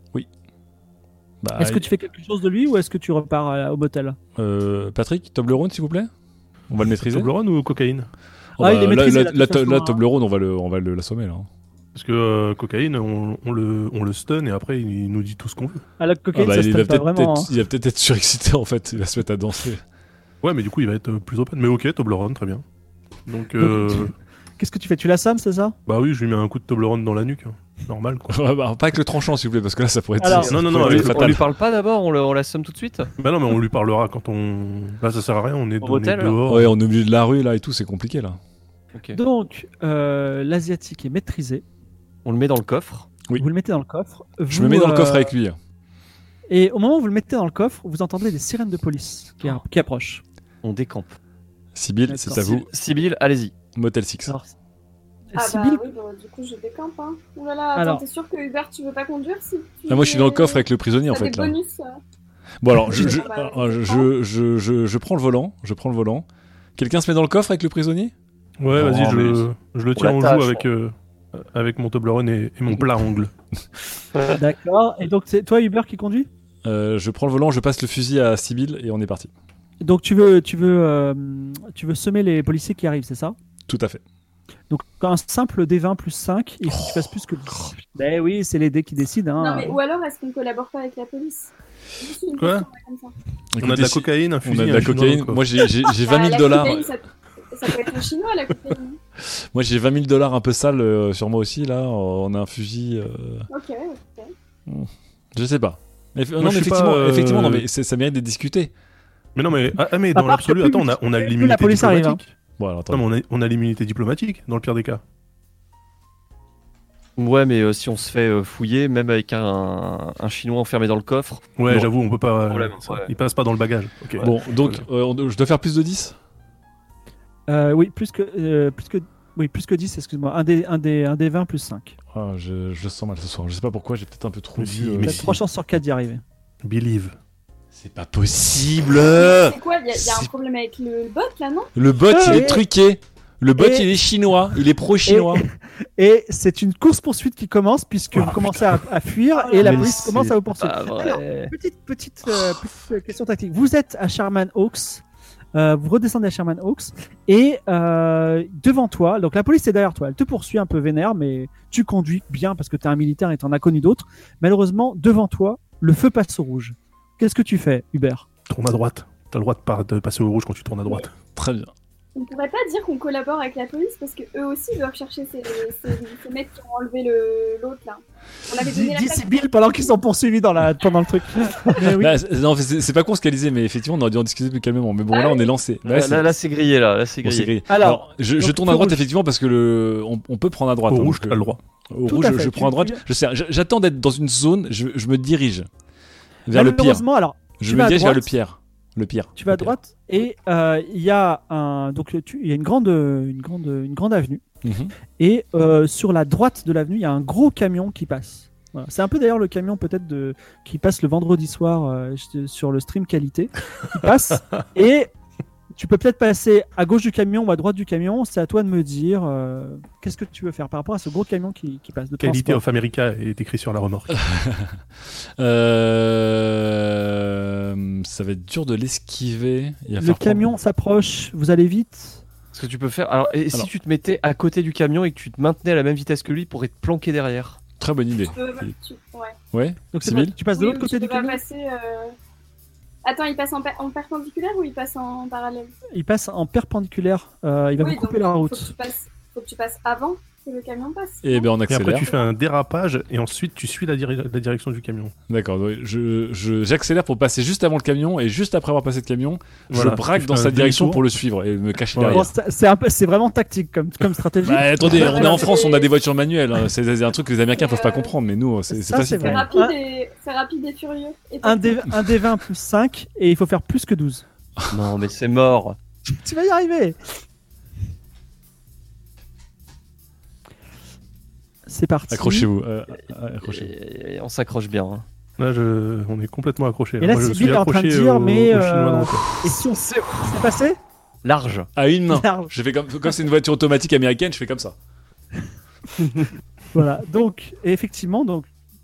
Bah, Est-ce que tu fais quelque chose de lui ou est-ce que tu repars au motel? Patrick, Toblerone s'il vous plaît. On va le maîtriser. Toblerone ou cocaïne? Il est maîtrisé, là, de toute façon, là, hein. Toblerone, on va l'assommer là. Parce que cocaïne, on le stun et après il nous dit tout ce qu'on veut. Ah, la cocaïne, ça se il tape pas vraiment. Hein. va peut-être être surexcité en fait. Il va se mettre à danser. Ouais, mais du coup il va être plus open. Mais ok, Toblerone, très bien. Donc, Qu'est-ce que tu fais? Tu l'assommes, c'est ça? bah oui, je lui mets un coup de Toblerone dans la nuque. Hein. Normal quoi. Ouais, bah, pas avec le tranchant s'il vous plaît, parce que là ça pourrait être. Alors, ça non, non, pourrait non, être avec- On fatal. lui parle pas d'abord, on l'assomme tout de suite. Bah non, mais on lui parlera quand on. Là, ça sert à rien, on est, Au on est motel, dehors. Ouais, on est au milieu de la rue là et tout, c'est compliqué là. Ok. Donc, l'asiatique est maîtrisé. On le met dans le coffre. Oui. Vous le mettez dans le coffre. Je me mets dans le coffre avec lui. Et au moment où vous le mettez dans le coffre, vous entendez des sirènes de police qui approchent. On décampe. Sibyl, D'accord. c'est à vous. Sibyl, allez-y. Motel 6. Alors, Ah Sibyl, bah oui, bah, du coup je décampe. Hein. Oh là là, attends, Alors. t'es sûr que Hubert tu veux pas conduire si tu Ah, moi je suis dans le coffre avec le prisonnier en t'as des fait là. bonus. Bon alors, je prends le volant. Quelqu'un se met dans le coffre avec le prisonnier? Ouais, Non, vas-y, mais je le tiens en l'attache, joue avec mon Toblerone et mon plat ongle. d'accord. Et donc, c'est toi, Hubert, qui conduit? Je prends le volant, je passe le fusil à Sibyl et on est parti. Donc, tu veux semer les policiers qui arrivent, c'est ça? Tout à fait. Donc, un simple D20 plus 5, il faut que tu fasses plus que 10. Ben oui, c'est les dés qui décident. Hein. Non mais ou alors est-ce qu'on collabore pas avec la police? Juste une Quoi question, comme ça. On a de Écoutez, la cocaïne, un On fusil, a de un la chinois, cocaïne. quoi. Moi j'ai 20 La 000 $. cocaïne, ça peut être un chinois la cocaïne. Moi j'ai 20 000 $ un peu sales sur moi aussi là. On a un fusil. Ok. Je sais pas. Mais, Moi, non, je mais suis pas, effectivement, non, mais ça mérite d'être discuté. Mais non, mais, mais À dans part l'absolu, que plus- attends, on a plus l'immunité la police arrive, diplomatique. Bon, alors, attends. Non, mais on a l'immunité diplomatique, dans le pire des cas. Ouais, mais si on se fait fouiller, même avec un chinois enfermé dans le coffre. Ouais, Non. j'avoue, on peut pas. Problème, ça, ouais. Il passe pas dans le bagage. Ok. Bon, donc je dois faire plus de 10? Oui, plus que 10, excuse-moi. Un des 20 plus 5. Ah, je sens mal ce soir. Je sais pas pourquoi, j'ai peut-être un peu trop Mais vu. si, T'as mais 3 chances sur 4 d'y arriver. Believe. C'est pas possible. C'est quoi? Il y a un C'est- problème avec le bot là, non? Le bot, il Et- est truqué. Le bot, et- il est chinois. Il est pro-chinois. Et c'est une course-poursuite qui commence puisque vous commencez à fuir et la mais police c'est commence à vous poursuivre. Pas vrai. Petite question tactique. Vous êtes à Sherman Oaks, vous redescendez à Sherman Oaks et devant toi, donc la police est derrière toi, elle te poursuit un peu vénère, mais tu conduis bien parce que tu es un militaire et tu en as connu d'autres. Malheureusement, devant toi, le feu passe au rouge. Qu'est-ce que tu fais, Hubert? Tourne à droite. T'as le droit de passer au rouge quand tu tournes à droite. Très bien. On pourrait pas dire qu'on collabore avec la police parce que eux aussi doivent chercher ces mecs qui ont enlevé l'autre là. On avait donné la Dis plaque. Sibyl pendant qu'ils sont poursuivis pendant le truc. Mais oui. Bah, non, c'est pas con ce qu'elle disait, mais effectivement, on aurait dû en discuter plus calmement. Mais bon, là, on est lancé. Bah, Là, c'est grillé, là. Là, c'est bon, c'est grillé. grillé. Alors, je donc, tourne à feu droite rouge. effectivement parce que on peut prendre à droite. Au hein, rouge, donc, t'as le droit. Au Tout rouge, à fait. je prends à droite. J'attends d'être dans une zone. Je me dirige vers le pire. Malheureusement, alors, Je tu me vas à dirige vers le droite. pire. Le pire. tu vas à Le pire. droite et il y a il y a une grande avenue. Mhm. Et sur la droite de l'avenue, il y a un gros camion qui passe. Voilà. C'est un peu d'ailleurs le camion peut-être qui passe le vendredi soir sur le stream qualité. Qui passe et tu peux peut-être passer à gauche du camion ou à droite du camion. C'est à toi de me dire qu'est-ce que tu veux faire par rapport à ce gros camion qui passe de Qualité transport. of America est écrit sur la remorque. Ça va être dur de l'esquiver. Il va Le falloir camion s'approche, vous allez vite. Ce que tu peux faire. Alors, et si Alors. tu te mettais à côté du camion et que tu te maintenais à la même vitesse que lui pour être planqué derrière? prendre- Très bonne idée. Ouais. Ouais. Donc c'est Sibyl bon, tu passes de Oui, l'autre ou côté tu du peux pas camion. passer. Attends, il passe en perpendiculaire ou il passe en parallèle? Il passe en perpendiculaire. Il va Oui, vous donc, couper la Faut route. que tu passes avant que le camion passe. Et bien on Et après, accélère. tu fais un dérapage et ensuite tu suis la direction du camion. D'accord. Donc, j'accélère pour passer juste avant le camion et juste après avoir passé le camion, Voilà, je braque tu dans fais sa un direction demi-tour. pour le suivre et me cacher Voilà. Bon, derrière. c'est vraiment tactique comme stratégie. Bah, attendez, on est en Ouais, France, c'est- on a des voitures manuelles. Hein. C'est un truc que les Américains peuvent pas comprendre, mais nous, c'est Ça, facile. c'est pour vrai. nous. C'est rapide et furieux. Et Un des 20 plus 5 et il faut faire plus que 12. Non, mais c'est mort. Tu vas y arriver. C'est parti. Accrochez-vous. Accrochez-vous. Et on s'accroche bien. Hein. Là, on est complètement accroché. Et là, Moi, je Sibyl suis est en train de accroché dire, au mais, Chinois dans le coin. Et si on c'est passé Large. À une main. Large. Je fais comme c'est une voiture automatique américaine, je fais comme ça. Voilà. Donc, et effectivement, donc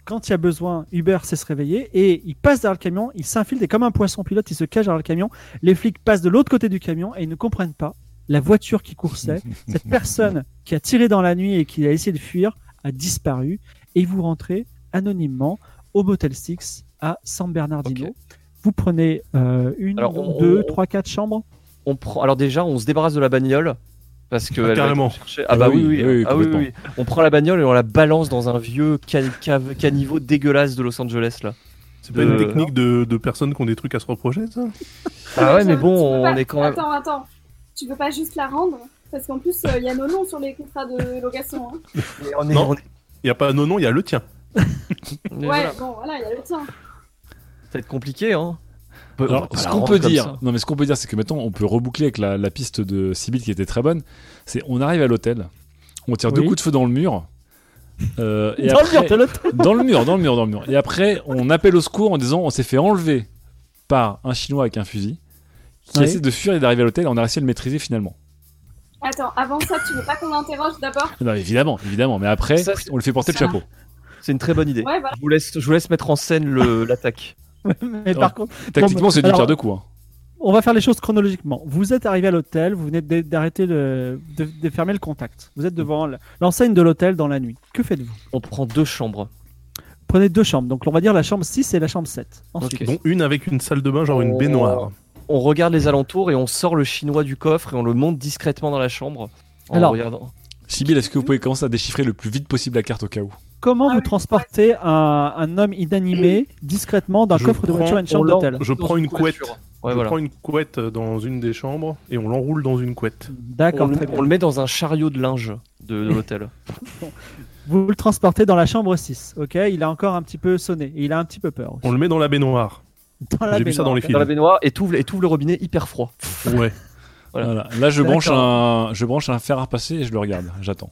Quand il y a besoin, Hubert sait se réveiller et il passe derrière le camion, il s'infiltre et comme un poisson pilote, il se cache derrière le camion. Les flics passent de l'autre côté du camion et ils ne comprennent pas. La voiture qui coursait, cette personne qui a tiré dans la nuit et qui a essayé de fuir a disparu et vous rentrez anonymement au Motel 6 à San Bernardino. Ok. Vous prenez une, Alors, deux, trois, quatre chambres. Alors déjà, on se débarrasse de la bagnole. Parce que elle va Carrément. être chercher- Ah bah oui, oui, oui, Ah oui, complètement. oui. On prend la bagnole et on la balance dans un vieux caniveau dégueulasse de Los Angeles là. C'est pas une technique de personnes qui ont des trucs à se reprocher, ça? Ah ouais, mais Tu bon, peux on pas- est quand même. Attends. Tu peux pas juste la rendre? Parce qu'en plus, il y a nos noms sur les contrats de location. Hein. On est, Non. on est- Il y a pas non, il y a le tien. mais Ouais, voilà. bon, voilà, il y a le tien. Ça va être compliqué, hein. On Alors, pas ce la qu'on rendre peut comme dire, ça. non mais ce qu'on peut dire, c'est que maintenant on peut reboucler avec la piste de Sibyl qui était très bonne. C'est on arrive à l'hôtel, on tire deux Oui. coups de feu dans le mur. Et Dans le après- mur de l'hôtel. dans le mur. Et après, on appelle au secours en disant on s'est fait enlever par un Chinois avec un fusil qui Oui. essaie de fuir et d'arriver à l'hôtel. On a réussi à le maîtriser finalement. Attends, avant ça, tu veux pas qu'on l'interroge d'abord? Non, évidemment. Mais après, Ça, on lui fait porter le ça- chapeau. C'est une très bonne idée. Ouais, voilà. Je vous laisse mettre en scène l'attaque. Mais par contre, Tactiquement, c'est du alors- tir de coups. Hein. on va faire les choses chronologiquement. Vous êtes arrivé à l'hôtel, vous venez d'arrêter de fermer le contact. Vous êtes devant l'enseigne de l'hôtel dans la nuit. Que faites-vous? On prend 2 chambres. Prenez 2 chambres. Donc on va dire la chambre 6 et la chambre 7. Ensuite, Ok. Dont une avec une salle de bain, genre une baignoire. On regarde les alentours et on sort le chinois du coffre et on le monte discrètement dans la chambre. En Alors- regardant. Sibyl, est-ce que vous pouvez commencer à déchiffrer le plus vite possible la carte au cas où? comment Ah vous oui, transportez un homme inanimé discrètement d'un Je coffre de prends- voiture à une chambre on l'en- d'hôtel? Je prends une couette. Ouais, Je voilà. prends une couette dans une des chambres et on l'enroule dans une couette. D'accord, très bien. On le met dans un chariot de linge de l'hôtel. Vous le transportez dans la chambre 6. Ok, il a encore un petit peu sonné et il a un petit peu peur. On le met dans la baignoire. Dans la J'ai vu ça dans les baignoire. films. Dans la baignoire et t'ouvres le robinet hyper froid. Ouais. Voilà. Voilà. Là, je D'accord. branche un fer à repasser et je le regarde. J'attends.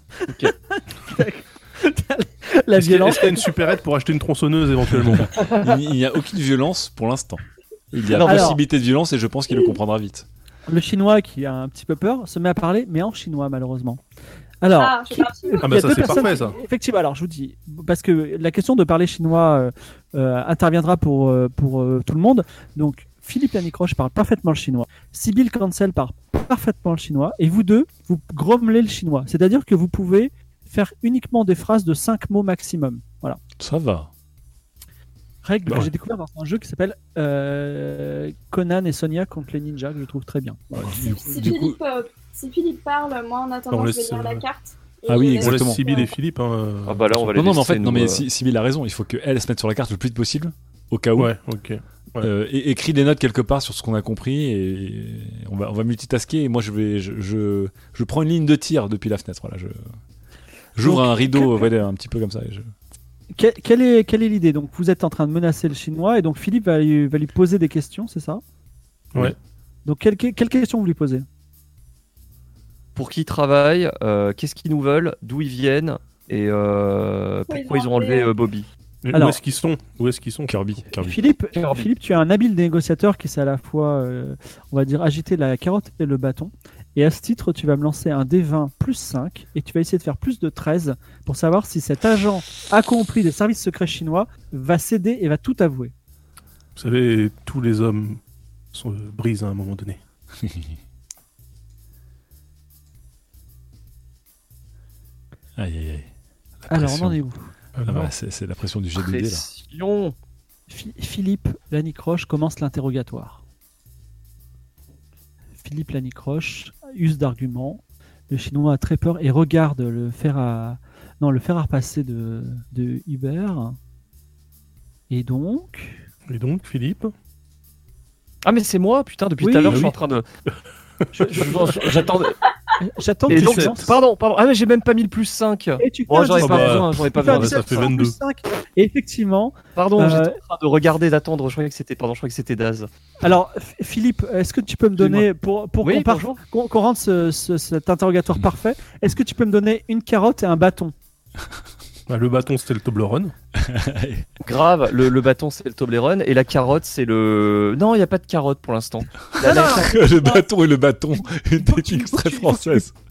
La Est-ce qu'il y a violence. une supérette pour acheter une tronçonneuse éventuellement? Il n'y a aucune violence pour l'instant. Il y a Alors- possibilité de violence et je pense qu'il le comprendra vite. Le chinois qui a un petit peu peur se met à parler, mais en chinois malheureusement. Alors, Ah, je sais pas. Ah il y bah a ça deux c'est personnes parfait ça. Effectivement, alors je vous dis, parce que la question de parler chinois interviendra pour tout le monde. Donc, Philippe Lanicroche parle parfaitement le chinois. Sibyl Cancel parle parfaitement le chinois. Et vous deux, vous grommelez le chinois. C'est-à-dire que vous pouvez faire uniquement des phrases de 5 mots maximum. Voilà. Ça va. Règle Bah que ouais. j'ai découvert dans un jeu qui s'appelle Conan et Sonia contre les ninjas, que je trouve très bien. Si Philippe parle, moi en attendant, On je vais laisse, lire la carte. Et Ah oui, je laisse- On laisse Exactement. Sibyl et Philippe. Hein. Ah bah là, on va les Non, mais en laisser, fait, non, nous, mais Sibyl a raison. Il faut qu'elle se mette sur la carte le plus vite possible, au cas où. Ouais, ok. Et écris des notes quelque part sur ce qu'on a compris et on va multitasker. Et moi, je prends une ligne de tir depuis la fenêtre. Voilà, j'ouvre Donc, un rideau, voilà, un petit peu comme ça. Quelle est l'idée? Donc, vous êtes en train de menacer le chinois et donc Philippe va lui poser des questions, c'est ça? Ouais. Donc, quelle question vous lui posez? Pour qui ils travaillent, qu'est-ce qu'ils nous veulent, d'où ils viennent et pourquoi ils ont enlevé Bobby. Mais Alors- où est-ce qu'ils sont? Où est-ce qu'ils sont? Kirby. Philippe, Kirby. Philippe, tu es un habile négociateur qui sait à la fois, on va dire, agiter la carotte et le bâton. Et à ce titre, tu vas me lancer un D20 plus 5 et tu vas essayer de faire plus de 13 pour savoir si cet agent accompli des services secrets chinois va céder et va tout avouer. Vous savez, tous les hommes se brisent à un moment donné. Aïe, aïe, aïe. La Alors, pression. on en est où? Ah bah, c'est la pression du G2D là. Pression. Philippe Lanicroche commence l'interrogatoire. Philippe Lanicroche use d'arguments. Le chinois a très peur et regarde le fer à repasser de Hubert. Et donc, Et donc, Philippe? Ah mais c'est moi, putain, depuis Oui, tout à l'heure oui. je suis en train de... J'attendais. j'attends que Et tu donc, lances. pardon. Ah mais j'ai même pas mis le plus 5. Et tu Bon, fais j'en ai un pas bah, besoin, j'en ai pas tu fais un besoin. ça fait 17 22. plus 5. Et effectivement, Pardon, Euh, j'étais en train de regarder, d'attendre, je croyais que c'était Daz. alors Philippe, est-ce que tu peux me donner, pour Oui, qu'on bonjour. qu'on rende cet interrogatoire parfait, est-ce que tu peux me donner une carotte et un bâton? Bah, le bâton, c'était le Toblerone. Grave, le bâton c'est le Toblerone et la carotte c'est le... Non, il n'y a pas de carotte pour l'instant. La- la- Le bâton et le bâton, une faut que technique tu- très faut que tu- française.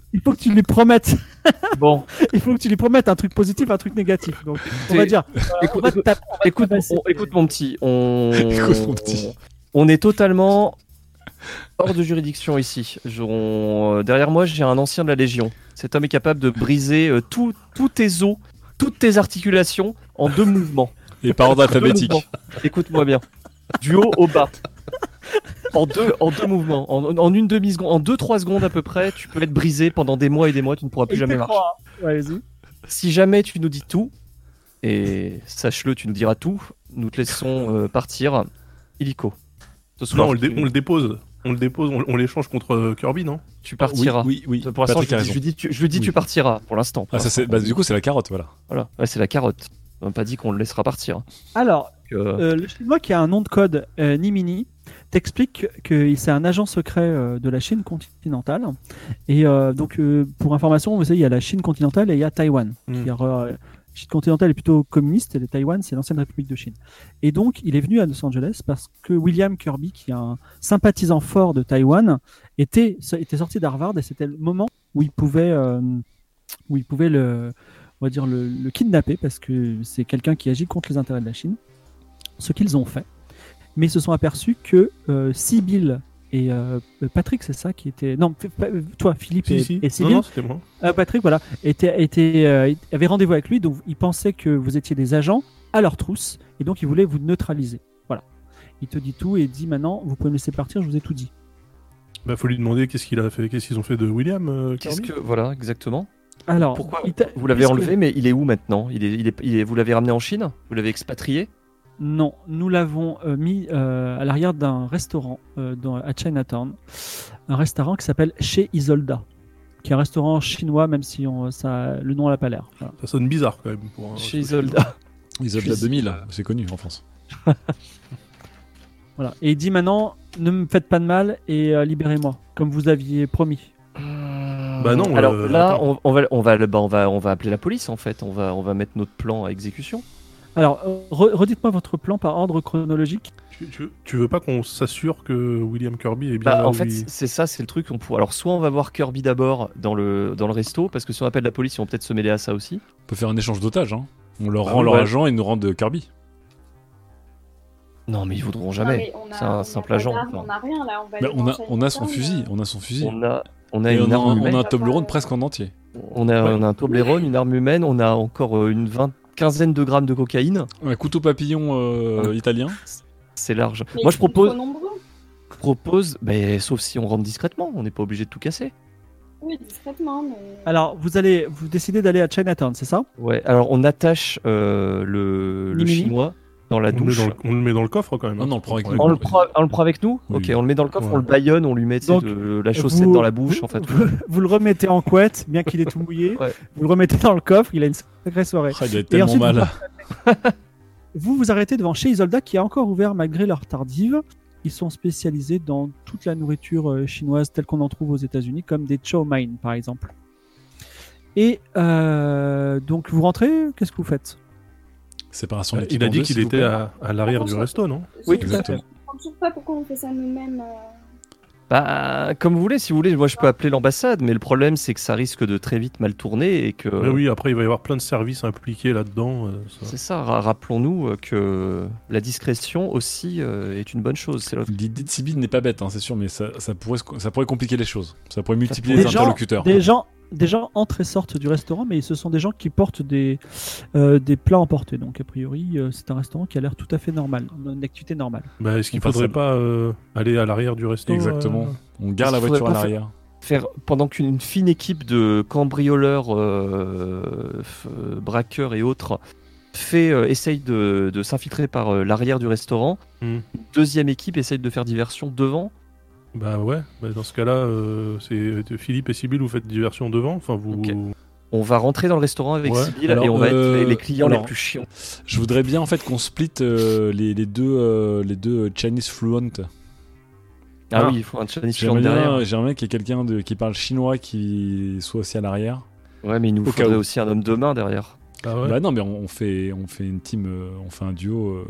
il faut que tu lui promettes. Bon, Il faut que tu lui promettes un truc positif, un truc négatif. Donc, on va dire. écoute, on va te taper- on va te écoute, tabasser. écoute, mon petit, Écoute, mon petit. on est totalement hors de juridiction ici. Derrière moi, j'ai un ancien de la Légion. Cet homme est capable de briser tous tes os, toutes tes articulations en 2 mouvements. Et par ordre alphabétique. 2 mouvements. Écoute-moi bien. Du haut au bas. En deux mouvements. En une demi-seconde, en 2-3 secondes à peu près, tu peux être brisé pendant des mois et des mois, tu ne pourras plus jamais marcher. Ouais, vas-y. Si jamais tu nous dis tout, et sache-le, tu nous diras tout, nous te laissons partir illico. Ce soir, Non, on le dépose. On le dépose, on l'échange contre Kirby, non? tu partiras. Oui. Pour l'instant, Patrick a raison. je lui dis Oui. tu partiras, pour l'instant. Ah, ça, du coup, c'est la carotte, voilà. Voilà. Ouais, c'est la carotte. On n'a pas dit qu'on le laissera partir. Alors, Donc, le chinois qui a un nom de code Nimini t'explique que c'est un agent secret de la Chine continentale. Et donc, pour information, vous savez, il y a la Chine continentale et il y a Taïwan. La Chine continentale est plutôt communiste et le Taïwan, c'est l'ancienne République de Chine. Et donc, il est venu à Los Angeles parce que William Kirby, qui est un sympathisant fort de Taïwan, était sorti d'Harvard et c'était le moment où il pouvait on va dire le kidnapper parce que c'est quelqu'un qui agit contre les intérêts de la Chine. Ce qu'ils ont fait. Mais ils se sont aperçus que Sibyl et Patrick, c'est ça qui était. Non, toi, Philippe et Sibyl. Non, c'était moi. Patrick, voilà, avait rendez-vous avec lui, donc ils pensaient que vous étiez des agents à leur trousse, et donc ils voulaient vous neutraliser. Voilà. Il te dit tout et dit maintenant, vous pouvez me laisser partir, je vous ai tout dit. Bah, faut lui demander qu'est-ce qu'ils ont fait de William Kirby. voilà, exactement. Alors, Pourquoi vous l'avez enlevé, mais il est où maintenant vous l'avez ramené en Chine? Vous l'avez expatrié? Non, nous l'avons mis à l'arrière d'un restaurant à Chinatown, un restaurant qui s'appelle Chez Isolda, qui est un restaurant chinois, même si le nom n'a pas l'air. Voilà. Ça sonne bizarre quand même. Chez Isolda. Isolda 2000, c'est connu en France. Voilà. Et il dit maintenant, ne me faites pas de mal et libérez-moi, comme vous aviez promis. Bah non. Alors là, attends. on va appeler la police en fait. On va mettre notre plan à exécution. Alors, redites-moi votre plan par ordre chronologique. Tu veux pas qu'on s'assure que William Kirby est bien là En où fait, il- c'est ça, c'est le truc. Alors, soit on va voir Kirby d'abord dans le resto, parce que si on appelle la police, ils vont peut-être se mêler à ça aussi. On peut faire un échange d'otages, hein. On leur Ah rend oui, leur ouais. agent et ils nous rendent Kirby. Non, mais ils voudront Non, jamais. mais C'est un simple agent. On n'a rien là. Bah, on a son fusil, on a son fusil. On a Et une arme on a humaine. un Toblerone presque en entier. On a un Toblerone, une arme humaine. On a encore une quinzaine de grammes de cocaïne. Un couteau papillon italien. C'est large. Mais Moi, je ils sont propose, trop nombreux. sauf si on rentre discrètement. On n'est pas obligé de tout casser. Oui, discrètement, mais. Alors, vous décidez d'aller à Chinatown, c'est ça? Ouais. Alors, on attache le Mimimi. chinois dans la douche. On le met dans le coffre quand même. Non, non, on le prend avec nous. On le prend avec nous. Oui. Ok, on le met dans le coffre, Ouais. on le baillonne, on lui met tu sais, Donc, de la chaussette dans la bouche en fait. Vous le remettez en couette, bien qu'il est tout mouillé. Ouais. Vous le remettez dans le coffre, il a une sacrée soirée. Ah, il a tellement ensuite, mal. Vous arrêtez devant Chez Isolda qui a encore ouvert malgré leur tardive. Ils sont spécialisés dans toute la nourriture chinoise telle qu'on en trouve aux États-Unis, comme des chow mein par exemple. Et donc vous rentrez, qu'est-ce que vous faites? Séparation Il d'équipe a en dit deux, qu'il s'il vous était plaît. à l'arrière du resto, non? Oui, Je tout à exactement. fait. comprends toujours pas pourquoi on fait ça nous-mêmes. Bah, comme vous voulez, si vous voulez, moi je peux appeler l'ambassade, mais le problème c'est que ça risque de très vite mal tourner et que. Mais oui, après il va y avoir plein de services impliqués là-dedans. C'est ça, rappelons-nous que la discrétion aussi est une bonne chose. C'est L'idée de Sibyl n'est pas bête, hein, c'est sûr, mais ça pourrait compliquer les choses. Ça pourrait multiplier Des les gens- interlocuteurs. Des gens entrent et sortent du restaurant, mais ce sont des gens qui portent des plats emportés. Donc a priori, c'est un restaurant qui a l'air tout à fait normal, une activité normale. Bah, est-ce qu'il On passe faudrait à- pas aller à l'arrière du resto Exactement. On garde la Est-ce qu'il voiture à faudrait pas l'arrière. faire pendant qu'une fine équipe de cambrioleurs, braqueurs et autres essaye de s'infiltrer par l'arrière du restaurant. Hmm. Une deuxième équipe essaye de faire diversion devant. Bah ouais, bah dans ce cas-là, c'est Philippe et Sibyl, vous faites diversion devant. Enfin, vous. Ok. On va rentrer dans le restaurant avec Ouais. Sibyl Alors, et on va être les clients alors, les plus chiants. Je voudrais bien en fait qu'on split les deux Chinese fluent. Ah Ah. oui, il faut un Chinese fluent derrière. J'aimerais bien qu'il y ait quelqu'un qui parle chinois qui soit aussi à l'arrière. Ouais, mais il nous Au cas faudrait où. aussi un homme de main derrière. Ah ouais. Bah non, mais on fait une team, on fait un duo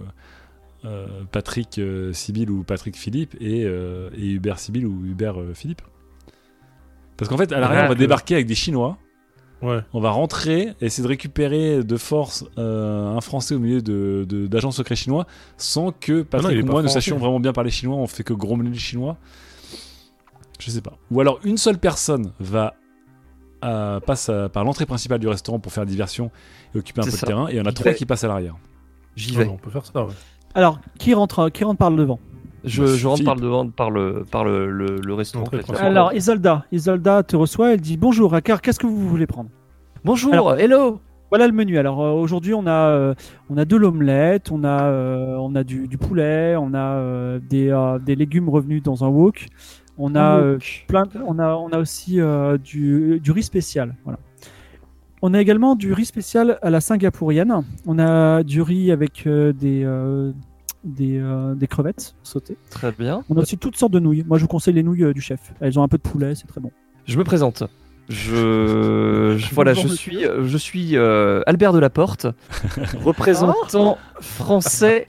Patrick Sibyl ou Patrick Philippe et Hubert Sibyl ou Hubert Philippe. Parce qu'en fait, à l'arrière, on va débarquer avec des Chinois. Ouais. On va rentrer et essayer de récupérer de force un Français au milieu d'agents secrets chinois sans que Patrick il est ou pas moi ne français. sachions vraiment bien parler chinois. On fait que grommeler les Chinois. Je sais pas. Ou alors une seule personne passe par l'entrée principale du restaurant pour faire diversion et occuper un peu C'est de ça. terrain. Et il y en a 3 qui passent à l'arrière. J'y Ouais, vais. on peut faire ça, ouais. Alors, qui rentre par le devant? Je rentre par le restaurant. Entrée peut-être. principale. Alors, Isolda te reçoit, elle dit bonjour, Akar, qu'est-ce que vous voulez prendre? Bonjour, Alors- hello. Voilà le menu. Alors aujourd'hui, on a de l'omelette, on a du poulet, on a des légumes revenus dans un wok, on a on a aussi du riz spécial. Voilà. On a également du riz spécial à la singapourienne. On a du riz avec des crevettes sautées. Très bien. On a aussi toutes sortes de nouilles. Moi, je vous conseille les nouilles du chef. Elles ont un peu de poulet, c'est très bon. Je me présente. Voilà, je suis Albert Delaporte, représentant français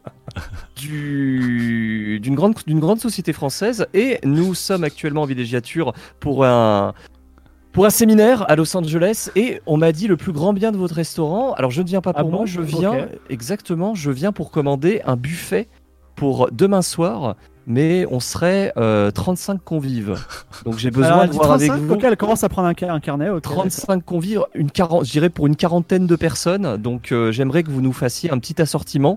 d'une grande société française, et nous sommes actuellement en villégiature pour un séminaire à Los Angeles, et on m'a dit le plus grand bien de votre restaurant. Alors je ne viens pas pour moi, je viens pour commander un buffet pour demain soir. Mais on serait 35 convives. Donc j'ai besoin Alors, de voir avec vous. Ok, elle commence à prendre un carnet. ok. 35 convives, je dirais pour une quarantaine de personnes. Donc j'aimerais que vous nous fassiez un petit assortiment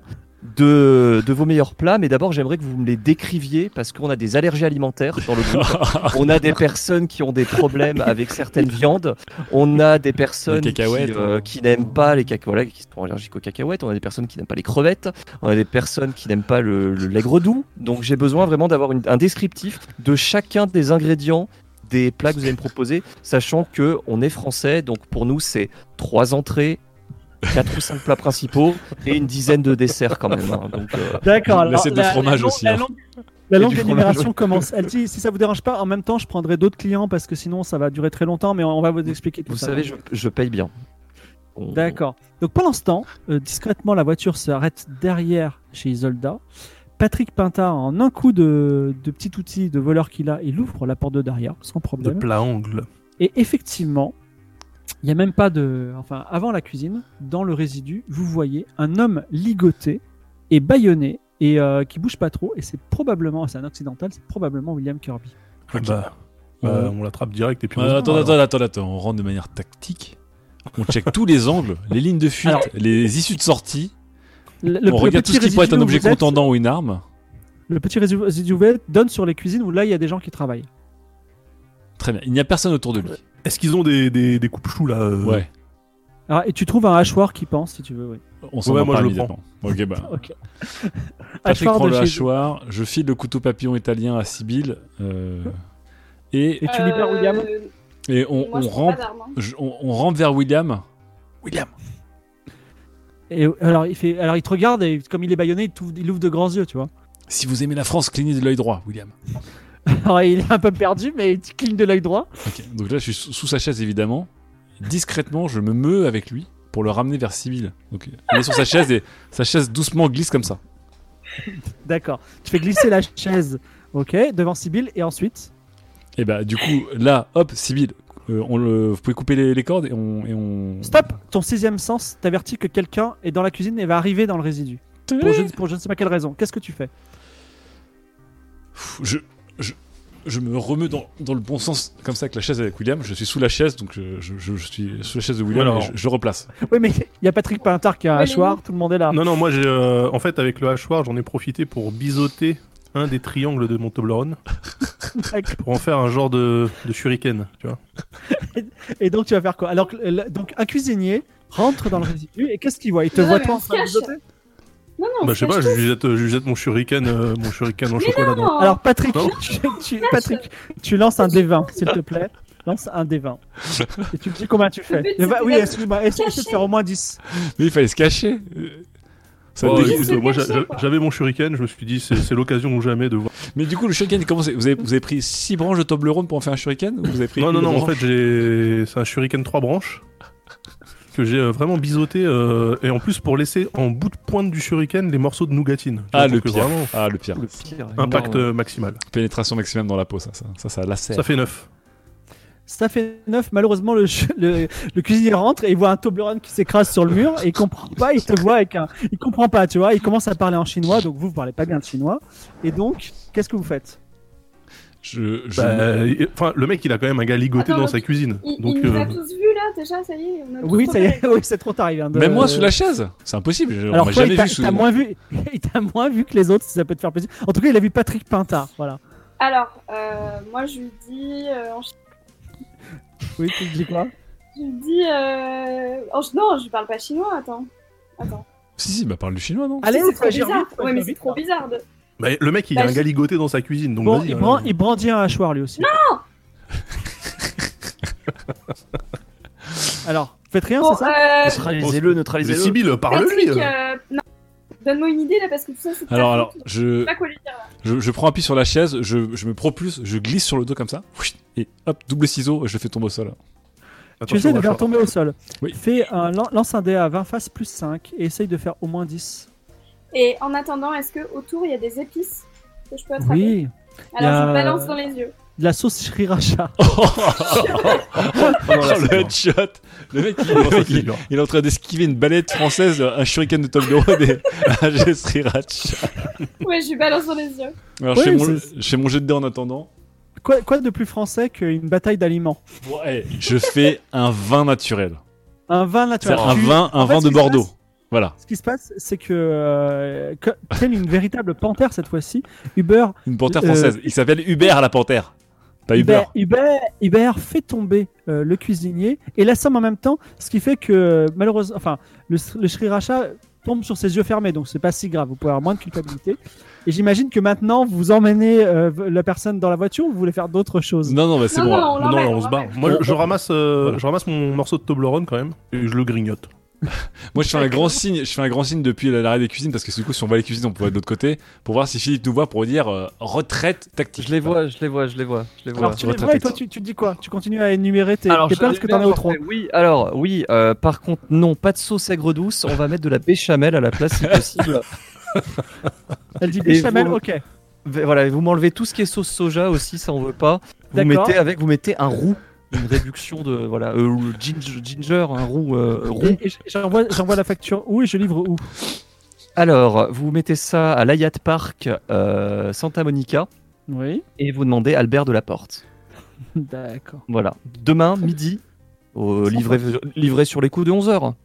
de vos meilleurs plats. Mais d'abord, j'aimerais que vous me les décriviez parce qu'on a des allergies alimentaires dans le groupe. On a des personnes qui ont des problèmes avec certaines viandes. On a des personnes Les cacahuètes, qui n'aiment pas les cacahuètes, qui sont allergiques aux cacahuètes. On a des personnes qui n'aiment pas les crevettes. On a des personnes qui n'aiment pas le l'aigre doux. Donc j'ai besoin vraiment d'avoir un descriptif de chacun des ingrédients des plats que vous allez me proposer, sachant que on est français. Donc pour nous, c'est 3 entrées, 4 ou 5 plats principaux et une dizaine de desserts quand même. Hein. Donc, D'accord. alors, L'assiette de fromage aussi, hein. La Et longue du fromage. énumération commence. Elle dit si ça vous dérange pas, en même temps, je prendrai d'autres clients parce que sinon ça va durer très longtemps, mais on va vous expliquer tout vous ça. savez, je paye bien. D'accord. Donc pendant ce temps, discrètement, la voiture s'arrête derrière chez Isolda. Patrick Pintard, en un coup de petit outil de voleur qu'il a, il ouvre la porte de derrière sans De problème. plat angle. Et effectivement, il n'y a même pas de. Enfin, avant la cuisine, dans le résidu, vous voyez un homme ligoté et bâillonné et qui bouge pas trop. Et c'est probablement, c'est un occidental, c'est probablement William Kirby. Bah, on l'attrape direct et puis. Attends, on rentre de manière tactique. On check tous les angles, les lignes de fuite, Alors- les issues de sortie. Le On regarde tout petit ce qui pourrait être un résidu où objet vous êtes, contendant ou une arme. Le petit résidu où vous êtes donne sur les cuisines où là il y a des gens qui travaillent. Très bien. Il n'y a personne autour de lui. Est-ce qu'ils ont des coupes-choux là Ouais. Alors, et tu trouves un hachoir qui pense si tu veux. Oui. On s'en Ouais, va moi, pas je le immédiatement. Ok, bah. Ok. Patrick Hachoir prend de le chez- hachoir. Je file le couteau papillon italien à Sibylle. Et Et tu libères William. on Moi, je prends rampe. pas d'armes, hein. On rampe vers William. William. Et alors il te regarde et comme il est bâillonné, il ouvre de grands yeux, tu vois. Si vous aimez la France, clignez de l'œil droit, William. Alors il est un peu perdu, mais il cligne de l'œil droit. Ok. Donc là, je suis sous sa chaise évidemment. Discrètement, je me meus avec lui pour le ramener vers Sibylle. Donc il est sur sa chaise et sa chaise doucement glisse comme ça. D'accord. Tu fais glisser la chaise, ok, devant Sibylle et ensuite. Et bah du coup là, hop, Sibylle, vous pouvez couper les cordes et on... Stop. Ton sixième sens t'avertit que quelqu'un est dans la cuisine et va arriver dans le résidu. Pour je ne sais pas quelle raison. Qu'est-ce que tu fais? Je me remets dans le bon sens comme ça avec la chaise avec William. Je suis sous la chaise, donc je suis sous la chaise de William Alors. et je replace. Oui, mais il y a Patrick Pintard qui a un Ouais, hachoir, tout le monde est là. Non, moi j'ai. En fait, avec le hachoir, j'en ai profité pour biseauter un des triangles de mon Toblerone D'accord. pour en faire un genre de shuriken, tu vois. Et donc tu vas faire quoi? Alors donc un cuisinier rentre dans le résidu et qu'est-ce qu'il voit? Il te Non, voit mais toi on en se train de cache. mijoter? Non, non, Bah, je sais pas, cache je lui jette mon shuriken au chocolat. non. Alors Patrick, Non. Patrick, tu lances un D20, s'il te plaît. Lance un D20. Et tu me dis combien tu fais. Le but, Et va- c'est oui, de excuse-moi, essaie de faire au moins 10. Mais il fallait se cacher. Ça Oh, déguise. écoute, se moi cacher, quoi. j'avais mon shuriken, je me suis dit c'est l'occasion ou jamais de voir. Mais du coup, le shuriken, comment c'est vous avez pris 6 branches de Toblerone pour en faire un shuriken ou vous avez pris Non, une en branche fait c'est un shuriken 3 branches que j'ai vraiment biseauté et en plus pour laisser en bout de pointe du shuriken les morceaux de nougatine. Ah, Donc, le pire. vraiment, Ah, le pire. Le pire. impact énorme. maximal. Pénétration maximum dans la peau, ça lacère. Ça fait 9. Ça fait 9. Malheureusement, le cuisinier rentre et il voit un Toblerone qui s'écrase sur le mur et il comprend pas. Il te voit avec un. Il comprend pas, tu vois. Il commence à parler en chinois, donc vous parlez pas bien de chinois. Et donc, qu'est-ce que vous faites? Le mec, il a quand même un gars ligoté Attends, dans sa cuisine. Il Donc, nous a tous vus là, déjà, ça y est. On a Oui, tous ça y est. repéré. Oui, c'est trop tard. Il vient de... Même moi sous la chaise, c'est impossible. On Alors m'a toi, jamais il t'a vu sous. t'as moins vu. Il t'a moins vu que les autres, si ça peut te faire plaisir. En tout cas, il a vu Patrick Pintard. Voilà. Alors, moi je lui dis. Oui, tu dis quoi? Je lui dis. Non, je lui parle pas chinois, attends. Si, bah parle du chinois, non? Allez, C'est faut trop agir bizarre. vite, faut Ouais, mais agir c'est vite. trop bizarre. bah, le mec, il a Bah, un gars ligoté dans sa cuisine. Donc Bon, vas-y. il brandit un hachoir lui aussi. Non. Alors, faites rien, Bon, c'est ça? Neutralisez-le, Mais neutralisez-le. Sibyl, parle-lui. Patrick, non. Donne-moi une idée là, parce que tout ça c'est. Alors, Je sais pas quoi lui dire là. je prends appui sur la chaise, je me propulse, je glisse sur le dos comme ça, et hop, double ciseau, je le fais tomber au sol. Tu essaies de faire tomber au sol. Oui. Fais lance un dé à 20 faces plus 5 et essaye de faire au moins 10. Et en attendant, est-ce que autour il y a des épices que je peux attraper? Oui. Alors il y a- je me balance dans les yeux. De la sauce sriracha. Le headshot. Le mec, il est en train d'esquiver une balette française, un shuriken de Toblerone et un jet sriracha. Ouais, je lui balance dans les yeux. Alors, Ouais, je fais mon jet de dés en attendant. Quoi de plus français qu'une bataille d'aliments? Ouais, je fais un vin naturel. Un vin C'est naturel. un vin de Bordeaux. Voilà, Ce qui se passe, c'est que, telle une véritable panthère cette fois-ci, Hubert une panthère française. Il s'appelle Hubert la panthère. Pas Hubert. Hubert fait tomber le cuisinier et l'assomme en même temps, ce qui fait que malheureusement, le sriracha tombe sur ses yeux fermés, donc c'est pas si grave, vous pouvez avoir moins de culpabilité. Et j'imagine que maintenant vous emmenez la personne dans la voiture ou vous voulez faire d'autres choses? Non, bah c'est Non, bon. non, on l'emmène, on se barre. Moi, je ramasse mon morceau de Toblerone quand même et je le grignote. Moi, je fais un grand signe depuis l'arrêt des cuisines parce que du coup, si on voit les cuisines, on peut aller de l'autre côté pour voir si Philippe nous voit pour dire retraite tactique. Je les vois. Alors tu les vois et toi tu dis quoi? Tu continues à énumérer tes plats parce que t'en es au 3. Oui, par contre, non, pas de sauce aigre douce, on va mettre de la béchamel à la place si possible. Elle dit Et béchamel, vous- ok. Voilà, vous m'enlevez tout ce qui est sauce soja aussi, ça on veut pas. Vous D'accord. mettez un roux, une réduction de ginger, un roux roux. Et j'envoie la facture où et je livre où? Alors, vous mettez ça à l'Hyatt Park Santa Monica Oui. et vous demandez Albert Delaporte. D'accord. Voilà. Demain midi, livré sur les coups de 11h.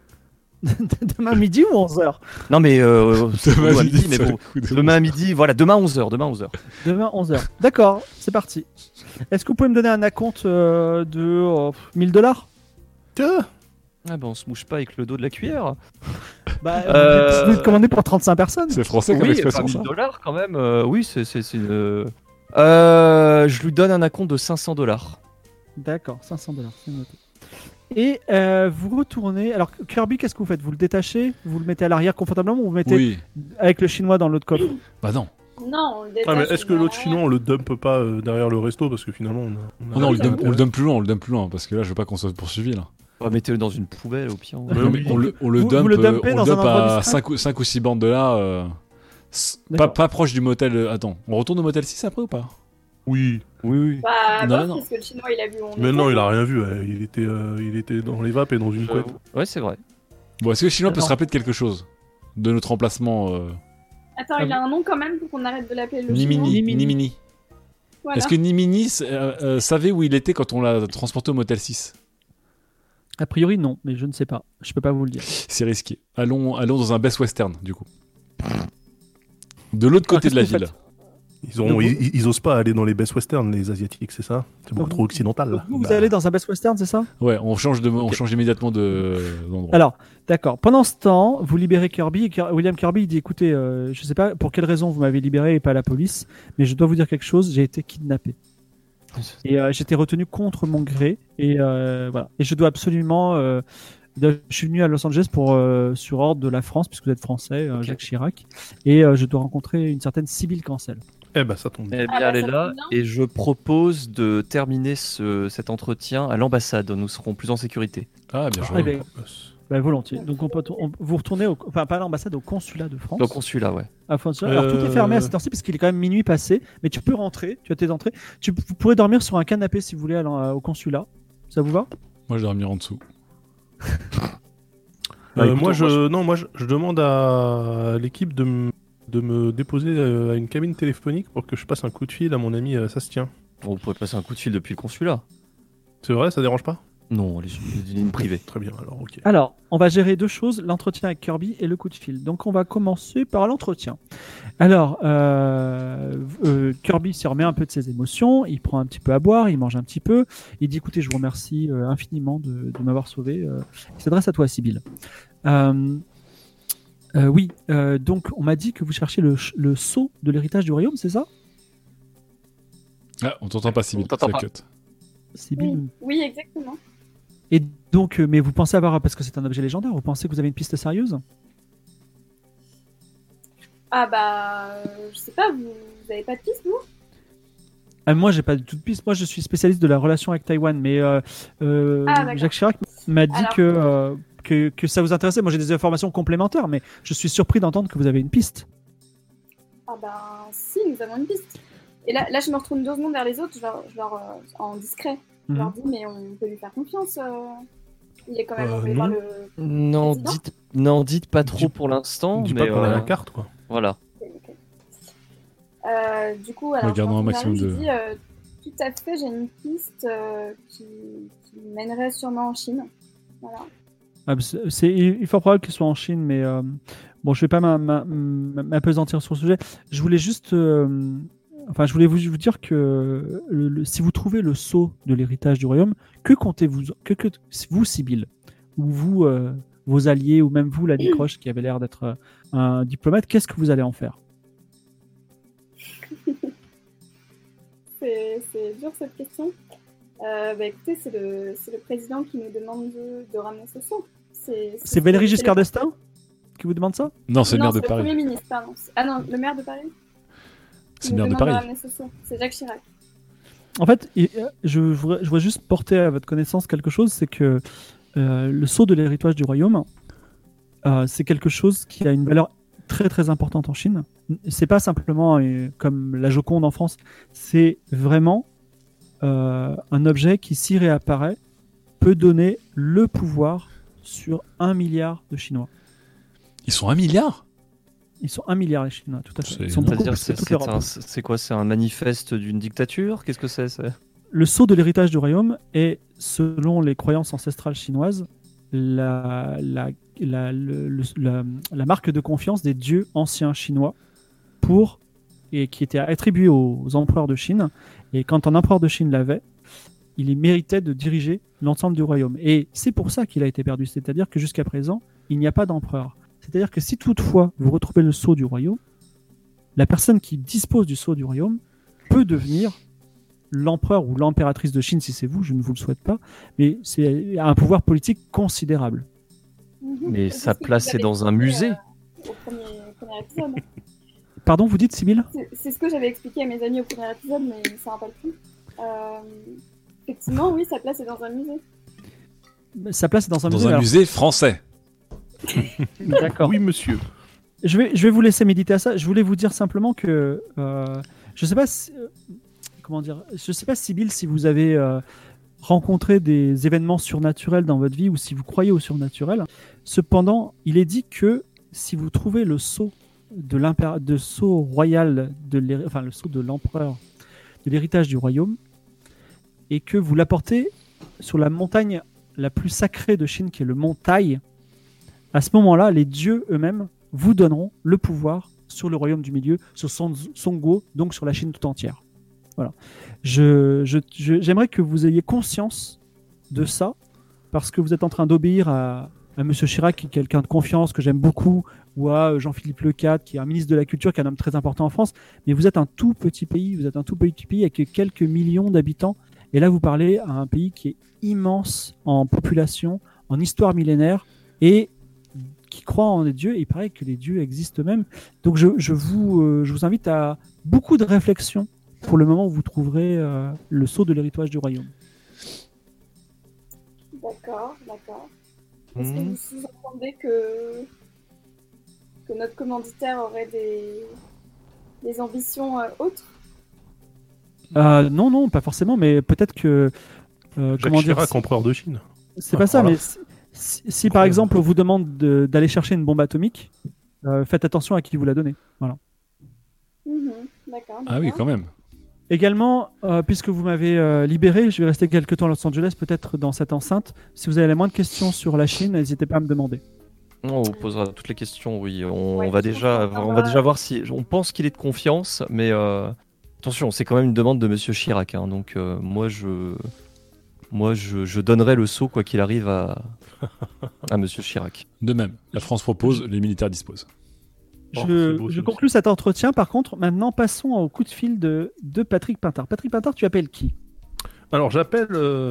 Demain midi ou 11h? Non mais Demain à midi, mais sur bon, le coup de- demain à midi, voilà, demain 11h. Demain 11h. D'accord, c'est parti. Est-ce que vous pouvez me donner un acompte de $1000? Tiens, Ah ben on se mouche pas avec le dos de la cuillère. Bah, vous pouvez commander pour 35 personnes. C'est français comme Oui, expression, enfin, ça. $1000 quand même. Oui, c'est une. Je lui donne un acompte de $500. D'accord, $500, c'est noté. Et vous retournez. Alors, Kirby, qu'est-ce que vous faites? Vous le détachez? Vous le mettez à l'arrière confortablement ou vous le mettez Oui. avec le chinois dans l'autre coffre? Bah non. Non, on le détache. ah, mais est-ce que on l'autre va- chinois on le dumpe pas derrière le resto parce que finalement on a Oh non, on le ça donne, on le donne plus loin, parce que là, je veux pas qu'on soit poursuivi là. Mettez-le dans une poubelle au pire. Ouais, Non, oui. mais on le Vous dump, le dumpez dans un endroit à discret 5 ou 6 bandes de là. D'accord. Pas proche du motel. Attends, on retourne au motel 6 après ou pas? Oui, Oui. Bah, Non, bof, non. parce que le chinois il a vu où on mais était. non, il a rien vu. Ouais. Il était dans les vapes et dans une couette. Ouais, c'est vrai. Bon, est-ce que le chinois peut Non. se rappeler de quelque chose? De notre emplacement Attends, il a un nom quand même pour qu'on arrête de l'appeler le Nimini. chinois. Nimini. Voilà. Est-ce que Nimini savait où il était quand on l'a transporté au motel 6? A priori, non, mais je ne sais pas. Je peux pas vous le dire. C'est risqué. Allons dans un Best Western, du coup. De l'autre côté qu'est-ce de la que vous ville. faites Ils osent pas aller dans les best westerns, les asiatiques, c'est ça? C'est beaucoup Donc, trop occidental. Là. Vous Bah, allez dans un Best Western, c'est ça? Ouais, on change immédiatement d'endroit. Alors, d'accord. Pendant ce temps, vous libérez Kirby. Et William Kirby il dit écoutez, je sais pas pour quelle raison vous m'avez libéré et pas la police, mais je dois vous dire quelque chose. J'ai été kidnappé. Et j'étais retenu contre mon gré. Et voilà. Et je dois absolument. Je suis venu à Los Angeles sur ordre de la France, puisque vous êtes français, Jacques Chirac. Et je dois rencontrer une certaine Sybille Cancel. Eh ben ça tombe bien. Eh bien, Ah bah, elle est ça là tombe bien. et je propose de terminer cet entretien à l'ambassade. Nous serons plus en sécurité. Ah, bien Eh joué. ben, Bah, volontiers. Donc vous retournez, enfin pas à l'ambassade, au consulat de France. Le consulat, ouais. Alors tout est fermé à cette heure-ci parce qu'il est quand même minuit passé, mais tu peux rentrer, tu as tes entrées. Vous pourrez dormir sur un canapé si vous voulez au consulat. Ça vous va? Moi, je vais dormir en dessous. Moi, je demande à l'équipe de me déposer à une cabine téléphonique pour que je passe un coup de fil à mon ami Sastien. Bon, vous pouvez passer un coup de fil depuis le consulat. C'est vrai, ça dérange pas? Non, les lignes privées. Très bien, alors ok. Alors, on va gérer deux choses, l'entretien avec Kirby et le coup de fil. Donc, on va commencer par l'entretien. Alors, Kirby se remet un peu de ses émotions, il prend un petit peu à boire, il mange un petit peu, il dit écoutez, je vous remercie infiniment de m'avoir sauvé. Il s'adresse à toi, Sibylle. Oui, donc on m'a dit que vous cherchiez le sceau de l'héritage du royaume, c'est ça? Ah, on t'entend pas, Sibylle. On t'entend c'est pas. cut. Sibylle. Oui, exactement. Et donc, mais vous pensez avoir, parce que c'est un objet légendaire, vous pensez que vous avez une piste sérieuse? Ah bah, je sais pas, vous avez pas de piste, vous? Moi, j'ai pas du tout de piste. Moi, je suis spécialiste de la relation avec Taïwan, mais d'accord. Jacques Chirac m'a dit Alors- que ça vous intéressait. Moi, j'ai des informations complémentaires, mais je suis surpris d'entendre que vous avez une piste. Ah bah, si, nous avons une piste. Et là, je me retourne 2 secondes vers les autres, je leur en discret, je leur dis, mais on peut lui faire confiance. Il est quand même envoyé non. par le... Non, dites pas trop Dis- pour l'instant. Dis mais pas qu'on a la carte, quoi. Voilà. Ok. Du coup, alors, Gardons un je maximum lui de- dis, tout à fait, j'ai une piste qui mènerait sûrement en Chine. Voilà. Ah, il est fort probable qu'il soit en Chine, mais bon, je vais pas m'apesantir sur le sujet. Je voulais juste, je voulais vous dire que si vous trouvez le sceau de l'héritage du royaume, que comptez-vous, que vous, Sibylle, ou vous, vos alliés, ou même vous, la Croche, qui avait l'air d'être un diplomate, qu'est-ce que vous allez en faire? C'est dur cette question. Écoutez, c'est le président qui nous demande de ramener ce sceau. C'est Valéry Giscard d'Estaing qui vous demande ça? Non, c'est le maire de le Paris. Premier ministre, pardon. Ah non, le maire de Paris. C'est le maire de Paris. Ramener ce sceau. C'est Jacques Chirac. En fait, je voudrais juste porter à votre connaissance quelque chose, c'est que le sceau de l'héritage du royaume, c'est quelque chose qui a une valeur très très importante en Chine. C'est pas simplement comme la Joconde en France, c'est vraiment un objet qui, s'y réapparaît, peut donner le pouvoir sur 1 milliard de Chinois. Ils sont 1 milliard? Ils sont 1 milliard les Chinois, tout à fait. C'est Ils sont beaucoup, C'est-à-dire, c'est toute l'Europe. c'est quoi? C'est un manifeste d'une dictature? Qu'est-ce que c'est? Le sceau de l'héritage du royaume est, selon les croyances ancestrales chinoises, la marque de confiance des dieux anciens chinois et qui était attribuée aux empereurs de Chine. Et quand un empereur de Chine l'avait, il méritait de diriger l'ensemble du royaume. Et c'est pour ça qu'il a été perdu. C'est-à-dire que jusqu'à présent, il n'y a pas d'empereur. C'est-à-dire que si toutefois vous retrouvez le sceau du royaume, la personne qui dispose du sceau du royaume peut devenir l'empereur ou l'impératrice de Chine, si c'est vous, je ne vous le souhaite pas, mais c'est un pouvoir politique considérable. Mais C'est sa ce que place, vous c'est avez dans un expliqué, musée. Au premier épisode. Pardon, vous dites, Sibylle? C'est ce que j'avais expliqué à mes amis au premier épisode, mais ils ne s'en rappellent plus. Effectivement, oui, sa place est dans un musée. Sa place est dans un musée. Dans un alors. musée français. D'accord. Oui, monsieur. Je vais vous laisser méditer à ça. Je voulais vous dire simplement que je sais pas comment dire. Je sais pas, Sibylle, si vous avez rencontré des événements surnaturels dans votre vie ou si vous croyez au surnaturel. Cependant, il est dit que si vous trouvez le sceau de sceau royal le sceau de l'empereur de l'héritage du royaume et que vous l'apportez sur la montagne la plus sacrée de Chine, qui est le mont Tai, à ce moment-là, les dieux eux-mêmes vous donneront le pouvoir sur le royaume du milieu, sur Songguo, donc sur la Chine tout entière. Voilà. J'aimerais que vous ayez conscience de ça, parce que vous êtes en train d'obéir à Monsieur Chirac, qui est quelqu'un de confiance, que j'aime beaucoup, ou à Jean-Philippe Lecade, qui est un ministre de la Culture, qui est un homme très important en France. Mais vous êtes un tout petit pays, avec quelques millions d'habitants. Et là, vous parlez à un pays qui est immense en population, en histoire millénaire, et qui croit en des dieux. Et il paraît que les dieux existent même. Donc, je vous invite à beaucoup de réflexion pour le moment où vous trouverez le sceau de l'héritage du royaume. D'accord. Est-ce que vous sous-entendez que notre commanditaire aurait des ambitions autres? Non, pas forcément, mais peut-être que. Jacques Chirac, empereur de Chine. C'est pas ça, voilà. mais si par exemple on vous demande d'aller chercher une bombe atomique, faites attention à qui vous la donnez. Voilà. D'accord. Ah oui, quand même. Également, puisque vous m'avez libéré, je vais rester quelques temps à Los Angeles, peut-être dans cette enceinte. Si vous avez la moindre question sur la Chine, n'hésitez pas à me demander. On vous posera toutes les questions, oui. On Ouais, va déjà voir si. On pense qu'il est de confiance, mais attention, c'est quand même une demande de Monsieur Chirac. Hein, donc moi, je donnerai le saut, quoi qu'il arrive, à Monsieur Chirac. De même, la France propose, les militaires disposent. Je conclus cet entretien. Par contre, maintenant, passons au coup de fil de Patrick Pintard. Patrick Pintard, tu appelles qui? Alors, j'appelle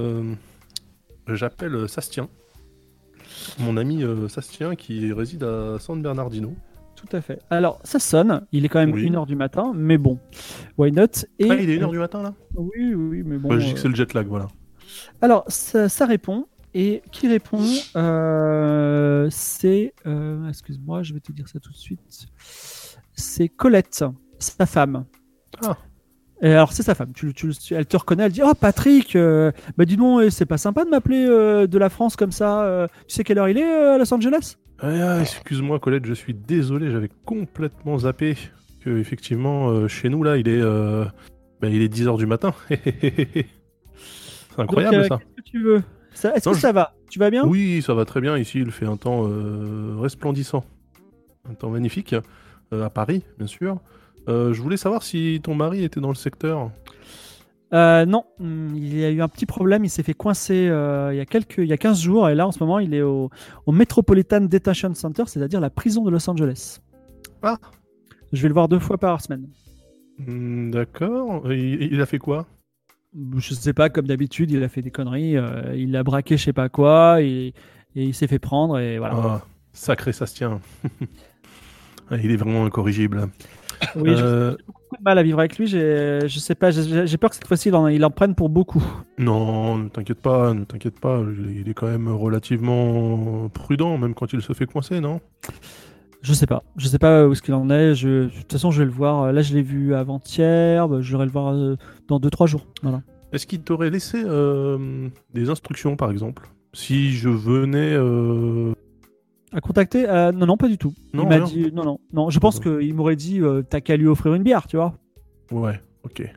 Sastien. Mon ami Sastien qui réside à San Bernardino. Tout à fait. Alors, ça sonne. Il est quand même Oui. 1h du matin, mais bon, why not? Et, Ah, il est 1h du matin, là? Oui, mais bon. Bah, je dis que c'est le jet lag, voilà. Alors, ça répond. Et qui répond c'est... excuse-moi, je vais te dire ça tout de suite. C'est Colette, sa femme. Ah. Et alors, c'est sa femme. Elle te reconnaît, elle dit « Oh, Patrick, dis donc, c'est pas sympa de m'appeler de la France comme ça. Tu sais quelle heure il est à Los Angeles ?» Excuse-moi, Colette, je suis désolé, j'avais complètement zappé que, effectivement, chez nous, là, il est 10h du matin. C'est incroyable, Donc, ça. qu'est-ce que tu veux? Est-ce que ça va? Tu vas bien? Oui, ça va très bien. Ici, il fait un temps resplendissant. Un temps magnifique. À Paris, bien sûr. Je voulais savoir si ton mari était dans le secteur. Non, il y a eu un petit problème. Il s'est fait coincer il y a 15 jours. Et là, en ce moment, il est au Metropolitan Detention Center, c'est-à-dire la prison de Los Angeles. Ah. Je vais le voir 2 fois par semaine. D'accord. Il a fait quoi? Je sais pas, comme d'habitude, il a fait des conneries. Il a braqué je sais pas quoi et il s'est fait prendre. Et voilà. Ah, sacré Sastien. Il est vraiment incorrigible. Oui, j'ai beaucoup de mal à vivre avec lui. Je sais pas, j'ai peur que cette fois-ci, il en prenne pour beaucoup. Non, ne t'inquiète pas. Il est quand même relativement prudent, même quand il se fait coincer, non? Je sais pas où est-ce qu'il en est. De toute façon, je vais le voir. Là, je l'ai vu avant-hier. Je vais le voir dans 2-3 jours. Voilà. Est-ce qu'il t'aurait laissé des instructions, par exemple? Si je venais... À contacter Non, pas du tout. Non, il m'a rien. dit non. Je pense qu'il m'aurait dit t'as qu'à lui offrir une bière, tu vois. Ouais, ok.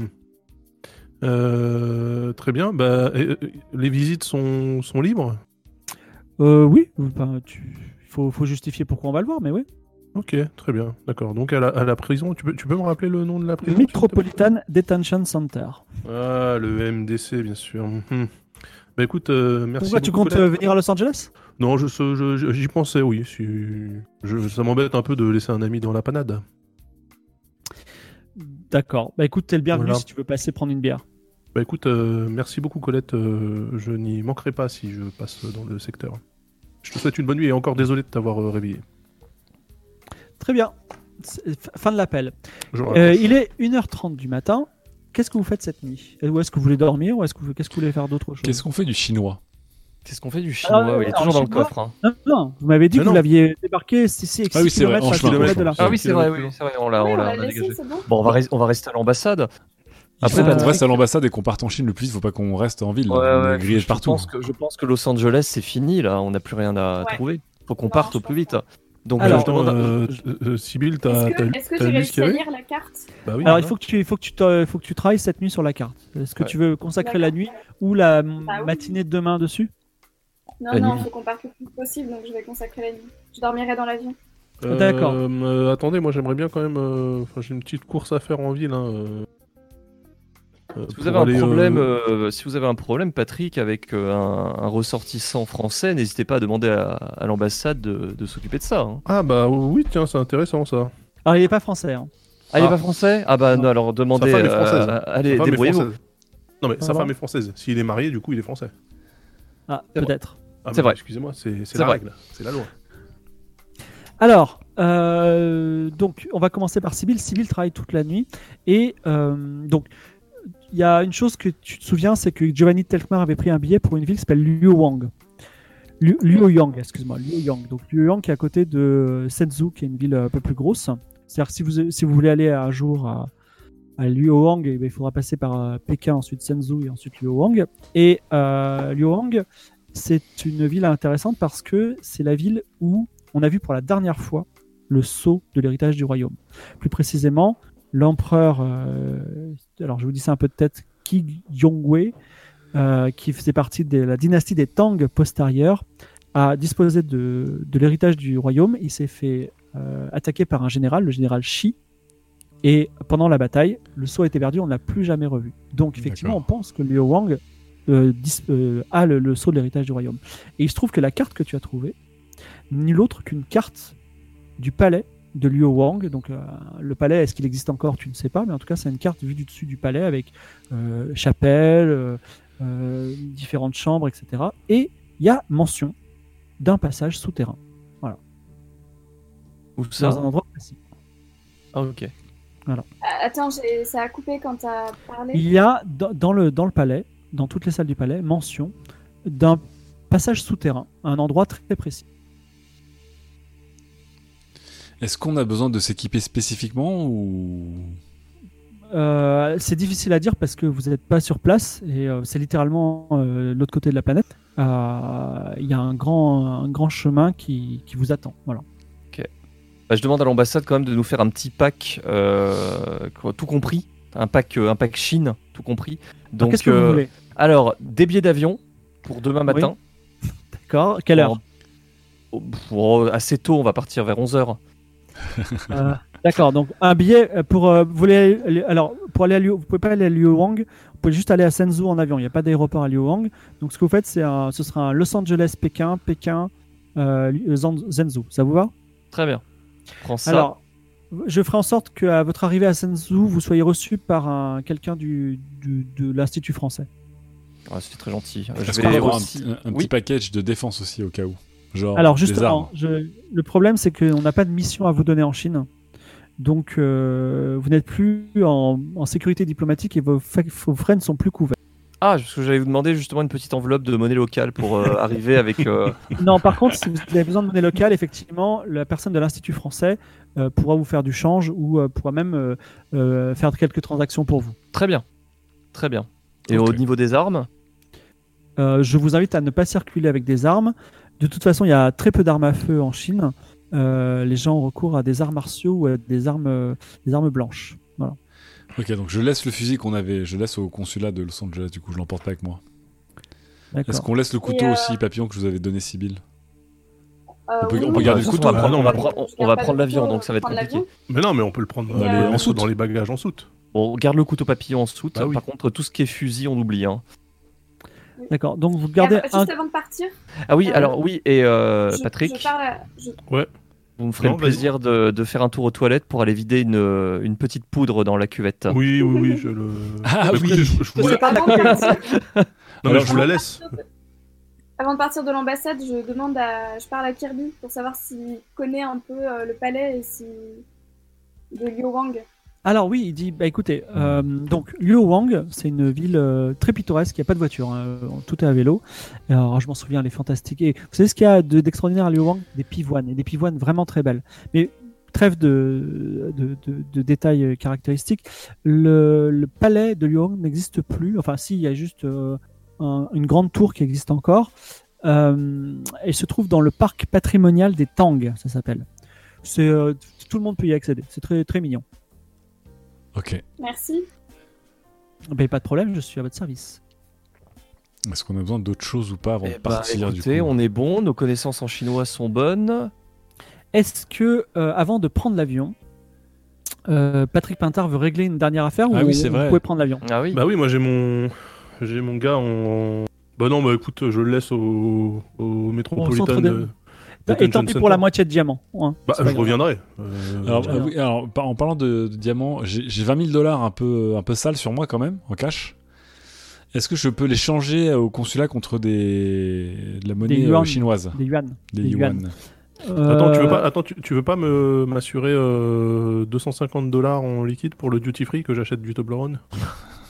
Très bien. Les visites sont libres? Oui. Faut justifier pourquoi on va le voir, mais oui. Ok, très bien. D'accord. Donc à la prison, tu peux me rappeler le nom de la prison, s'il te plaît? Metropolitan Detention Center. Ah, le MDC, bien sûr. Bah écoute, merci. Pourquoi tu beaucoup, comptes Colette. venir à Los Angeles? Non, j'y pensais, oui. Ça m'embête un peu de laisser un ami dans la panade. D'accord. Bah écoute, t'es le bienvenu Voilà. si tu veux passer prendre une bière. Bah écoute, merci beaucoup, Colette. Je n'y manquerai pas si je passe dans le secteur. Je te souhaite une bonne nuit et encore désolé de t'avoir réveillé. Très bien. Fin de l'appel. Je raccroche. Il est 1h30 du matin. Qu'est-ce que vous faites cette nuit? Ou est-ce que vous voulez dormir? Ou qu'est-ce que vous voulez faire d'autre chose? Qu'est-ce qu'on fait du chinois? Qu'est-ce qu'on fait du chinois? Il est toujours dans le coffre. Hein. Non, vous m'avez dit Mais que vous non. l'aviez débarqué ici avec Ah oui, 6 c'est vrai, km en à chemin, 6 km de là. ouais. Ah oui, c'est vrai, on l'a laissé, dégagé. c'est bon. Bon, on va rester à l'ambassade. Après, Après, on reste à l'ambassade et qu'on parte en Chine le plus vite, faut pas qu'on reste en ville. Ouais, on ouais, est grillé de partout. Je pense que Los Angeles, c'est fini, là. On n'a plus rien à Ouais. trouver. Faut qu'on Non, parte je au plus pense vite. Donc, Alors, je demande Sybille, Est-ce t'as que j'ai lu ce réussi qu'il y à avait? lire la carte? Bah oui. Alors, voilà. il faut que tu travailles cette nuit sur la carte. Est-ce que Ouais. tu veux consacrer D'accord. la nuit ou la oui. matinée de demain dessus? Non, La non, nuit. faut qu'on parte le plus possible, donc je vais consacrer la nuit. Je dormirai dans l'avion. D'accord. Attendez, moi j'aimerais bien quand même. J'ai une petite course à faire en ville. Si vous avez un problème, Patrick, avec un ressortissant français, n'hésitez pas à demander à l'ambassade de s'occuper de ça. Hein. Ah bah oui, tiens, c'est intéressant ça. Alors, il n'est pas français. Hein. Ah, il est Ah. pas français? Ah bah Non. non, alors demandez. Sa femme est française. Allez, Sa femme est débrouillez-vous. française. Non mais sa bon femme est française. S'il est marié, du coup, il est français. Ah, C'est peut-être. Ah, C'est mais vrai. Excusez-moi, c'est C'est la vrai. règle, c'est la loi. Alors, donc, on va commencer par Sybille. Sybille travaille toute la nuit. Et donc, il y a une chose que tu te souviens, c'est que Giovanni Telkmar avait pris un billet pour une ville qui s'appelle Luoyang. Luoyang, excuse-moi, Luoyang. Donc Luoyang qui est à côté de Shenzhou, qui est une ville un peu plus grosse. C'est-à-dire que si vous voulez aller un jour à Luoyang, eh ben, il faudra passer par Pékin, ensuite Shenzhou et ensuite Luoyang. Et Luoyang, c'est une ville intéressante parce que c'est la ville où on a vu pour la dernière fois le sceau de l'héritage du royaume. Plus précisément, l'empereur, alors je vous dis ça un peu de tête, Qi Yonghui, qui faisait partie de la dynastie des Tang postérieure, a disposé de l'héritage du royaume. Il s'est fait attaquer par un général, le général Shi, et pendant la bataille, le sceau a été perdu, on ne l'a plus jamais revu. Donc effectivement, on pense que Liu Wang a le sceau de l'héritage du royaume. Et il se trouve que la carte que tu as trouvée, nul autre qu'une carte du palais de Liu Wang. Donc le palais, est-ce qu'il existe encore? Tu ne sais pas, mais en tout cas c'est une carte vue du dessus du palais avec chapelle, différentes chambres, etc. Et il y a mention d'un passage souterrain. Voilà. Où ça? Dans un endroit précis. Ah, ok. Voilà. Attends, ça a coupé quand t'as parlé. Il y a dans le palais, dans toutes les salles du palais, mention d'un passage souterrain, à un endroit très précis. Est-ce qu'on a besoin de s'équiper spécifiquement ou... C'est difficile à dire parce que vous n'êtes pas sur place et c'est littéralement l'autre côté de la planète. Il y a un grand chemin qui vous attend. Voilà. Bah, je demande à l'ambassade quand même de nous faire un petit pack, tout compris, un pack Chine, tout compris. Donc, alors, qu'est-ce que vous voulez? Alors, des billets d'avion pour demain matin. Oui. D'accord. Quelle heure? Assez tôt, on va partir vers 11h. D'accord, donc un billet pour vous aller à Liu, vous pouvez pas aller à Luoyang, vous pouvez juste aller à Shenzhou en avion. Il n'y a pas d'aéroport à Luoyang. Donc ce que vous faites, ce sera un Los Angeles Pékin, Shenzhou. Ça vous va? Très bien. Prends ça. Alors, je ferai en sorte qu'à votre arrivée à Shenzhou, vous soyez reçu par quelqu'un de l'Institut français. Ah, c'est très gentil. Est-ce qu'on va avoir un petit package de défense aussi au cas où? Genre alors des justement, armes. le problème c'est qu'on n'a pas de mission à vous donner en Chine. Donc vous n'êtes plus en sécurité diplomatique et vos frais ne sont plus couverts. Ah, parce que j'allais vous demander justement une petite enveloppe de monnaie locale pour arriver avec... Non, par contre, si vous avez besoin de monnaie locale, effectivement, la personne de l'Institut français pourra vous faire du change ou pourra même faire quelques transactions pour vous. Très bien. Très bien. Et Ok. au niveau des armes? Je vous invite à ne pas circuler avec des armes. De toute façon, il y a très peu d'armes à feu en Chine. Les gens ont recours à des arts martiaux ou à des armes blanches. Voilà. Ok, donc je laisse le fusil qu'on avait, je laisse au consulat de Los Angeles, du coup je l'emporte pas avec moi. D'accord. Est-ce qu'on laisse le couteau Et, aussi, papillon, que je vous avais donné, Sibylle? On peut oui, garder le de toute couteau, façon, on va pas prendre de l'avion, couteau, donc ça va être prendre compliqué. l'avion. Mais non, mais on peut le prendre Et, en soute. dans les bagages en soute. On garde le couteau papillon en soute. Ah oui. Par contre, tout ce qui est fusil, on oublie. Hein. D'accord. Donc vous gardez Juste un. avant de partir, Ah oui, Euh, alors oui, et je Patrick, parle vous me ferez Non, le plaisir de faire un tour aux toilettes pour aller vider une petite poudre dans la cuvette. Oui, je le. Ah Écoutez, oui. je vous la... avant de partir, Non, mais Alors, je vous la laisse. avant de partir de l'ambassade, je parle à Kirby pour savoir s'il connaît un peu le palais et de Liu Wang. Alors oui, il dit, bah écoutez, donc Luoyang, c'est une ville très pittoresque, il n'y a pas de voiture, hein, tout est à vélo. Alors je m'en souviens, elle est fantastique. Et vous savez ce qu'il y a d'extraordinaire à Luoyang? Des pivoines, et des pivoines vraiment très belles. Mais trêve de détails caractéristiques, le palais de Luoyang n'existe plus. Enfin si, il y a juste une grande tour qui existe encore. Elle se trouve dans le parc patrimonial des Tang, ça s'appelle. Tout le monde peut y accéder, c'est très, très mignon. Ok. Merci. Ben, pas de problème, je suis à votre service. Est-ce qu'on a besoin d'autre chose ou pas avant de partir écoutez, du coup? on est bon, nos connaissances en chinois sont bonnes. Est-ce que, avant de prendre l'avion, Patrick Pintard veut régler une dernière affaire Ah ou oui, c'est vous vrai. pouvez prendre l'avion? Ah oui. Bah oui, moi j'ai mon gars en. Bah non, bah écoute, je le laisse au Metropolitan. centre de- Et tant Detention pis Center. pour la moitié de diamant. Hein, Bah c'est pas je grave. reviendrai. Alors, Très bien. oui, alors, en parlant de diamants, j'ai 20 000 $ un peu sales sur moi quand même, en cash. Est-ce que je peux les changer au consulat contre de la monnaie yuan. chinoise? Des yuan. Des des yuan. Attends, tu veux pas m'assurer 250 $ en liquide pour le duty free que j'achète du Toblerone?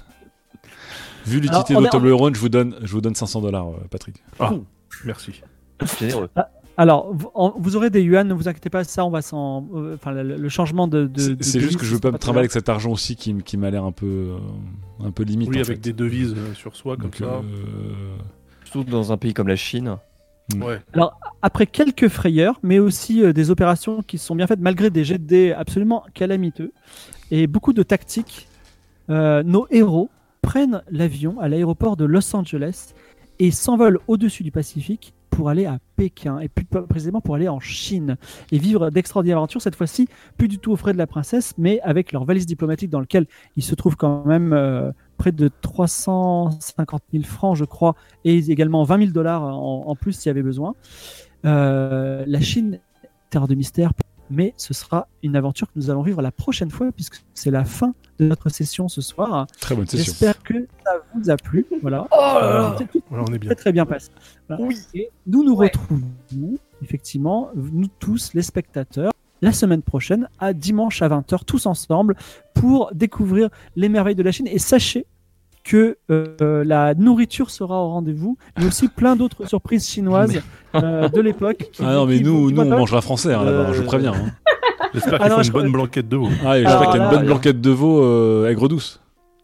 Vu l'utilité Alors, de Toblerone, je vous donne 500 $, Patrick. Ah, merci. Généreux. Alors, vous aurez des yuan, ne vous inquiétez pas, ça, on va s'en. Enfin, le changement de. C'est juste que je veux pas me trimballer avec cet argent aussi qui m'a l'air un peu limite. Oui, en avec fait. des devises sur soi, comme Donc, ça. Surtout dans un pays comme la Chine. Ouais. Alors, après quelques frayeurs, mais aussi des opérations qui sont bien faites malgré des jets de dés absolument calamiteux et beaucoup de tactiques, nos héros prennent l'avion à l'aéroport de Los Angeles et s'envolent au-dessus du Pacifique pour aller à Pékin et plus précisément pour aller en Chine et vivre d'extraordinaires aventures, cette fois-ci plus du tout aux frais de la princesse, mais avec leur valise diplomatique dans laquelle il se trouve quand même près de 350 000 francs, je crois, et également 20 000 dollars en plus s'il y avait besoin. La Chine, terre de mystère, mais ce sera une aventure que nous allons vivre la prochaine fois puisque c'est la fin de notre session ce soir. Très bonne session. J'espère que ça vous a plu. Voilà. C'est tout Voilà, on est bien. très très bien passé. Voilà. Oui. Et nous retrouvons effectivement, nous tous les spectateurs, la semaine prochaine à dimanche à 20h, tous ensemble pour découvrir les merveilles de la Chine. Et sachez que la nourriture sera au rendez-vous, mais aussi plein d'autres surprises chinoises de l'époque. Ah non, mais nous on mangera français là-bas, je préviens. Hein. J'espère Ah qu'ils non, font je une bonne crois- blanquette de veau. Ah, et Alors j'espère qu'il y a une là, bonne blanquette de veau aigre douce.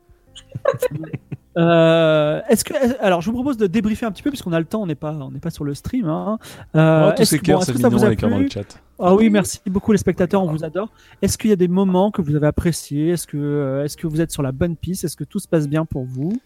Alors, je vous propose de débriefer un petit peu puisqu'on a le temps, on n'est pas sur le stream. Hein. Oh, tous Est-ce ces que- cœurs, est-ce c'est que ça mignon vous a avec un dans plu le chat. Ah oui, merci beaucoup les spectateurs, on vous adore. Est-ce qu'il y a des moments que vous avez appréciés? Est-ce que vous êtes sur la bonne piste? Est-ce que tout se passe bien pour vous?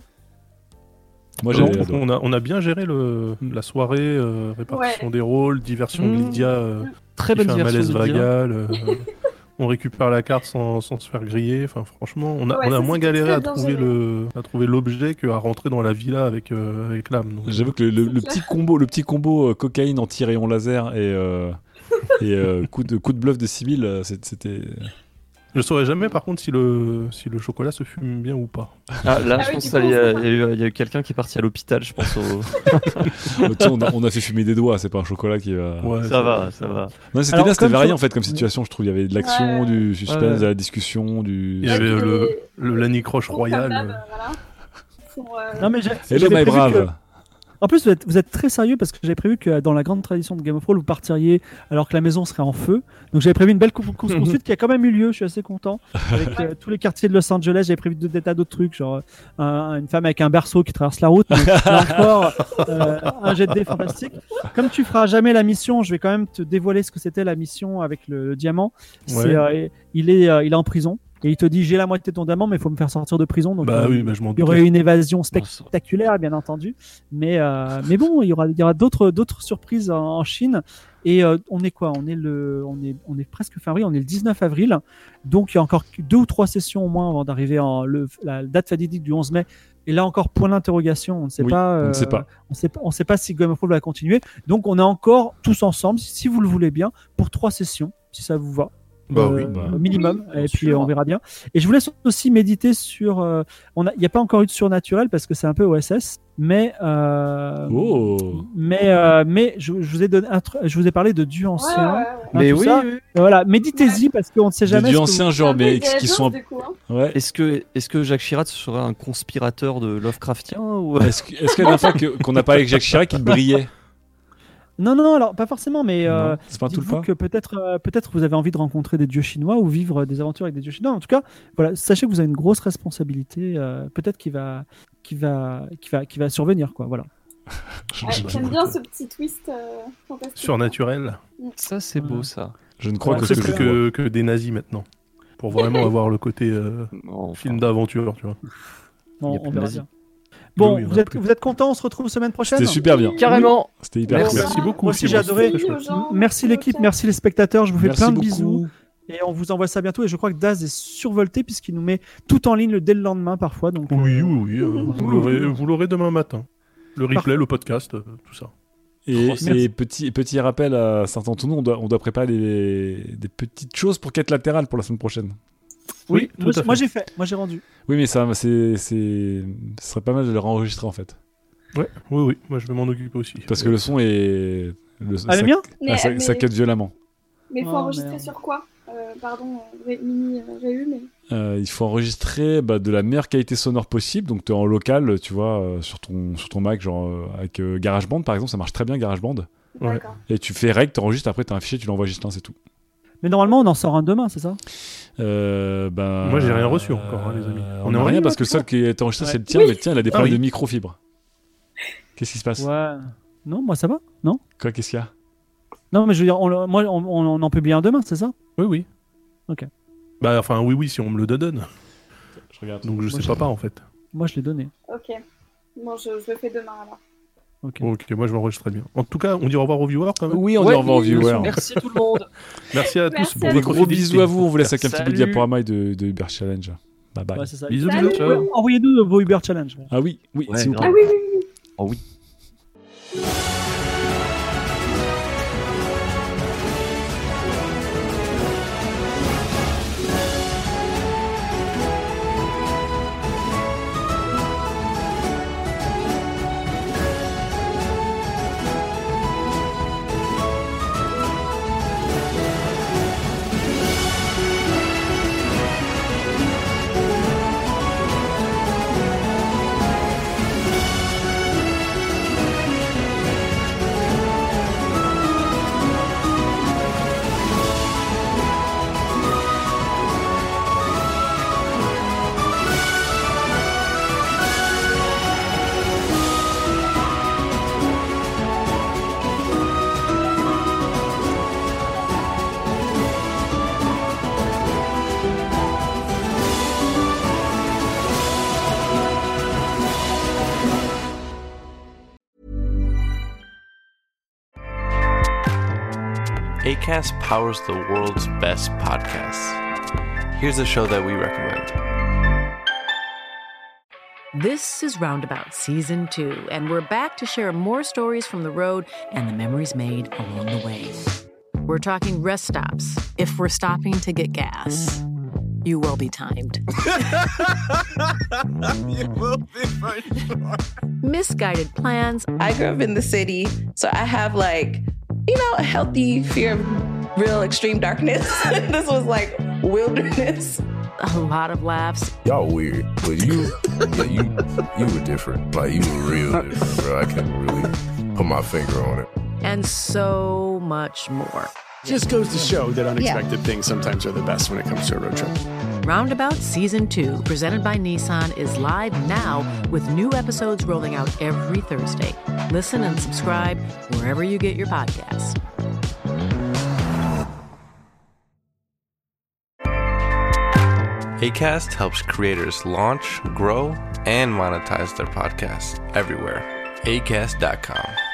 Moi j'ai Non, adoré. on a bien géré la soirée, répartition des rôles, diversion de Lydia, Très qui bonne fait un diversion. malaise de Lydia. vagal. On récupère la carte sans se faire griller. Enfin, franchement, on a ça, moins c'était galéré très à bien trouver géré. à trouver l'objet qu'à rentrer dans la villa avec l'âme. Donc, J'avoue que le petit combo cocaïne anti-rayon laser et coup de bluff de Sibyl, c'était. je saurais jamais par contre si le chocolat se fume bien ou pas. Ah, là, Ah je oui, pense du qu'il coup, y, a on il y a eu quelqu'un qui est parti à l'hôpital, je pense. Tu sais, on a fait fumer des doigts, c'est pas un chocolat qui va. Ouais, Ça va, ça va. Non, c'était Alors, bien, c'était comme varié sur- en fait comme situation, je trouve. Il y avait de l'action, Ouais. du suspense, Ouais. de la discussion, du. Il y avait Ouais, le Lanicroche Pour royal. comme d'hab, voilà. Pour, Non, mais Hello j'avais my prévu brave. que- En plus, vous êtes très sérieux parce que j'avais prévu que dans la grande tradition de Game of Thrones, vous partiriez alors que la maison serait en feu. Donc j'avais prévu une belle course-poursuite qui a quand même eu lieu. Je suis assez content. Avec tous les quartiers de Los Angeles, j'avais prévu des tas d'autres trucs, genre une femme avec un berceau qui traverse la route. Mais là encore, un jet de dés fantastique. Comme tu feras jamais la mission, je vais quand même te dévoiler ce que c'était la mission avec le diamant. C'est, il est en prison. Et il te dit j'ai la moitié de ton diamant mais il faut me faire sortir de prison donc Bah oui, bah, je m'en il y aurait doutais. une évasion spectaculaire bien entendu mais bon il y aura d'autres surprises en Chine et on est quoi on est presque fin avril, on est le 19 avril donc il y a encore 2 ou 3 sessions au moins avant d'arriver la date fatidique du 11 mai et là encore point d'interrogation on ne sait Oui, pas on ne sait pas. on sait pas si Game of Thrones va continuer donc on est encore tous ensemble si vous le voulez bien pour 3 sessions si ça vous va. Bah oui. Au minimum, Oui, et puis sûr. on verra bien. Et je vous laisse aussi méditer sur. Il n'y a pas encore eu de surnaturel parce que c'est un peu OSS, mais Oh. mais je vous ai donné je vous ai parlé de dieux anciens. ouais. Mais tout oui, ça. oui. Voilà, méditez-y parce qu'on ne sait Des jamais. dieux ce que anciens, C'est un genre, peu mais Indiana qui sont. Jones, du coup, hein. Ouais. Est-ce que Jacques Chirac serait un conspirateur de Lovecraftien ou... Est-ce qu'il y a la dernière fois qu'on a parlé avec Jacques Chirac, il brillait? Non, alors pas forcément, mais Non, c'est pas tout le dites-vous pas. que peut-être vous avez envie de rencontrer des dieux chinois ou vivre des aventures avec des dieux chinois. En tout cas, voilà, sachez que vous avez une grosse responsabilité, peut-être qui va survenir, quoi. Voilà. Ouais, J'aime bien ce petit twist fantastique. Surnaturel. Ça, c'est beau, ça. Je ne crois Voilà, que C'est ce que plus je vois. que des nazis maintenant. Pour vraiment avoir le côté Enfin, film d'aventure, tu vois. Bon, Il y a plus on de verra nazis. bien. Bon, Oui, on vous a êtes plus. contents, on se retrouve semaine prochaine. C'était super bien. Carrément. C'était hyper Merci. cool. Merci beaucoup. Moi aussi, Simon. j'ai adoré. Très chouette. Merci l'équipe, merci les spectateurs, je vous fais Merci plein de beaucoup. bisous et on vous envoie ça bientôt et je crois que Daz est survolté puisqu'il nous met tout en ligne dès le lendemain parfois donc Oui. Vous l'aurez demain matin. Le replay, le podcast, tout ça. Et Merci. petit rappel à Saint-Antonin, on doit préparer des petites choses pour quête latérale pour la semaine prochaine. Oui, tout à fait. moi j'ai fait, moi j'ai rendu. Oui, mais ce serait pas mal de le réenregistrer en fait. Oui. Moi, je vais m'en occuper aussi. Parce que le son est. Ah, le mien Ça quête violemment. Mais il faut Oh, enregistrer merde. sur quoi Pardon, Mini Réu, mais. Il faut enregistrer de la meilleure qualité sonore possible. Donc, tu es en local, tu vois, sur ton Mac, genre avec GarageBand par exemple, ça marche très bien GarageBand. Ouais. D'accord. Et tu fais règle, t'enregistres, après t'as un fichier, tu l'envoies à Gislain, c'est tout. Mais normalement, on en sort un demain, c'est ça? Moi j'ai rien reçu encore, les amis. On est n'a en rien ligne, parce là, que le seul qui est enregistré, Ouais. c'est le tien, Oui. mais le tien, il a des problèmes oui. de microfibre. Qu'est-ce qui se passe? Ouais. Non, moi ça va. Non? Quoi, qu'est-ce qu'il y a? Non, mais je veux dire, on en publie un demain, c'est ça? Oui. Ok. Bah, enfin, oui, si on me le donne. Je regarde. Donc, je Moi, sais pas en fait. Moi, je l'ai donné. Ok. Bon, je le fais demain alors. Ok. Ok, moi je m'enregistrerai bien. En tout cas, on dit au revoir aux viewers quand même. Oui, on dit au revoir aux viewers. Merci tout le monde. Merci à Merci tous pour à Des votre gros fidélité. bisous à vous, on vous laisse avec un petit bout de Salut. diaporama de Uber Challenge. Bye bye. Ouais, c'est ça. Bisous, Salut. bisous. Envoyez-nous vos Uber Challenge. Ah oui, Ouais, s'il vous plaît. Ah oui, oui, oui. Oh oui. Acast powers the world's best podcasts. Here's a show that we recommend. This is Roundabout Season 2, and we're back to share more stories from the road and the memories made along the way. We're talking rest stops, if we're stopping to get gas. You will be timed. You will be for sure. Misguided plans, I grew up in the city, so I have a healthy fear of real extreme darkness. This was like wilderness. a lot of laughs, Y'all weird, but you were different. Like, you were real different, bro. I can't really put my finger on it. and so much more. Just goes to show that unexpected things sometimes are the best when it comes to a road trip. Roundabout Season 2, presented by Nissan, is live now with new episodes rolling out every Thursday. Listen and subscribe wherever you get your podcasts. Acast helps creators launch, grow, and monetize their podcasts everywhere. Acast.com.